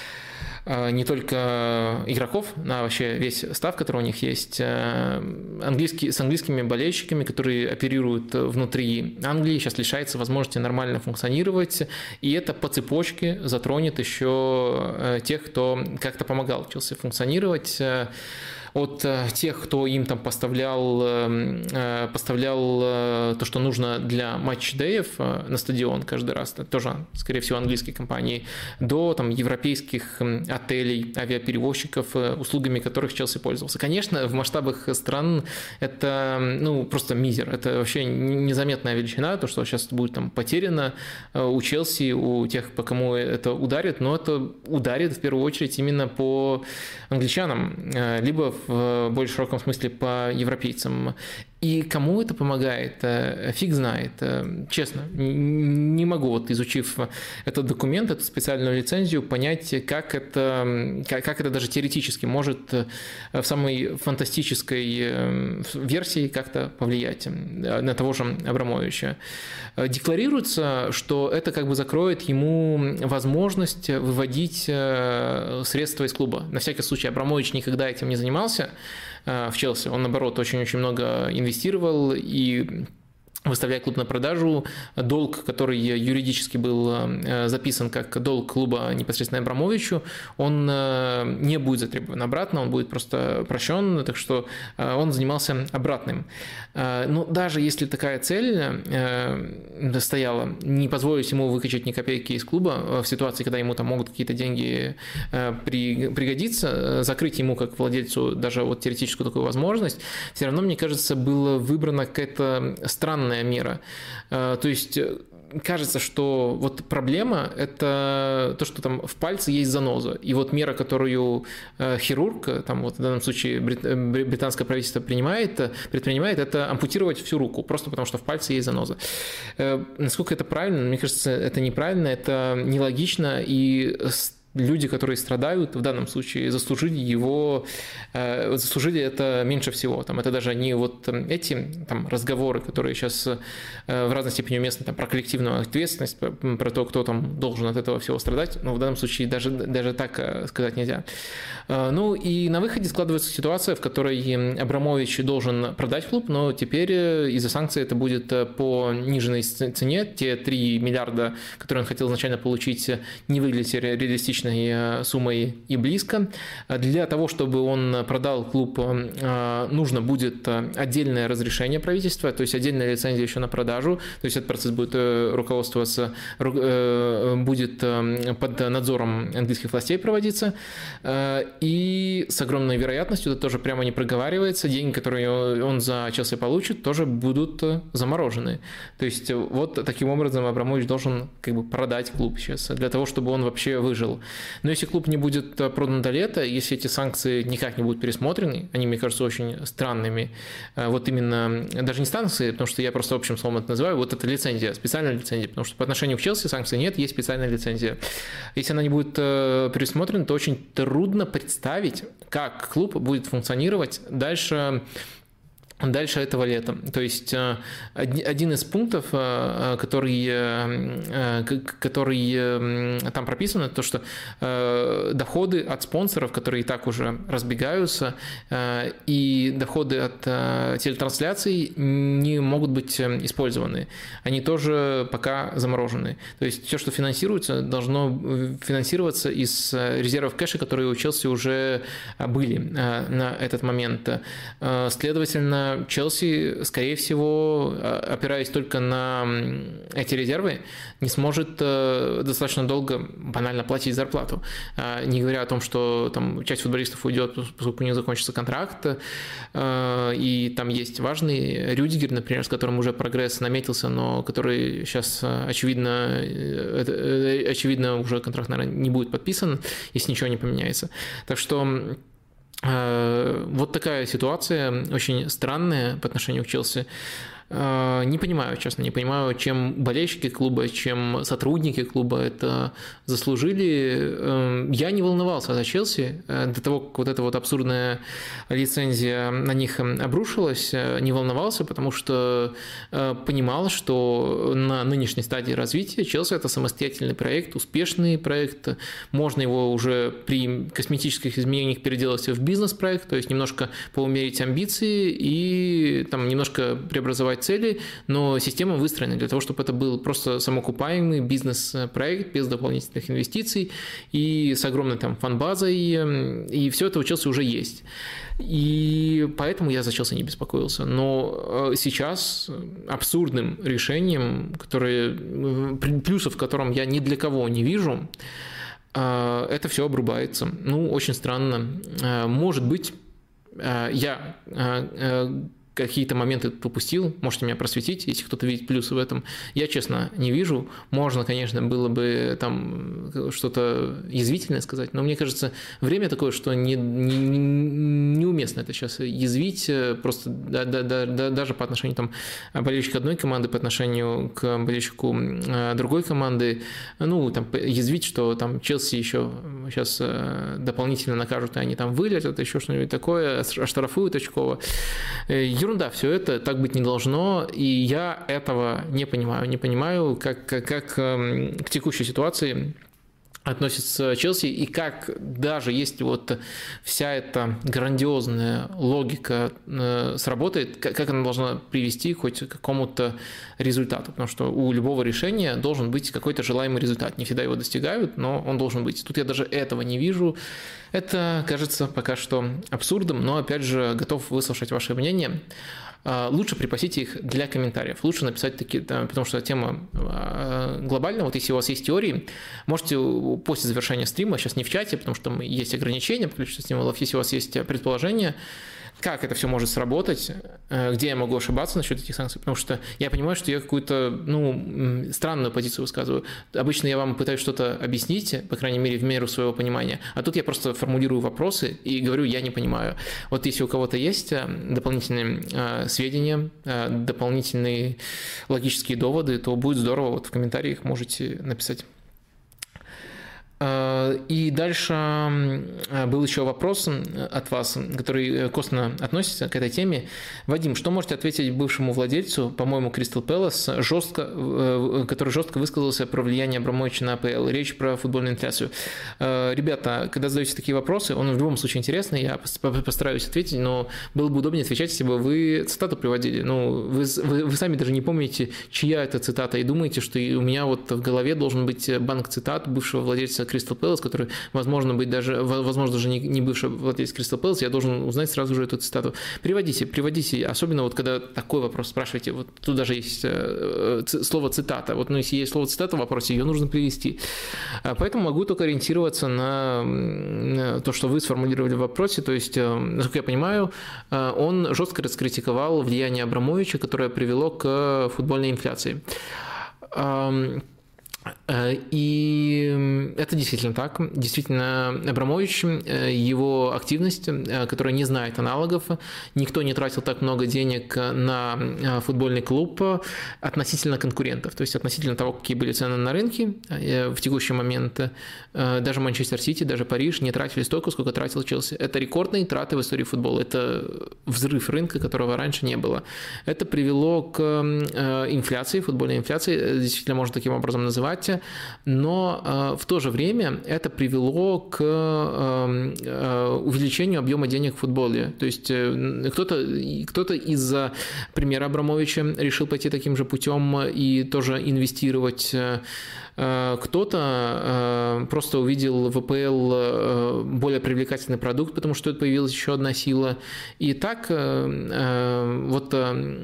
не только игроков, а вообще весь став, который у них есть, английский, с английскими болельщиками, которые оперируют внутри Англии, сейчас лишается возможности нормально функционировать, и это по цепочке затронет еще тех, кто как-то помогал Челси функционировать. От тех, кто им там поставлял, поставлял то, что нужно для матч-дэев на стадион каждый раз, это тоже, скорее всего, английские компании, до там, европейских отелей, авиаперевозчиков, услугами которых Челси пользовался. Конечно, в масштабах стран это ну, просто мизер, это вообще незаметная величина, то, что сейчас будет там потеряно у Челси, у тех, по кому это ударит, но это ударит в первую очередь именно по англичанам, либо в более широком смысле по европейцам. И кому это помогает, фиг знает. Честно, не могу, вот изучив этот документ, эту специальную лицензию, понять, как это, как это даже теоретически может в самой фантастической версии как-то повлиять на того же Абрамовича. Декларируется, что это как бы закроет ему возможность выводить средства из клуба. На всякий случай, Абрамович никогда этим не занимался в Челси. Он, наоборот, очень-очень много инвестировал и, выставляя клуб на продажу, долг, который юридически был записан как долг клуба непосредственно Абрамовичу, он не будет затребован обратно, он будет просто прощен, так что он занимался обратным. Но даже если такая цель стояла, не позволить ему выкачать ни копейки из клуба в ситуации, когда ему там могут какие-то деньги пригодиться, закрыть ему как владельцу даже вот теоретическую такую возможность, все равно, мне кажется, была выбрана какая-то странная мера. То есть кажется, что вот проблема – это то, что там в пальце есть заноза. И вот мера, которую хирург, там вот в данном случае британское правительство принимает, предпринимает, это ампутировать всю руку, просто потому что в пальце есть заноза. Насколько это правильно? Мне кажется, это неправильно, это нелогично, и люди, которые страдают, в данном случае заслужили его, заслужили это меньше всего. Там, это даже не вот эти там, разговоры, которые сейчас в разной степени уместны, там, про коллективную ответственность, про то, кто там должен от этого всего страдать, но в данном случае даже, даже так сказать нельзя. Ну и на выходе складывается ситуация, в которой Абрамович должен продать клуб, но теперь из-за санкций это будет по нижней цене. Те три миллиарда, которые он хотел изначально получить, не выглядят реалистично суммой и близко. Для того, чтобы он продал клуб, нужно будет отдельное разрешение правительства, то есть отдельная лицензия еще на продажу, то есть этот процесс будет руководствоваться, будет под надзором английских властей проводиться, и с огромной вероятностью, это тоже прямо не проговаривается, деньги, которые он за Челси получит, тоже будут заморожены. То есть вот таким образом Абрамович должен как бы продать клуб сейчас, для того, чтобы он вообще выжил. Но если клуб не будет продан до лета, если эти санкции никак не будут пересмотрены, они, мне кажется, очень странными, вот именно, даже не санкции, потому что я просто общим словом это называю, вот это лицензия, специальная лицензия, потому что по отношению к Челси санкций нет, есть специальная лицензия. Если она не будет пересмотрена, то очень трудно представить, как клуб будет функционировать дальше дальше этого лета. То есть один из пунктов, который, который там прописан, это то, что доходы от спонсоров, которые и так уже разбегаются, и доходы от телетрансляций не могут быть использованы. Они тоже пока заморожены. То есть все, что финансируется, должно финансироваться из резервов кэша, которые у Челси уже были на этот момент. Следовательно, Челси, скорее всего, опираясь только на эти резервы, не сможет достаточно долго банально платить зарплату. Не говоря о том, что там часть футболистов уйдет, поскольку у них закончится контракт, и там есть важный Рюдигер, например, с которым уже прогресс наметился, но который сейчас, очевидно, очевидно уже контракт, наверное, не будет подписан, если ничего не поменяется. Так что вот такая ситуация, очень странная по отношению к Челси. Не понимаю, честно, не понимаю, чем болельщики клуба, чем сотрудники клуба это заслужили. Я не волновался за Челси до того, как вот эта вот абсурдная лицензия на них обрушилась, не волновался, потому что понимал, что на нынешней стадии развития Челси это самостоятельный проект, успешный проект, можно его уже при косметических изменениях переделать в бизнес-проект, то есть немножко поумерить амбиции и там немножко преобразовать цели, но система выстроена для того, чтобы это был просто самоокупаемый бизнес-проект без дополнительных инвестиций и с огромной там фан-базой, и все это у Челси уже есть. И поэтому я за Челси не беспокоился. Но сейчас абсурдным решением, которое, плюсов в котором я ни для кого не вижу, это все обрубается. Ну, очень странно. Может быть, я какие-то моменты пропустил, можете меня просветить, если кто-то видит плюсы в этом. Я, честно, не вижу. Можно, конечно, было бы там что-то язвительное сказать, но мне кажется, время такое, что не, не, неуместно это сейчас язвить, просто да, да, да, даже по отношению там, болельщика одной команды, по отношению к болельщику другой команды, ну, там, язвить, что там Челси еще сейчас дополнительно накажут, и они там вылетят, еще что-нибудь такое, оштрафуют очково. Ерунда, все это так быть не должно, и я этого не понимаю. Не понимаю, как, как, как к текущей ситуации относится Челси, и как даже если вот вся эта грандиозная логика сработает, как она должна привести хоть к какому-то результату, потому что у любого решения должен быть какой-то желаемый результат. Не всегда его достигают, но он должен быть. Тут я даже этого не вижу. Это кажется пока что абсурдом, но опять же готов выслушать ваше мнение. Лучше припасите их для комментариев. Лучше написать такие, потому что тема глобальная. Вот если у вас есть теории, можете после завершения стрима, сейчас не в чате, потому что там есть ограничения по количеству стимулов, если у вас есть предположения, как это все может сработать, где я могу ошибаться насчет этих санкций, потому что я понимаю, что я какую-то, ну, странную позицию высказываю. Обычно я вам пытаюсь что-то объяснить, по крайней мере, в меру своего понимания, а тут я просто формулирую вопросы и говорю, я не понимаю. Вот если у кого-то есть дополнительные сведения, дополнительные логические доводы, то будет здорово, вот в комментариях можете написать. И дальше был еще вопрос от вас, который косвенно относится к этой теме. Вадим, что можете ответить бывшему владельцу, по-моему, Кристал Пэлас, жестко, который жестко высказался про влияние Абрамовича на АПЛ? Речь про футбольную инфляцию. Ребята, когда задаете такие вопросы, он в любом случае интересный, я постараюсь ответить, но было бы удобнее отвечать, если бы вы цитату приводили. Ну, вы, вы, вы сами даже не помните, чья это цитата, и думаете, что у меня вот в голове должен быть банк цитат бывшего владельца Кристал Пэлас, который, возможно, быть даже, возможно, даже не, не бывший владелец Кристал Пэлас, я должен узнать сразу же эту цитату. Приводите, приводите, особенно вот когда такой вопрос спрашиваете, вот тут даже есть э, ц, слово цитата, вот, ну, если есть слово цитата в вопросе, ее нужно привести. Поэтому могу только ориентироваться на, на то, что вы сформулировали в вопросе, то есть, э, насколько я понимаю, э, он жестко раскритиковал влияние Абрамовича, которое привело к футбольной инфляции. И это действительно так. Действительно, Абрамович, его активность, которая не знает аналогов, никто не тратил так много денег на футбольный клуб относительно конкурентов, то есть относительно того, какие были цены на рынке в текущий момент. Даже Манчестер Сити, даже Париж не тратили столько, сколько тратил Челси. Это рекордные траты в истории футбола. Это взрыв рынка, которого раньше не было. Это привело к инфляции, футбольной инфляции, действительно можно таким образом называть. Но в то же время это привело к увеличению объема денег в футболе. То есть кто-то, кто-то из-за примера Абрамовича решил пойти таким же путем и тоже инвестировать. Кто-то просто увидел в ВПЛ более привлекательный продукт, потому что тут появилась еще одна сила. И так вот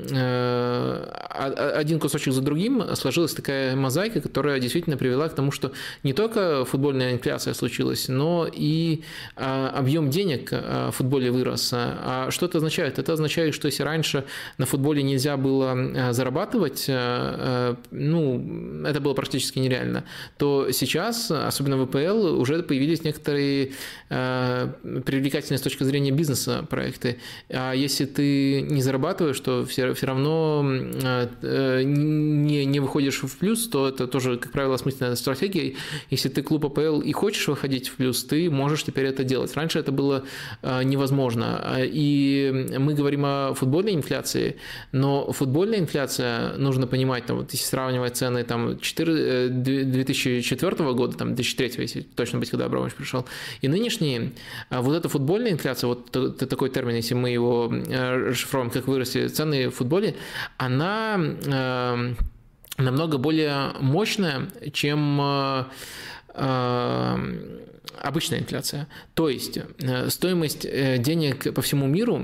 один кусочек за другим сложилась такая мозаика, которая действительно привела к тому, что не только футбольная инфляция случилась, но и объем денег в футболе вырос. А что это означает? Это означает, что если раньше на футболе нельзя было зарабатывать, ну, это было практически нереально, то сейчас, особенно в ВПЛ, уже появились некоторые э, привлекательные с точки зрения бизнеса проекты. А если ты не зарабатываешь, то все, все равно э, не, не выходишь в плюс, то это тоже, как правило, осмысленная стратегия. Если ты клуб АПЛ и хочешь выходить в плюс, ты можешь теперь это делать. Раньше это было э, невозможно. И мы говорим о футбольной инфляции, но футбольная инфляция, нужно понимать, там, вот, если сравнивать цены там, четыре две тысячи четвёртого года, там, две тысячи третьего, если точно быть, когда Абрамович пришел, и нынешние, вот эта футбольная инфляция, вот такой термин, если мы его расшифруем, как выросли цены в футболе, она намного более мощная, чем обычная инфляция. То есть стоимость денег по всему миру,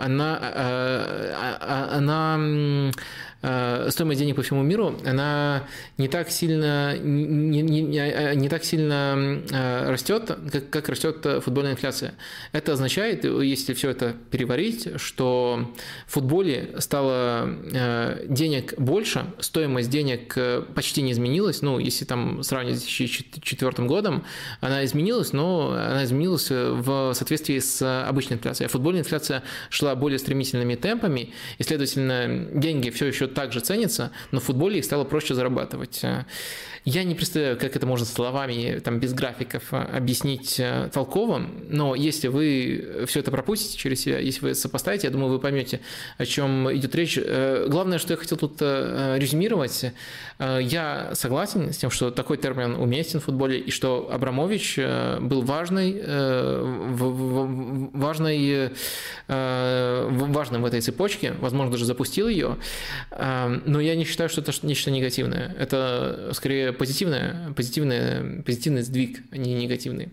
она, она стоимость денег по всему миру, она не так сильно, не, не, не так сильно растет, как, как растет футбольная инфляция. Это означает, если все это переварить, что в футболе стало денег больше, стоимость денег почти не изменилась, ну, если там сравнивать с две тысячи четвёртым годом, она изменилась, но она изменилась в соответствии с обычной инфляцией. А футбольная инфляция шла более стремительными темпами, и, следовательно, деньги все еще также ценятся, но в футболе их стало проще зарабатывать. Я не представляю, как это можно словами, там, без графиков объяснить толково, но если вы все это пропустите через себя, если вы сопоставите, я думаю, вы поймете, о чем идет речь. Главное, что я хотел тут резюмировать, я согласен с тем, что такой термин уместен в футболе, и что Абрамович был важный, важный, важным в этой цепочке, возможно, даже запустил ее, но я не считаю, что это нечто негативное. Это скорее позитивное, позитивное, позитивный сдвиг, а не негативный.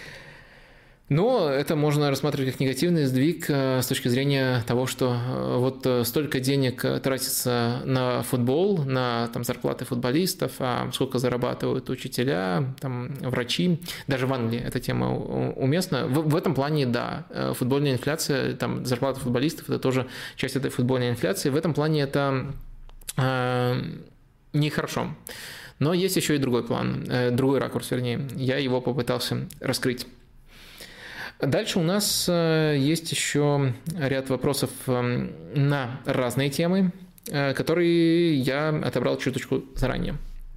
Но это можно рассматривать как негативный сдвиг с точки зрения того, что вот столько денег тратится на футбол, на там, зарплаты футболистов, а сколько зарабатывают учителя, там, врачи. Даже в Англии эта тема уместна. В, в этом плане, да, футбольная инфляция, там, зарплаты футболистов – это тоже часть этой футбольной инфляции. В этом плане это э, нехорошо. Но есть еще и другой план, э, другой ракурс, вернее. Я его попытался раскрыть. Дальше у нас есть еще ряд вопросов на разные темы, которые я отобрал чуточку заранее.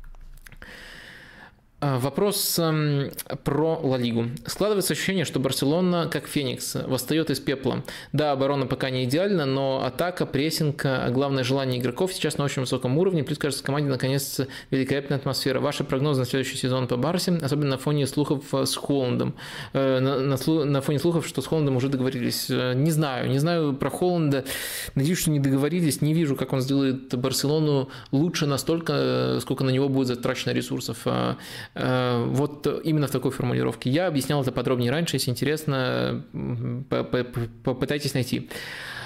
Вопрос про Ла Лигу. Складывается ощущение, что Барселона, как Феникс, восстает из пепла. Да, оборона пока не идеальна, но атака, прессинг, а главное желание игроков сейчас на очень высоком уровне. Плюс, кажется, команде наконец великолепная атмосфера. Ваши прогнозы на следующий сезон по Барсе, особенно на фоне слухов с Холландом. На, на, на фоне слухов, что с Холландом уже договорились. Не знаю, не знаю про Холланда. Надеюсь, что не договорились. Не вижу, как он сделает Барселону лучше настолько, сколько на него будет затрачено ресурсов. Вот именно в такой формулировке. Я объяснял это подробнее раньше, если интересно, попытайтесь найти.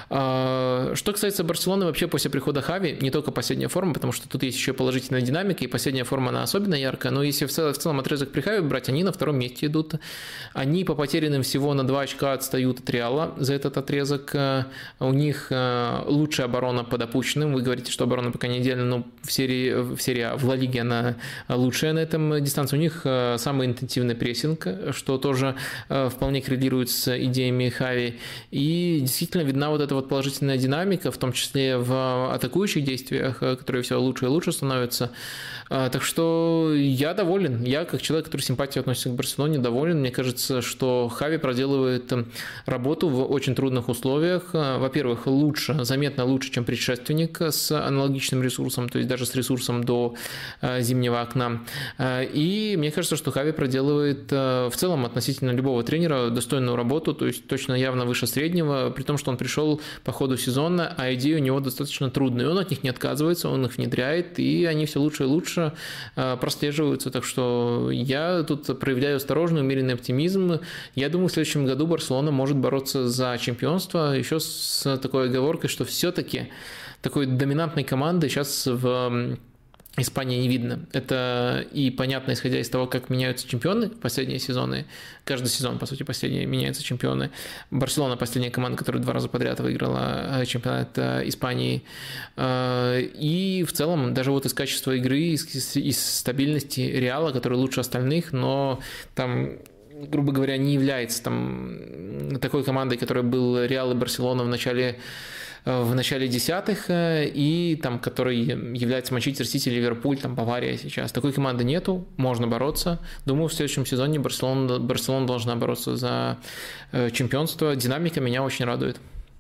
Что касается Барселоны, вообще после прихода Хави, не только последняя форма, потому что тут есть еще положительная динамика, и последняя форма, она особенно яркая, но если в целом, в целом отрезок при Хави брать, они на втором месте идут. Они по потерянным всего на два очка отстают от Реала за этот отрезок. У них лучшая оборона по допущенным. Вы говорите, что оборона пока не идеальна, но в серии, в серии А, в Ла Лиге она лучшая на этом дистанции. У них самый интенсивный прессинг, что тоже вполне коррелирует с идеями Хави. И действительно видна вот эта вот положительная динамика, в том числе в атакующих действиях, которые все лучше и лучше становятся. Так что я доволен. Я, как человек, который с симпатией относится к Барселоне, доволен. Мне кажется, что Хави проделывает работу в очень трудных условиях. Во-первых, лучше, заметно лучше, чем предшественник с аналогичным ресурсом, то есть даже с ресурсом до зимнего окна. И мне кажется, что Хави проделывает в целом относительно любого тренера достойную работу, то есть точно явно выше среднего, при том, что он пришел по ходу сезона, а идеи у него достаточно трудные. Он от них не отказывается, он их внедряет, и они все лучше и лучше прослеживаются. Так что я тут проявляю осторожный, умеренный оптимизм. Я думаю, в следующем году Барселона может бороться за чемпионство, еще с такой оговоркой, что все-таки такой доминантной команды сейчас в Испании не видно. Это и понятно, исходя из того, как меняются чемпионы в последние сезоны. Каждый сезон, по сути, последние меняются чемпионы. Барселона – последняя команда, которая два раза подряд выиграла чемпионат Испании. И в целом, даже вот из качества игры, из, из стабильности Реала, который лучше остальных, но там, грубо говоря, не является там такой командой, которой был Реал и Барселона в начале в начале десятых, и там, который является Манчестер Сити, Ливерпуль, там Бавария сейчас. Такой команды нету, можно бороться. Думаю, в следующем сезоне Барселона, Барселона должна бороться за чемпионство. Динамика меня очень радует.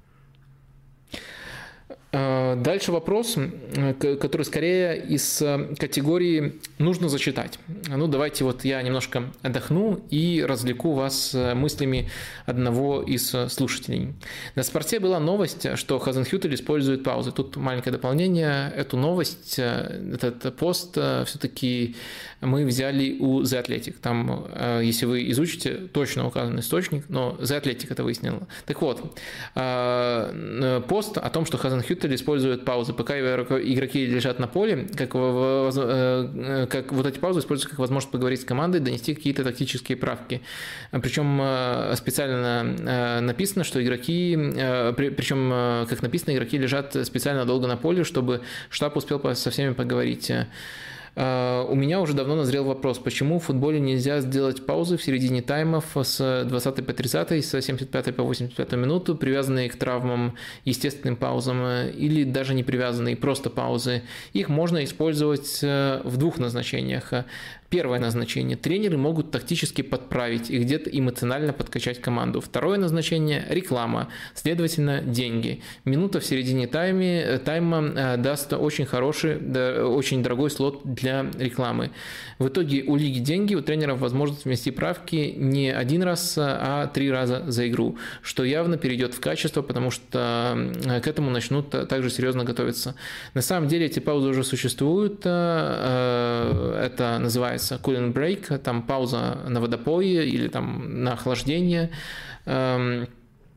Дальше вопрос, который скорее из категории «нужно зачитать». Ну, давайте вот я немножко отдохну и развлеку вас мыслями одного из слушателей. На «Спорте» была новость, что Хазенхютель использует паузы. Тут маленькое дополнение. Эту новость, этот пост все-таки мы взяли у The Athletic. Там, если вы изучите, точно указан источник, но The Athletic это выяснил. Так вот, пост о том, что Хазенхютель используют паузы, пока игроки лежат на поле, как, как вот эти паузы используются как возможность поговорить с командой, донести какие-то тактические правки. Причем специально написано, что игроки, причем, как написано, игроки лежат специально долго на поле, чтобы штаб успел со всеми поговорить. У меня уже давно назрел вопрос, почему в футболе нельзя сделать паузы в середине таймов с двадцатой по тридцатой, с семьдесят пятой по восемьдесят пятую минуту, привязанные к травмам, естественным паузам, или даже не привязанные, просто паузы. Их можно использовать в двух назначениях. Первое назначение. Тренеры могут тактически подправить и где-то эмоционально подкачать команду. Второе назначение – реклама, следовательно, деньги. Минута в середине тайме, тайма даст очень хороший, очень дорогой слот для рекламы. В итоге у лиги деньги, у тренеров возможность внести правки не один раз, а три раза за игру, что явно перейдет в качество, потому что к этому начнут также серьезно готовиться. На самом деле эти паузы уже существуют, это называется cooling break, там пауза на водопое или там на охлаждение. Ну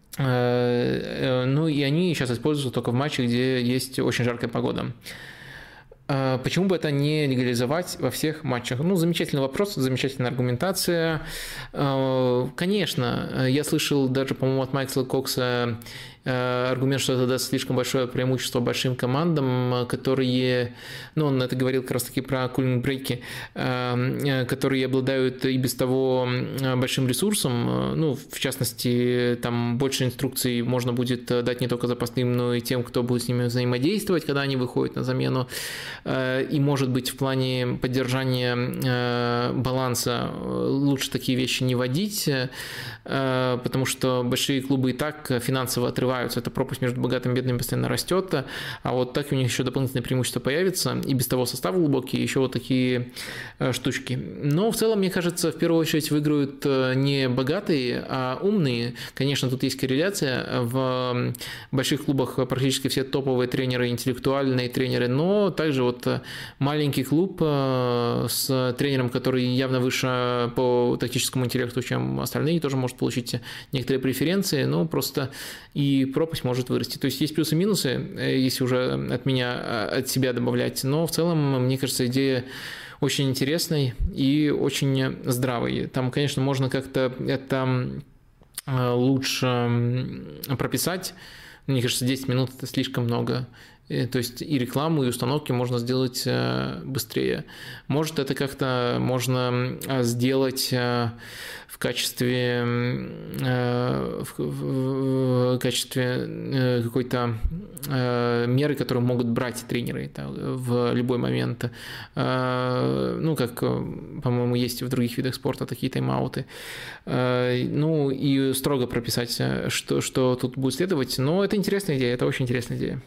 и они сейчас используются только в матчах, где есть очень жаркая погода. Почему бы это не легализовать во всех матчах? Ну, замечательный вопрос, замечательная аргументация. Конечно, я слышал даже, по-моему, от Майкла Кокса аргумент, что это даст слишком большое преимущество большим командам, которые, ну, он это говорил как раз-таки про кулинг-брейки, которые обладают и без того большим ресурсом, ну, в частности, там больше инструкций можно будет дать не только запасным, но и тем, кто будет с ними взаимодействовать, когда они выходят на замену, и, может быть, в плане поддержания баланса лучше такие вещи не вводить, потому что большие клубы и так финансово отрываются, эта пропасть между богатыми и бедными постоянно растет, а вот так у них еще дополнительное преимущество появится, и без того состав глубокий, еще вот такие штучки. Но в целом, мне кажется, в первую очередь выиграют не богатые, а умные. Конечно, тут есть корреляция, в больших клубах практически все топовые тренеры, интеллектуальные тренеры, но также вот маленький клуб с тренером, который явно выше по тактическому интеллекту, чем остальные, тоже может получить некоторые преференции, но просто и пропасть может вырасти. То есть есть плюсы и минусы, если уже от меня, от себя добавлять, но в целом, мне кажется, идея очень интересной и очень здравой. Там, конечно, можно как-то это лучше прописать. Мне кажется, десять минут – это слишком много. То есть и рекламу, и установки можно сделать быстрее. Может, это как-то можно сделать в качестве, в качестве какой-то меры, которую могут брать тренеры в любой момент. Ну, как, по-моему, есть в других видах спорта такие тайм-ауты. Ну, и строго прописать, что, что тут будет следовать. Но это интересная идея, это очень интересная идея.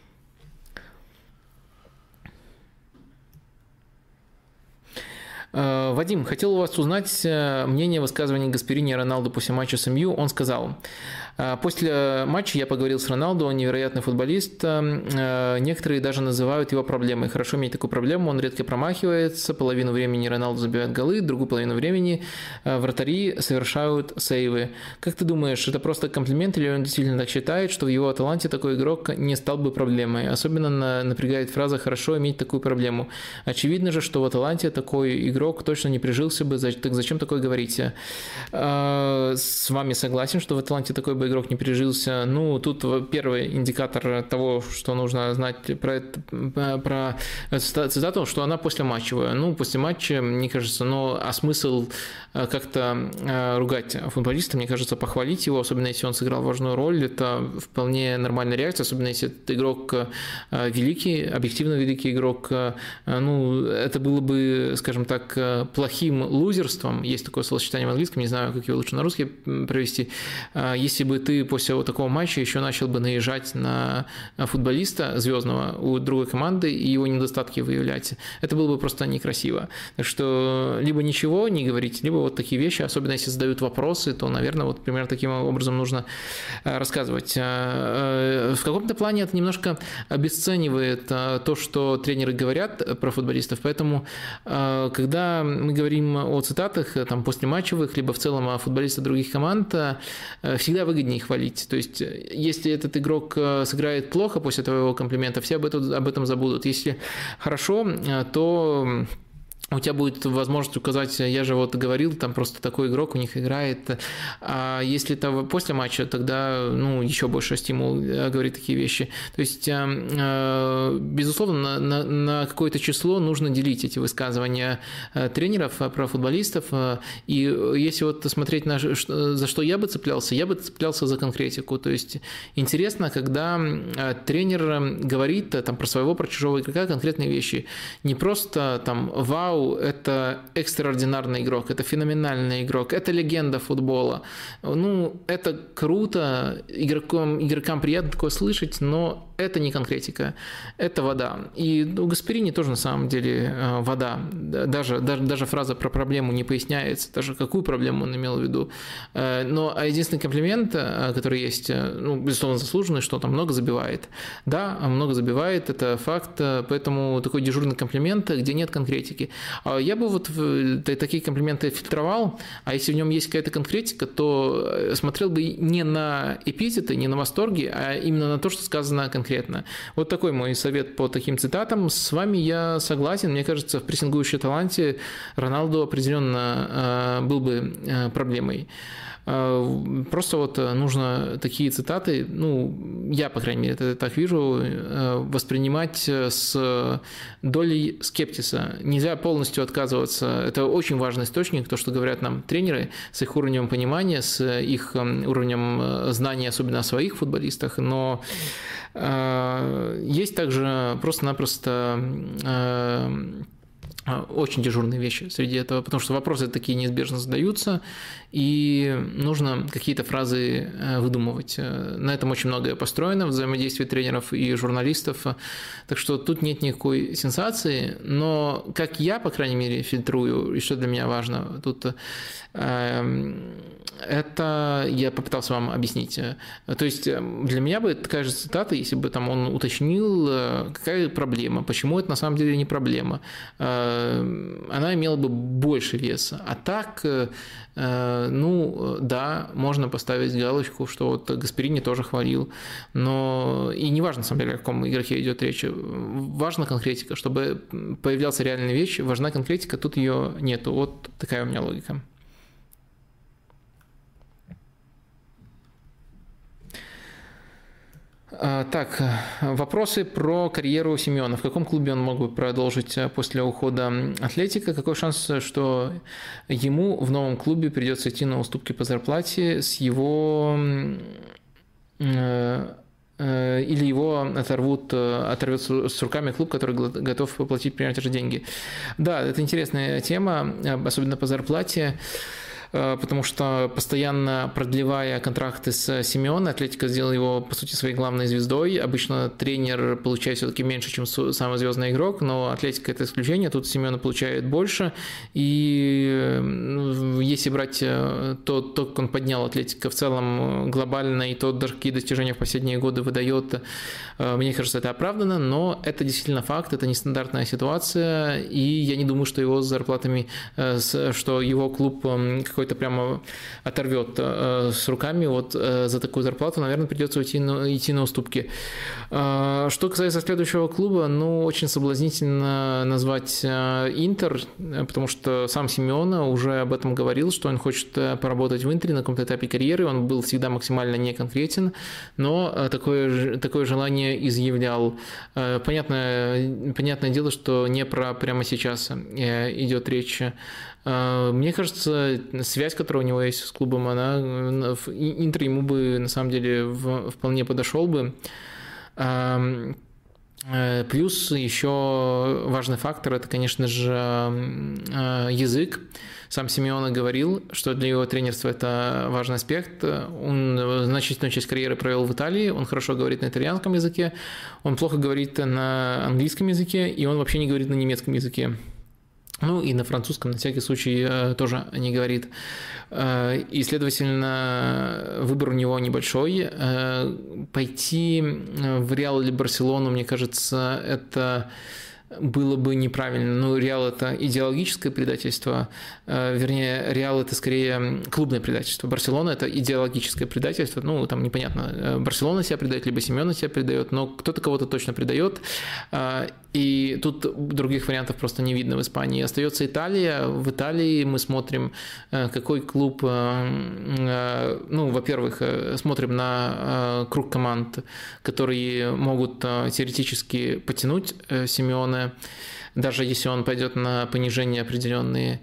Вадим, хотел у вас узнать мнение высказывания Гасперини о Роналду после матча с эм ю. Он сказал: после матча я поговорил с Роналду, он невероятный футболист. Некоторые даже называют его проблемой. Хорошо иметь такую проблему, он редко промахивается. Половину времени Роналду забивает голы, другую половину времени вратари совершают сейвы. Как ты думаешь, это просто комплимент или он действительно так считает, что в его таланте такой игрок не стал бы проблемой? Особенно напрягает фраза «хорошо иметь такую проблему». Очевидно же, что в таланте такой игрок точно не прижился бы, так зачем такое говорите? С вами согласен, что в таланте такой бы игрок не прижился. Ну, тут первый индикатор того, что нужно знать про, это, про эту цитату, что она послематчевая. Ну, после матча, мне кажется, ну, а смысл как-то ругать футболиста, мне кажется, похвалить его, особенно если он сыграл важную роль, это вполне нормальная реакция, особенно если этот игрок великий, объективно великий игрок. Ну, это было бы, скажем так, плохим лузерством, есть такое словосочетание в английском, не знаю, как его лучше на русский привести, если бы ты после вот такого матча еще начал бы наезжать на футболиста звездного у другой команды и его недостатки выявлять. Это было бы просто некрасиво. Так что либо ничего не говорить, либо вот такие вещи, особенно если задают вопросы, то, наверное, вот примерно таким образом нужно рассказывать. В каком-то плане это немножко обесценивает то, что тренеры говорят про футболистов, поэтому когда мы говорим о цитатах там, послематчевых, либо в целом о футболистах других команд, всегда выгоднее их хвалить. То есть, если этот игрок сыграет плохо после твоего комплимента, все об этом, об этом забудут. Если хорошо, то у тебя будет возможность указать, я же вот говорил, там просто такой игрок у них играет. А если это после матча, тогда ну, еще больше стимул говорить такие вещи. То есть, безусловно, на, на какое-то число нужно делить эти высказывания тренеров про футболистов. И если вот смотреть, на, за что я бы цеплялся, я бы цеплялся за конкретику. То есть, интересно, когда тренер говорит там, про своего, про чужого игрока конкретные вещи. Не просто там «Вау, это экстраординарный игрок, это феноменальный игрок, это легенда футбола». Ну, это круто, игрокам, игрокам приятно такое слышать, но это не конкретика, это вода. И у Гасперини тоже на самом деле вода. Даже, даже, даже фраза про проблему не поясняется, даже какую проблему он имел в виду. Но единственный комплимент, который есть, ну, безусловно, заслуженный, что он там много забивает. Да, много забивает, это факт, поэтому такой дежурный комплимент, где нет конкретики. Я бы вот такие комплименты фильтровал, а если в нем есть какая-то конкретика, то смотрел бы не на эпитеты, не на восторги, а именно на то, что сказано конкретно. Конкретно. Вот такой мой совет по таким цитатам. С вами я согласен. Мне кажется, в прессингующей таланте Роналду определенно был бы проблемой. Просто вот нужно такие цитаты, ну, я, по крайней мере, это так вижу, воспринимать с долей скепсиса. Нельзя полностью отказываться. Это очень важный источник, то, что говорят нам тренеры с их уровнем понимания, с их уровнем знаний, особенно о своих футболистах, но есть также просто-напросто очень дежурные вещи среди этого, потому что вопросы такие неизбежно задаются, и нужно какие-то фразы выдумывать. На этом очень многое построено, в взаимодействии тренеров и журналистов, так что тут нет никакой сенсации, но как я, по крайней мере, фильтрую, и что для меня важно, тут это я попытался вам объяснить. То есть для меня бы такая же цитата, если бы там он уточнил, какая проблема, почему это на самом деле не проблема, она имела бы больше веса. А так, ну да, можно поставить галочку, что вот Гасперини тоже хвалил, но и не важно, на самом деле, о каком игроке идет речь, важна конкретика, чтобы появлялась реальная вещь, важна конкретика, тут ее нету. Вот такая у меня логика. Так, вопросы про карьеру Симеона. В каком клубе он мог бы продолжить после ухода Атлетико? Какой шанс, что ему в новом клубе придется идти на уступки по зарплате с его... или его оторвут, оторвет с руками клуб, который готов поплатить примерно те же деньги? Да, это интересная тема, особенно по зарплате. Потому что постоянно продлевая контракты с Симеоне, Атлетико сделал его, по сути, своей главной звездой. Обычно тренер получает все-таки меньше, чем самый звездный игрок, но Атлетико – это исключение, тут Симеоне получает больше. И если брать то, то, как он поднял Атлетико в целом глобально, и то, какие достижения в последние годы выдает, мне кажется, это оправдано, но это действительно факт, это нестандартная ситуация, и я не думаю, что его с зарплатами, что его клуб какой-то прямо оторвет с руками вот за такую зарплату, наверное, придется идти на, идти на уступки. Что касается следующего клуба, ну, очень соблазнительно назвать Интер, потому что сам Симеоне уже об этом говорил, что он хочет поработать в Интере на каком-то этапе карьеры, он был всегда максимально неконкретен, но такое, такое желание изъявлял. Понятное, понятное дело, что не про прямо сейчас идет речь. Мне кажется, связь, которая у него есть с клубом, она Интер ему бы на самом деле вполне подошел бы. Плюс еще важный фактор – это, конечно же, язык. Сам Симеоне говорил, что для его тренерства это важный аспект. Он значительную часть карьеры провел в Италии, он хорошо говорит на итальянском языке, он плохо говорит на английском языке, и он вообще не говорит на немецком языке. Ну и на французском, на всякий случай, тоже не говорит. И, следовательно, выбор у него небольшой. Пойти в Реал или Барселону, мне кажется, это было бы неправильно. Ну, Реал – это идеологическое предательство, вернее, Реал – это скорее клубное предательство. Барселона – это идеологическое предательство. Ну, там непонятно, Барселона себя предает, либо Симеоне себя предает, но кто-то кого-то точно предает. И тут других вариантов просто не видно в Испании. Остается Италия. В Италии мы смотрим, какой клуб, ну, во-первых, смотрим на круг команд, которые могут теоретически потянуть Симеоне, даже если он пойдет на понижение определенные,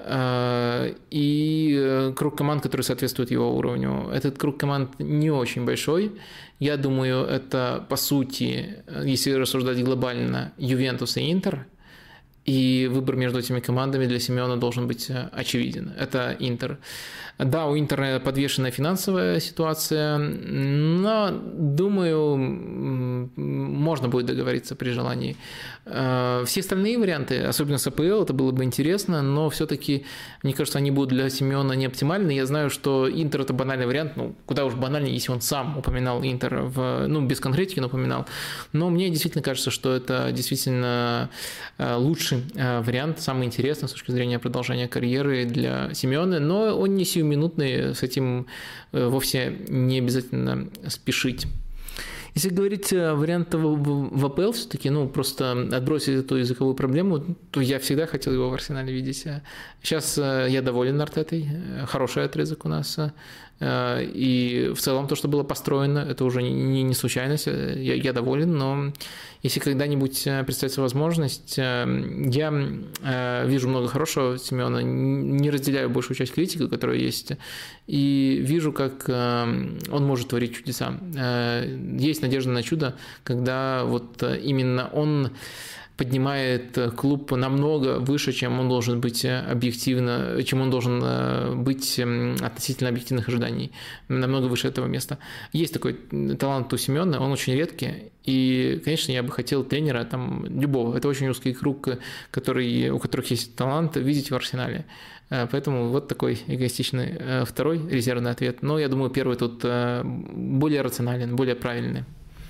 и круг команд, которые соответствуют его уровню. Этот круг команд не очень большой. Я думаю, это, по сути, если рассуждать глобально, Ювентус и Интер, и выбор между этими командами для Симеоне должен быть очевиден. Это Интер. Да, у Интера подвешенная финансовая ситуация, но, думаю, можно будет договориться при желании. Все остальные варианты, особенно с АПЛ, это было бы интересно, но все-таки, мне кажется, они будут для Симеона не оптимальны. Я знаю, что Интер – это банальный вариант, ну, куда уж банальнее, если он сам упоминал Интер, в, ну, без конкретики, но упоминал. Но мне действительно кажется, что это действительно лучший вариант, самый интересный с точки зрения продолжения карьеры для Симеоне, но он не сиюминутный, с этим вовсе не обязательно спешить. Если говорить вариант в АПЛ, все-таки, ну, просто отбросить эту языковую проблему, то я всегда хотел его в Арсенале видеть. Сейчас я доволен Артетой, хороший отрезок у нас. И в целом то, что было построено, это уже не, не случайность, я, я доволен, но если когда-нибудь представится возможность, я вижу много хорошего Симеона, не разделяю большую часть критики, которая есть, и вижу, как он может творить чудеса. Есть надежда на чудо, когда вот именно он поднимает клуб намного выше, чем он должен быть объективно, чем он должен быть относительно объективных ожиданий, намного выше этого места. Есть такой талант у Симеона, он очень редкий, и, конечно, я бы хотел тренера там любого, это очень узкий круг, который, у которых есть талант, видеть в Арсенале. Поэтому вот такой эгоистичный второй резервный ответ. Но я думаю, первый тут более рационален, более правильный.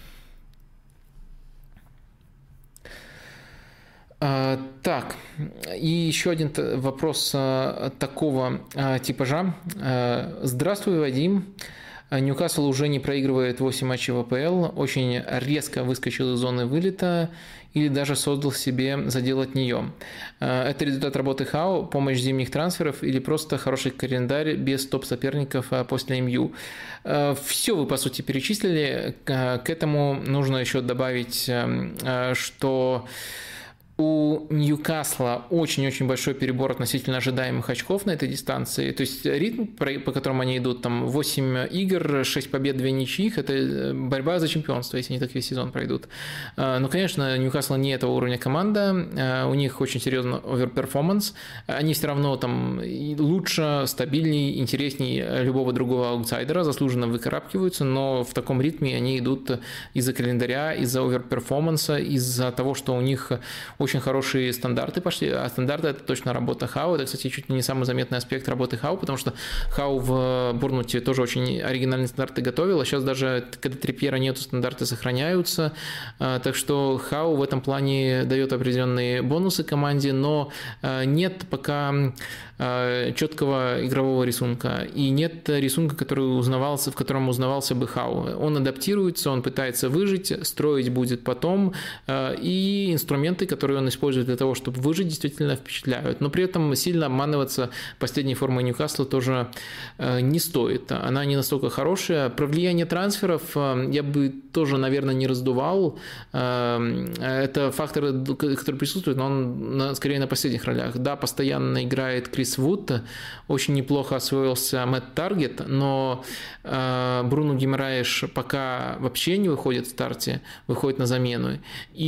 Так, и еще один вопрос такого типажа. Здравствуй, Вадим. Ньюкасл уже не проигрывает восемь матчей в АПЛ, очень резко выскочил из зоны вылета или даже создал себе задел от нее. Это результат работы Хау, помощь зимних трансферов или просто хороший календарь без топ-соперников после эм ю. Все вы, по сути, перечислили. К этому нужно еще добавить, что у Ньюкасла очень-очень большой перебор относительно ожидаемых очков на этой дистанции. То есть ритм, по которому они идут, там восемь игр, шесть побед, две ничьих, это борьба за чемпионство, если они так весь сезон пройдут. Но, конечно, Ньюкасл не этого уровня команда, у них очень серьезно оверперформанс, они все равно там лучше, стабильнее, интереснее любого другого аутсайдера, заслуженно выкарабкиваются, но в таком ритме они идут из-за календаря, из-за оверперформанса, из-за того, что у них очень очень хорошие стандарты пошли, а стандарты – это точно работа Хау. Это, кстати, чуть ли не самый заметный аспект работы Хау, потому что Хау в Борнмуте тоже очень оригинальные стандарты готовил, а сейчас даже, когда Трипьера нету, стандарты сохраняются, так что Хау в этом плане дает определенные бонусы команде, но нет пока четкого игрового рисунка, и нет рисунка, который узнавался, в котором узнавался бы Хау. Он адаптируется, он пытается выжить, строить будет потом, и инструменты, которые он использует для того, чтобы выжить, действительно впечатляют. Но при этом сильно обманываться последней формой Ньюкасла тоже не стоит. Она не настолько хорошая. Про влияние трансферов я бы тоже, наверное, не раздувал. Это фактор, который присутствует, но он скорее на последних ролях. Да, постоянно играет Крис Вуд, очень неплохо освоился Мэтт Таргет, но Бруно Гимараеш пока вообще не выходит в старте, выходит на замену.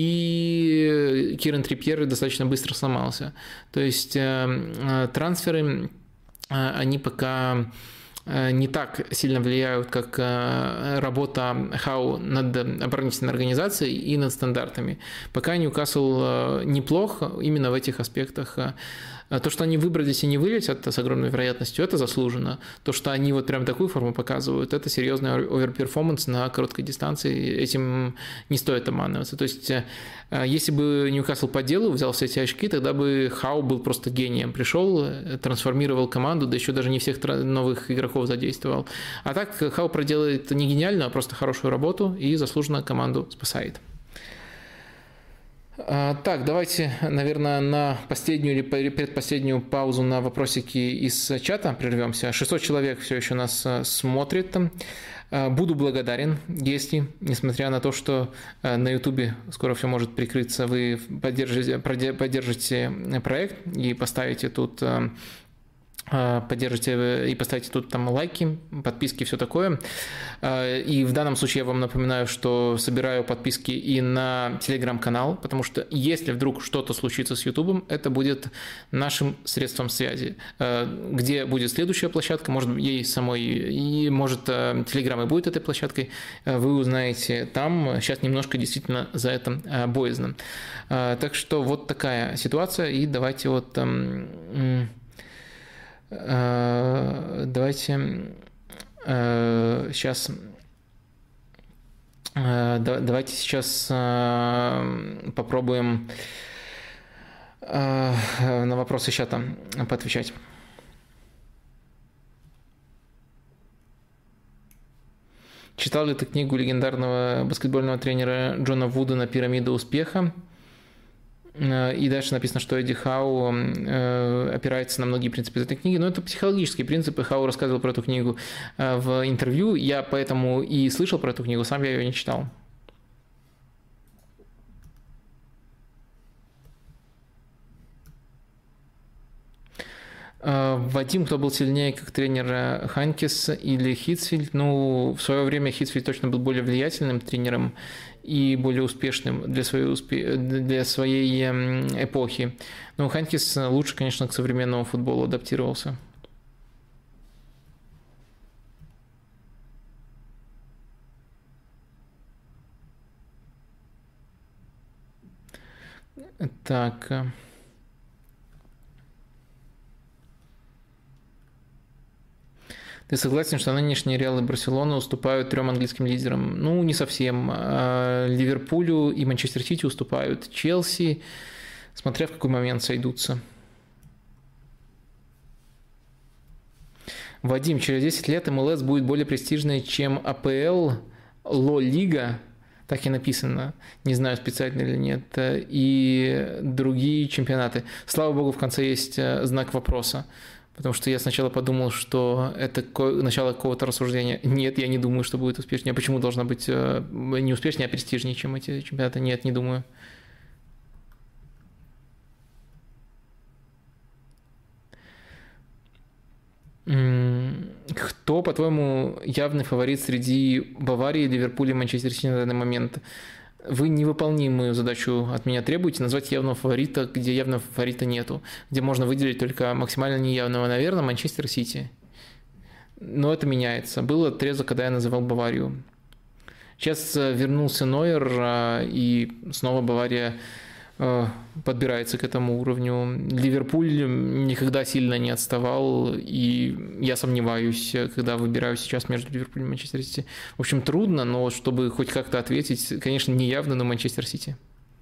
И Киран Трипьер достаточно быстро сломался. То есть трансферы, они пока не так сильно влияют, как работа Хау над оборонительной организацией и над стандартами. Пока Ньюкасл неплох именно в этих аспектах. То, что они выбрались и не вылетят с огромной вероятностью, это заслуженно. То, что они вот прям такую форму показывают, это серьезный оверперформанс на короткой дистанции. Этим не стоит обманываться. То есть, если бы Ньюкасл по делу взял все эти очки, тогда бы Хау был просто гением. Пришел, трансформировал команду, да еще даже не всех новых игроков задействовал. А так Хау проделает не гениальную, а просто хорошую работу и заслуженно команду спасает. Так, давайте, наверное, на последнюю или предпоследнюю паузу на вопросики из чата прервемся. шестьсот человек все еще нас смотрит. Буду благодарен, если, несмотря на то, что на Ютубе скоро все может прикрыться, вы поддержите, поддержите проект и поставите тут... поддержите и поставьте тут там лайки, подписки, все такое. И в данном случае я вам напоминаю, что собираю подписки и на телеграм-канал, потому что если вдруг что-то случится с Ютубом, это будет нашим средством связи. Где будет следующая площадка, может ей самой, и может телеграм и будет этой площадкой, вы узнаете там. Сейчас немножко действительно за это боязно. Так что вот такая ситуация, и давайте вот... Давайте сейчас давайте сейчас попробуем на вопросы чата поотвечать. Читал ли ты книгу легендарного баскетбольного тренера Джона Вудена «Пирамида успеха»? И дальше написано, что Эдди Хау опирается на многие принципы этой книги. Но это психологические принципы. Хау рассказывал про эту книгу в интервью. Я поэтому и слышал про эту книгу, сам я ее не читал. Вадим, кто был сильнее как тренер, Ханкис или Хитцфельд? Ну, в свое время Хитцфельд точно был более влиятельным тренером и более успешным для своей, успе... для своей эпохи. Но Ханкис лучше, конечно, к современному футболу адаптировался. Так. Ты согласен, что нынешние Реал и Барселона уступают трем английским лидерам? Ну, не совсем. Ливерпулю и Манчестер Сити уступают. Челси, смотря в какой момент сойдутся. Вадим, через десять лет эм эл эс будет более престижной, чем а пэ эл, Ло-лига, так и написано, не знаю, специально или нет, и другие чемпионаты. Слава богу, в конце есть знак вопроса. Потому что я сначала подумал, что это начало какого-то рассуждения. Нет, я не думаю, что будет успешнее. А почему должна быть не успешнее, а престижнее, чем эти чемпионаты? Нет, не думаю. Кто, по-твоему, явный фаворит среди Баварии, Ливерпуля и Манчестер Сити на данный момент? Вы невыполнимую задачу от меня требуете назвать явного фаворита, где явного фаворита нету, где можно выделить только максимально неявного, наверное, Манчестер Сити. Но это меняется. Был отрезок, когда я называл Баварию. Сейчас вернулся Нойер, и снова Бавария подбирается к этому уровню. Ливерпуль никогда сильно не отставал, и я сомневаюсь, когда выбираю сейчас между Ливерпулем и Манчестер Сити. В общем, трудно, но чтобы хоть как-то ответить, конечно, не явно, но Манчестер Сити.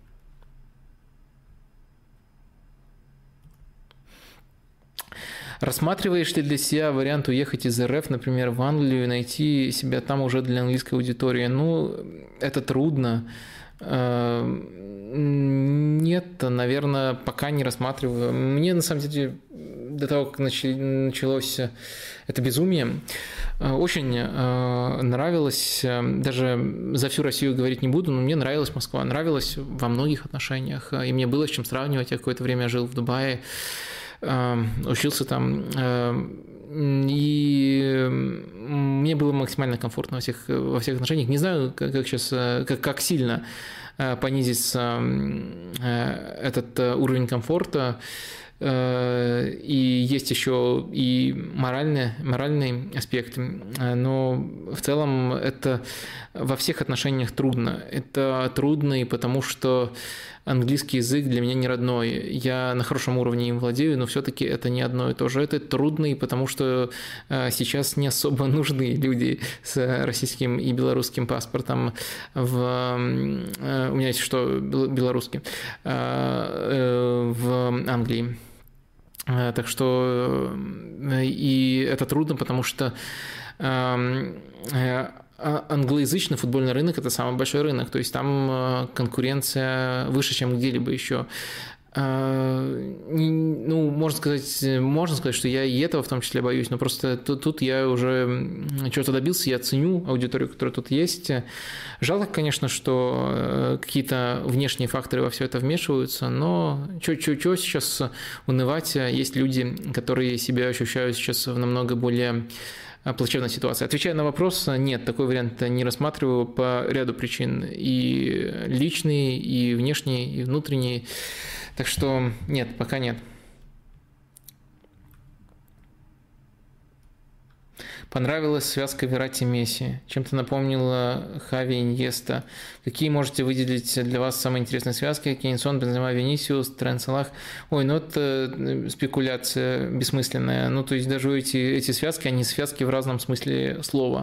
Рассматриваешь ли для себя вариант уехать из эр эф, например, в Англию, и найти себя там уже для английской аудитории? Ну, это трудно. Нет, наверное, пока не рассматриваю. Мне, на самом деле, до того, как началось это безумие, очень нравилось, даже за всю Россию говорить не буду, но мне нравилась Москва, нравилась во многих отношениях, и мне было с чем сравнивать. Я какое-то время жил в Дубае, учился там, и мне было максимально комфортно во всех, во всех отношениях. Не знаю, как, как сейчас, как, как сильно понизится этот уровень комфорта. И есть еще и моральный, моральный аспект, но в целом это во всех отношениях трудно. Это трудно и потому, что английский язык для меня не родной. Я на хорошем уровне им владею, но все-таки это не одно и то же. Это трудно и потому, что сейчас не особо нужны люди с российским и белорусским паспортом. В... У меня есть что белорусский в Англии. Так что и это трудно, потому что англоязычный футбольный рынок – это самый большой рынок, то есть там конкуренция выше, чем где-либо еще. Ну, можно сказать, можно сказать, что я и этого в том числе боюсь, но просто тут, тут я уже чего-то добился, я ценю аудиторию, которая тут есть. Жалко, конечно, что какие-то внешние факторы во все это вмешиваются, но что сейчас унывать? Есть люди, которые себя ощущают сейчас в намного более плачевной ситуации. Отвечая на вопрос, нет, такой вариант не рассматриваю по ряду причин. И личные, и внешние, и внутренние. Так что нет, пока нет. Понравилась связка Верratti Месси. Чем-то напомнила Хави Иньеста. Какие можете выделить для вас самые интересные связки? Кейнсон, Бензема, Винисиус, Трент Салах. Ой, ну это спекуляция бессмысленная. Ну, то есть даже эти, эти связки, они связки в разном смысле слова.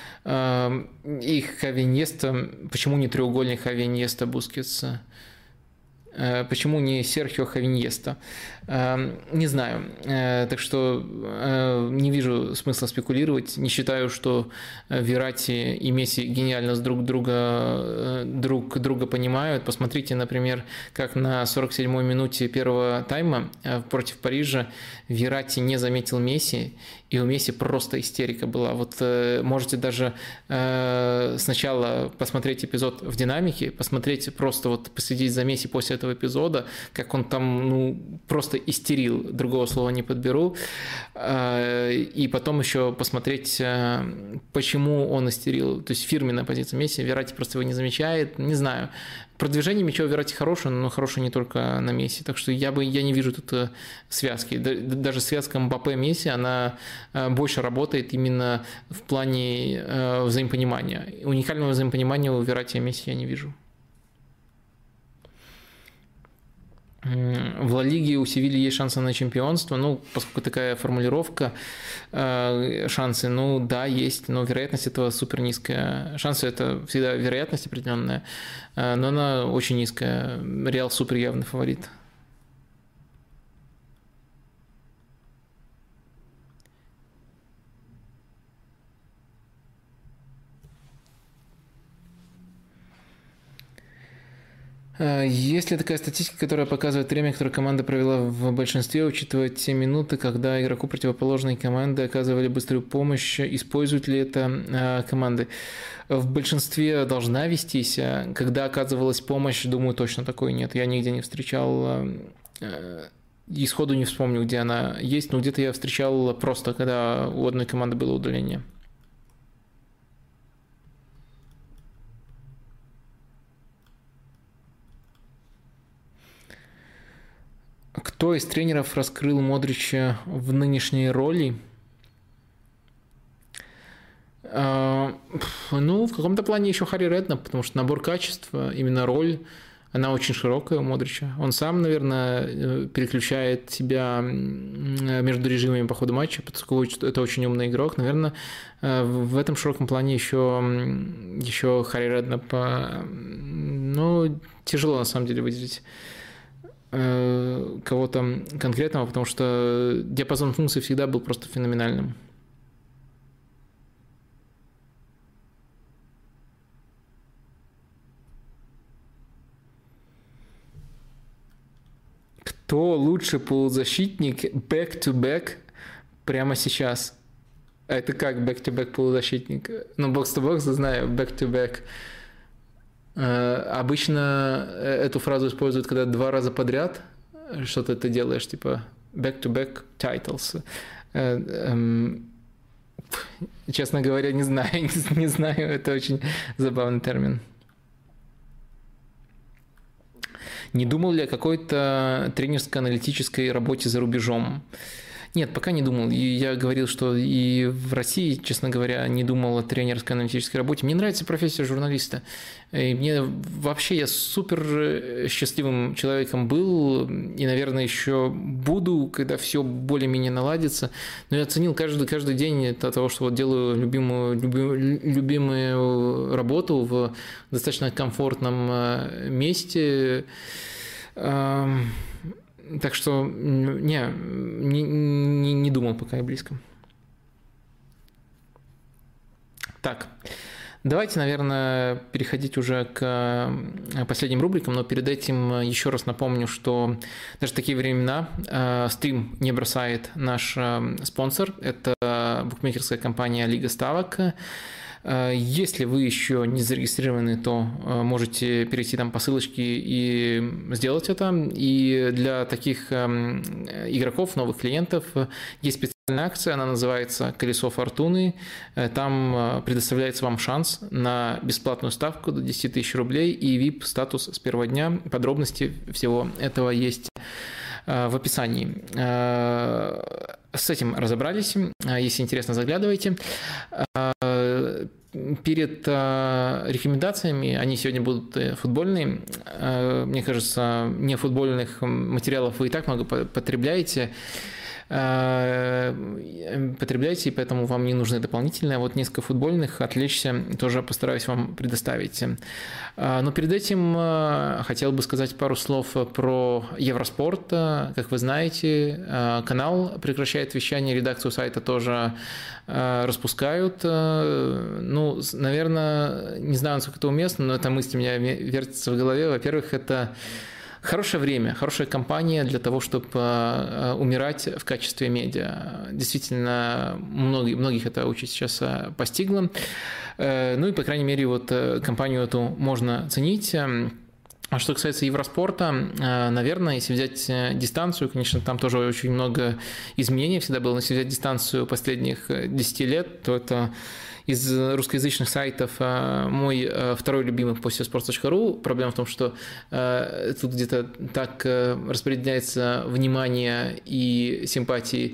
И Хави Иньеста, почему не треугольник Хави Иньеста Бускетс? Почему не Серхио Хавиньеста? Не знаю. Так что не вижу смысла спекулировать. Не считаю, что Верratti и Месси гениально друг друга, друг друга понимают. Посмотрите, например, как на сорок седьмой минуте первого тайма против Парижа Верratti не заметил Месси, и у Месси просто истерика была. Вот можете даже сначала посмотреть эпизод в динамике, посмотреть, просто вот последить за Месси после этого этого эпизода, как он там, ну, просто истерил, другого слова не подберу, и потом еще посмотреть, почему он истерил, то есть фирменная позиция Месси, Верати просто его не замечает, не знаю. Продвижение мяча у Верати хорошее, но хорошее не только на Месси, так что я бы я не вижу тут связки. Даже связка Мбаппе-Месси, она больше работает именно в плане взаимопонимания. Уникального взаимопонимания у Верати и Месси я не вижу. В Ла Лиге у Севильи есть шансы на чемпионство, ну, поскольку такая формулировка, э, шансы, ну, да, есть, но вероятность этого супер низкая. Шансы – это всегда вероятность определенная, э, но она очень низкая. Реал супер явный фаворит. Есть ли такая статистика, которая показывает время, которое команда провела в большинстве, учитывая те минуты, когда игроку противоположной команды оказывали быструю помощь? Используют ли это команды? В большинстве должна вестись. Когда оказывалась помощь, думаю, точно такой нет. Я нигде не встречал, и сходу не вспомню, где она есть, но где-то я встречал просто, когда у одной команды было удаление. Кто из тренеров раскрыл Модрича в нынешней роли? Ну, в каком-то плане еще Харри Реднап, потому что набор качеств, именно роль, она очень широкая у Модрича. Он сам, наверное, переключает себя между режимами по ходу матча, поскольку это очень умный игрок. Наверное, в этом широком плане еще, еще Харри Реднап. Ну, тяжело на самом деле выделить кого-то конкретного, потому что диапазон функций всегда был просто феноменальным. Кто лучше полузащитник back-to-back прямо сейчас? Это как back-to-back полузащитник? Ну, бокс-то-бокс, знаю, back-to-back. Обычно эту фразу используют, когда два раза подряд что-то ты делаешь, типа back-to-back titles. Честно говоря, не знаю, не знаю, это очень забавный термин. Не думал ли о какой-то тренерско-аналитической работе за рубежом? Нет, пока не думал. И я говорил, что и в России, честно говоря, не думал о тренерской аналитической работе. Мне нравится профессия журналиста. И мне вообще, я супер счастливым человеком был, и, наверное, еще буду, когда все более-менее наладится. Но я оценил каждый, каждый день от того, что вот делаю любимую, любимую, любимую работу в достаточно комфортном месте. Так что не, не, не, не думал пока и близко. Так, давайте, наверное, переходить уже к последним рубрикам, но перед этим еще раз напомню, что даже в такие времена стрим не бросает наш спонсор. Это букмекерская компания Лига Ставок. Если вы еще не зарегистрированы, то можете перейти там по ссылочке и сделать это. И для таких игроков, новых клиентов, есть специальная акция, она называется «Колесо фортуны». Там предоставляется вам шанс на бесплатную ставку до десять тысяч рублей и ви ай пи-статус с первого дня. Подробности всего этого есть в описании. С этим разобрались. Если интересно, заглядывайте. Перед рекомендациями, они сегодня будут футбольные. Мне кажется, не футбольных материалов вы и так много потребляете. потребляете, и поэтому вам не нужны дополнительные. Вот несколько футбольных, отвлечься, тоже постараюсь вам предоставить. Но перед этим хотел бы сказать пару слов про Евроспорт. Как вы знаете, канал прекращает вещание, редакцию сайта тоже распускают. Ну, наверное, не знаю, насколько это уместно, но эта мысль у меня вертится в голове. Во-первых, это хорошее время, хорошая компания для того, чтобы умирать в качестве медиа. Действительно, многих, многих эта участь сейчас постигла. Ну и, по крайней мере, вот компанию эту можно ценить. А что касается Евроспорта, наверное, если взять дистанцию, конечно, там тоже очень много изменений всегда было, но если взять дистанцию последних десяти лет, то это из русскоязычных сайтов мой второй любимый после sports точка ру. Проблема в том, что тут где-то так распределяется внимание и симпатии,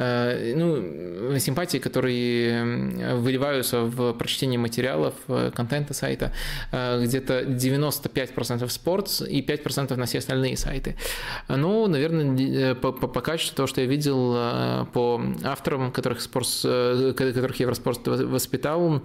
ну, симпатии, которые выливаются в прочтение материалов, контента сайта, где-то девяносто пять процентов Sports и пять процентов на все остальные сайты. Ну, наверное, по, по, по качеству того, что я видел по авторам, которых, Sports, которых Евроспорт воспитал,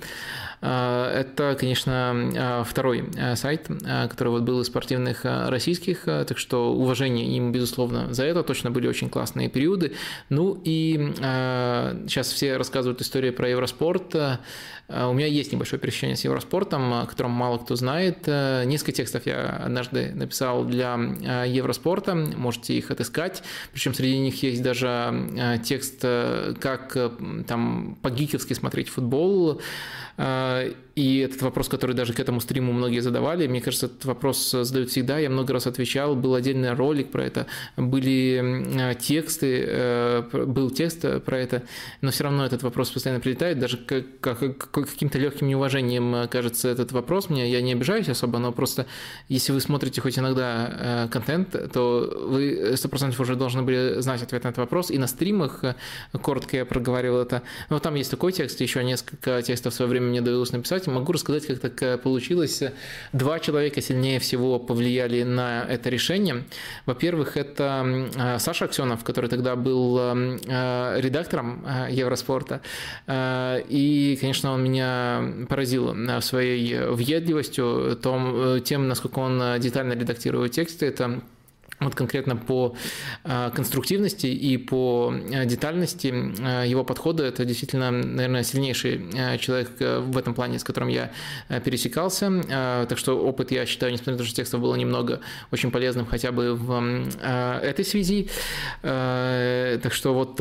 это, конечно, второй сайт, который вот был из спортивных российских, так что уважение им, безусловно, за это. Точно были очень классные периоды. Ну и сейчас все рассказывают истории про Евроспорт. У меня есть небольшое пересечение с Евроспортом, о котором мало кто знает. Несколько текстов я однажды написал для Евроспорта, можете их отыскать. Причем среди них есть даже текст, как там по-гиковски смотреть футбол. И этот вопрос, который даже к этому стриму многие задавали, мне кажется, этот вопрос задают всегда, я много раз отвечал, был отдельный ролик про это, были тексты, был текст про это, но все равно этот вопрос постоянно прилетает, даже как, как, каким-то легким неуважением кажется этот вопрос мне, я не обижаюсь особо, но просто если вы смотрите хоть иногда контент, то вы сто процентов уже должны были знать ответ на этот вопрос, и на стримах коротко я проговаривал это, но там есть такой текст, еще несколько текстов в свое время мне довелось написать. Могу рассказать, как так получилось. Два человека сильнее всего повлияли на это решение. Во-первых, это Саша Аксенов, который тогда был редактором Евроспорта. И, конечно, он меня поразил своей въедливостью, тем, насколько он детально редактирует тексты. Это вот конкретно по конструктивности и по детальности его подхода это действительно, наверное, сильнейший человек в этом плане, с которым я пересекался. Так что опыт, я считаю, несмотря на то, что текстов было немного, очень полезным хотя бы в этой связи. Так что вот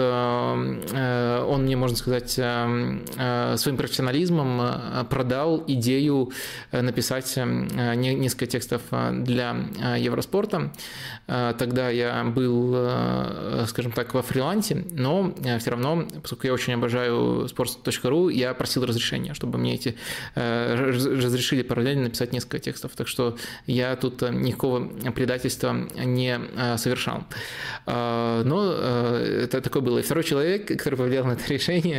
он мне, можно сказать, своим профессионализмом продал идею написать несколько текстов для Евроспорта. Тогда я был, скажем так, во фрилансе, но все равно, поскольку я очень обожаю sports точка ру, я просил разрешения, чтобы мне эти разрешили параллельно написать несколько текстов. Так что я тут никакого предательства не совершал. Но это такое было. И второй человек, который повлиял на это решение,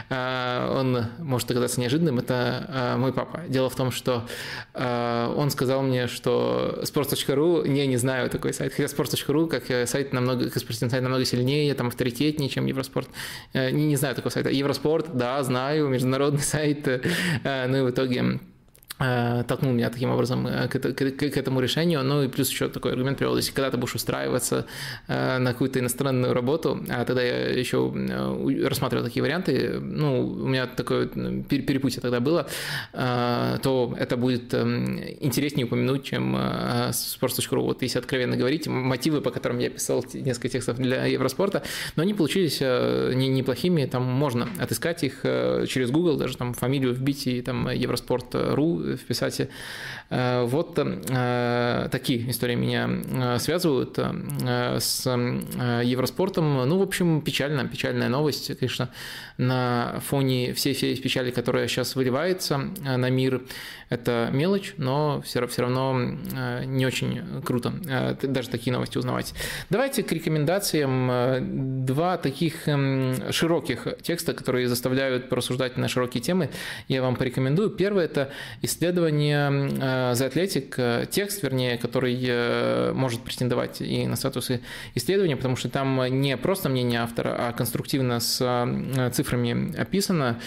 он может оказаться неожиданным, это мой папа. Дело в том, что он сказал мне, что sports точка ру, не, не знаю такой сайт, хотя sports точка ру как сайт намного, как спортивный сайт намного сильнее, там авторитетнее, чем Евроспорт. Не, не знаю такого сайта. Евроспорт, да, знаю, международный сайт, ну и в итоге толкнул меня таким образом к, к, к этому решению. Ну и плюс еще такой аргумент привел, если когда ты будешь устраиваться на какую-то иностранную работу, а тогда я еще рассматривал такие варианты, ну, у меня такое перепутье тогда было, то это будет интереснее упомянуть, чем sports точка ру. Вот если откровенно говорить, мотивы, по которым я писал несколько текстов для Евроспорта, но они получились неплохими, там можно отыскать их через Google, даже там фамилию вбить и там Евроспорт точка ру вписать. Вот такие истории меня связывают с Евроспортом. Ну, в общем, печально, печальная новость, конечно, на фоне всей всей печали, которая сейчас выливается на мир. Это мелочь, но все, все равно не очень круто даже такие новости узнавать. Давайте к рекомендациям. Два таких широких текста, которые заставляют порассуждать на широкие темы, я вам порекомендую. Первое – это исследование The Athletic, текст, вернее, который может претендовать и на статусы исследования, потому что там не просто мнение автора, а конструктивно с цифрами описано.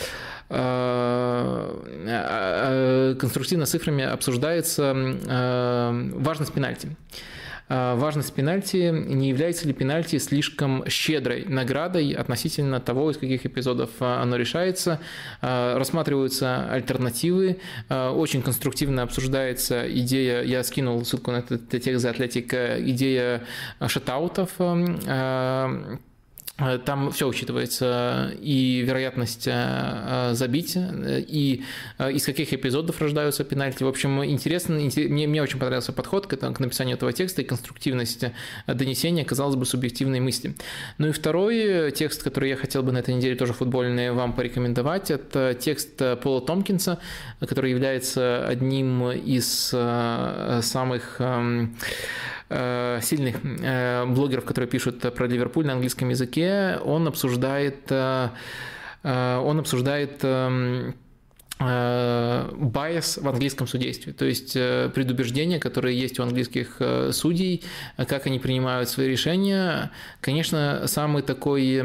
Конструктивно с цифрами обсуждается важность пенальти. Важность пенальти, не является ли пенальти слишком щедрой наградой относительно того, из каких эпизодов оно решается. Рассматриваются альтернативы, очень конструктивно обсуждается идея, я скинул ссылку на этот текст за Атлетик, идея шатаутов, Там все учитывается, и вероятность забить, и из каких эпизодов рождаются пенальти. В общем, интересно, мне, мне очень понравился подход к, к написанию этого текста и конструктивность донесения, казалось бы, субъективной мысли. Ну и второй текст, который я хотел бы на этой неделе тоже футбольный вам порекомендовать, это текст Пола Томпкинса, который является одним из самых сильных блогеров, которые пишут про Ливерпуль на английском языке. Он обсуждает, он обсуждает байс в английском судействе, то есть предубеждения, которые есть у английских судей, как они принимают свои решения. Конечно, самый такой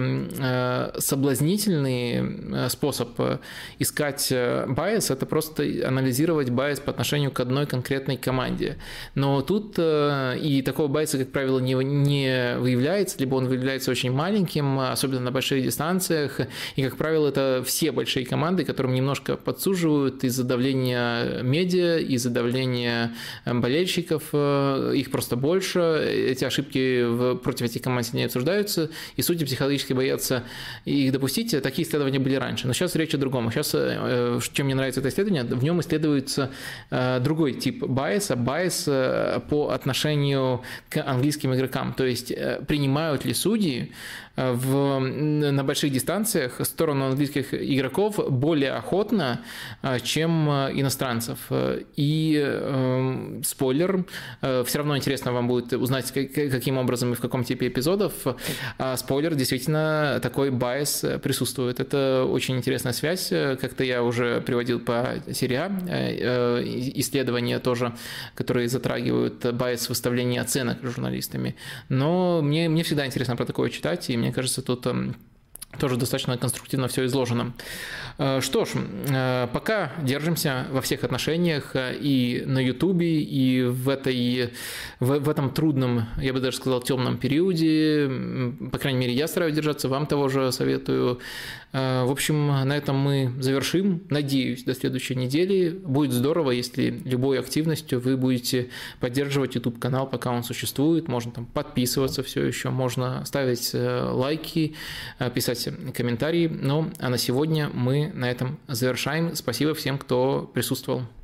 соблазнительный способ искать байс – это просто анализировать байс по отношению к одной конкретной команде. Но тут и такого байса, как правило, не, не выявляется, либо он выявляется очень маленьким, особенно на больших дистанциях, и, как правило, это все большие команды, которым немножко подсуживают из-за давления медиа, из-за давления болельщиков, их просто больше, эти ошибки против этих команд не обсуждаются, и судьи психологически боятся их допустить. Такие исследования были раньше, но сейчас речь о другом. Сейчас, чем мне нравится это исследование, в нем исследуется другой тип байса, байс по отношению к английским игрокам, то есть принимают ли судьи в, на больших дистанциях сторону английских игроков более охотно, чем иностранцев. И э, спойлер, э, все равно интересно вам будет узнать, как, каким образом и в каком типе эпизодов. А спойлер, действительно, такой байс присутствует. Это очень интересная связь. Как-то я уже приводил по серии А э, исследования тоже, которые затрагивают байс выставления оценок журналистами. Но мне, мне всегда интересно про такое читать, и мне кажется, тут тоже достаточно конструктивно все изложено. Что ж, пока держимся во всех отношениях и на Ютубе, и в, этой, в, в этом трудном, я бы даже сказал, темном периоде. По крайней мере, я стараюсь держаться, вам того же советую. В общем, на этом мы завершим. Надеюсь, до следующей недели. Будет здорово, если любой активностью вы будете поддерживать YouTube-канал, пока он существует. Можно там подписываться все еще, можно ставить лайки, писать комментарии. Ну, а на сегодня мы на этом завершаем. Спасибо всем, кто присутствовал.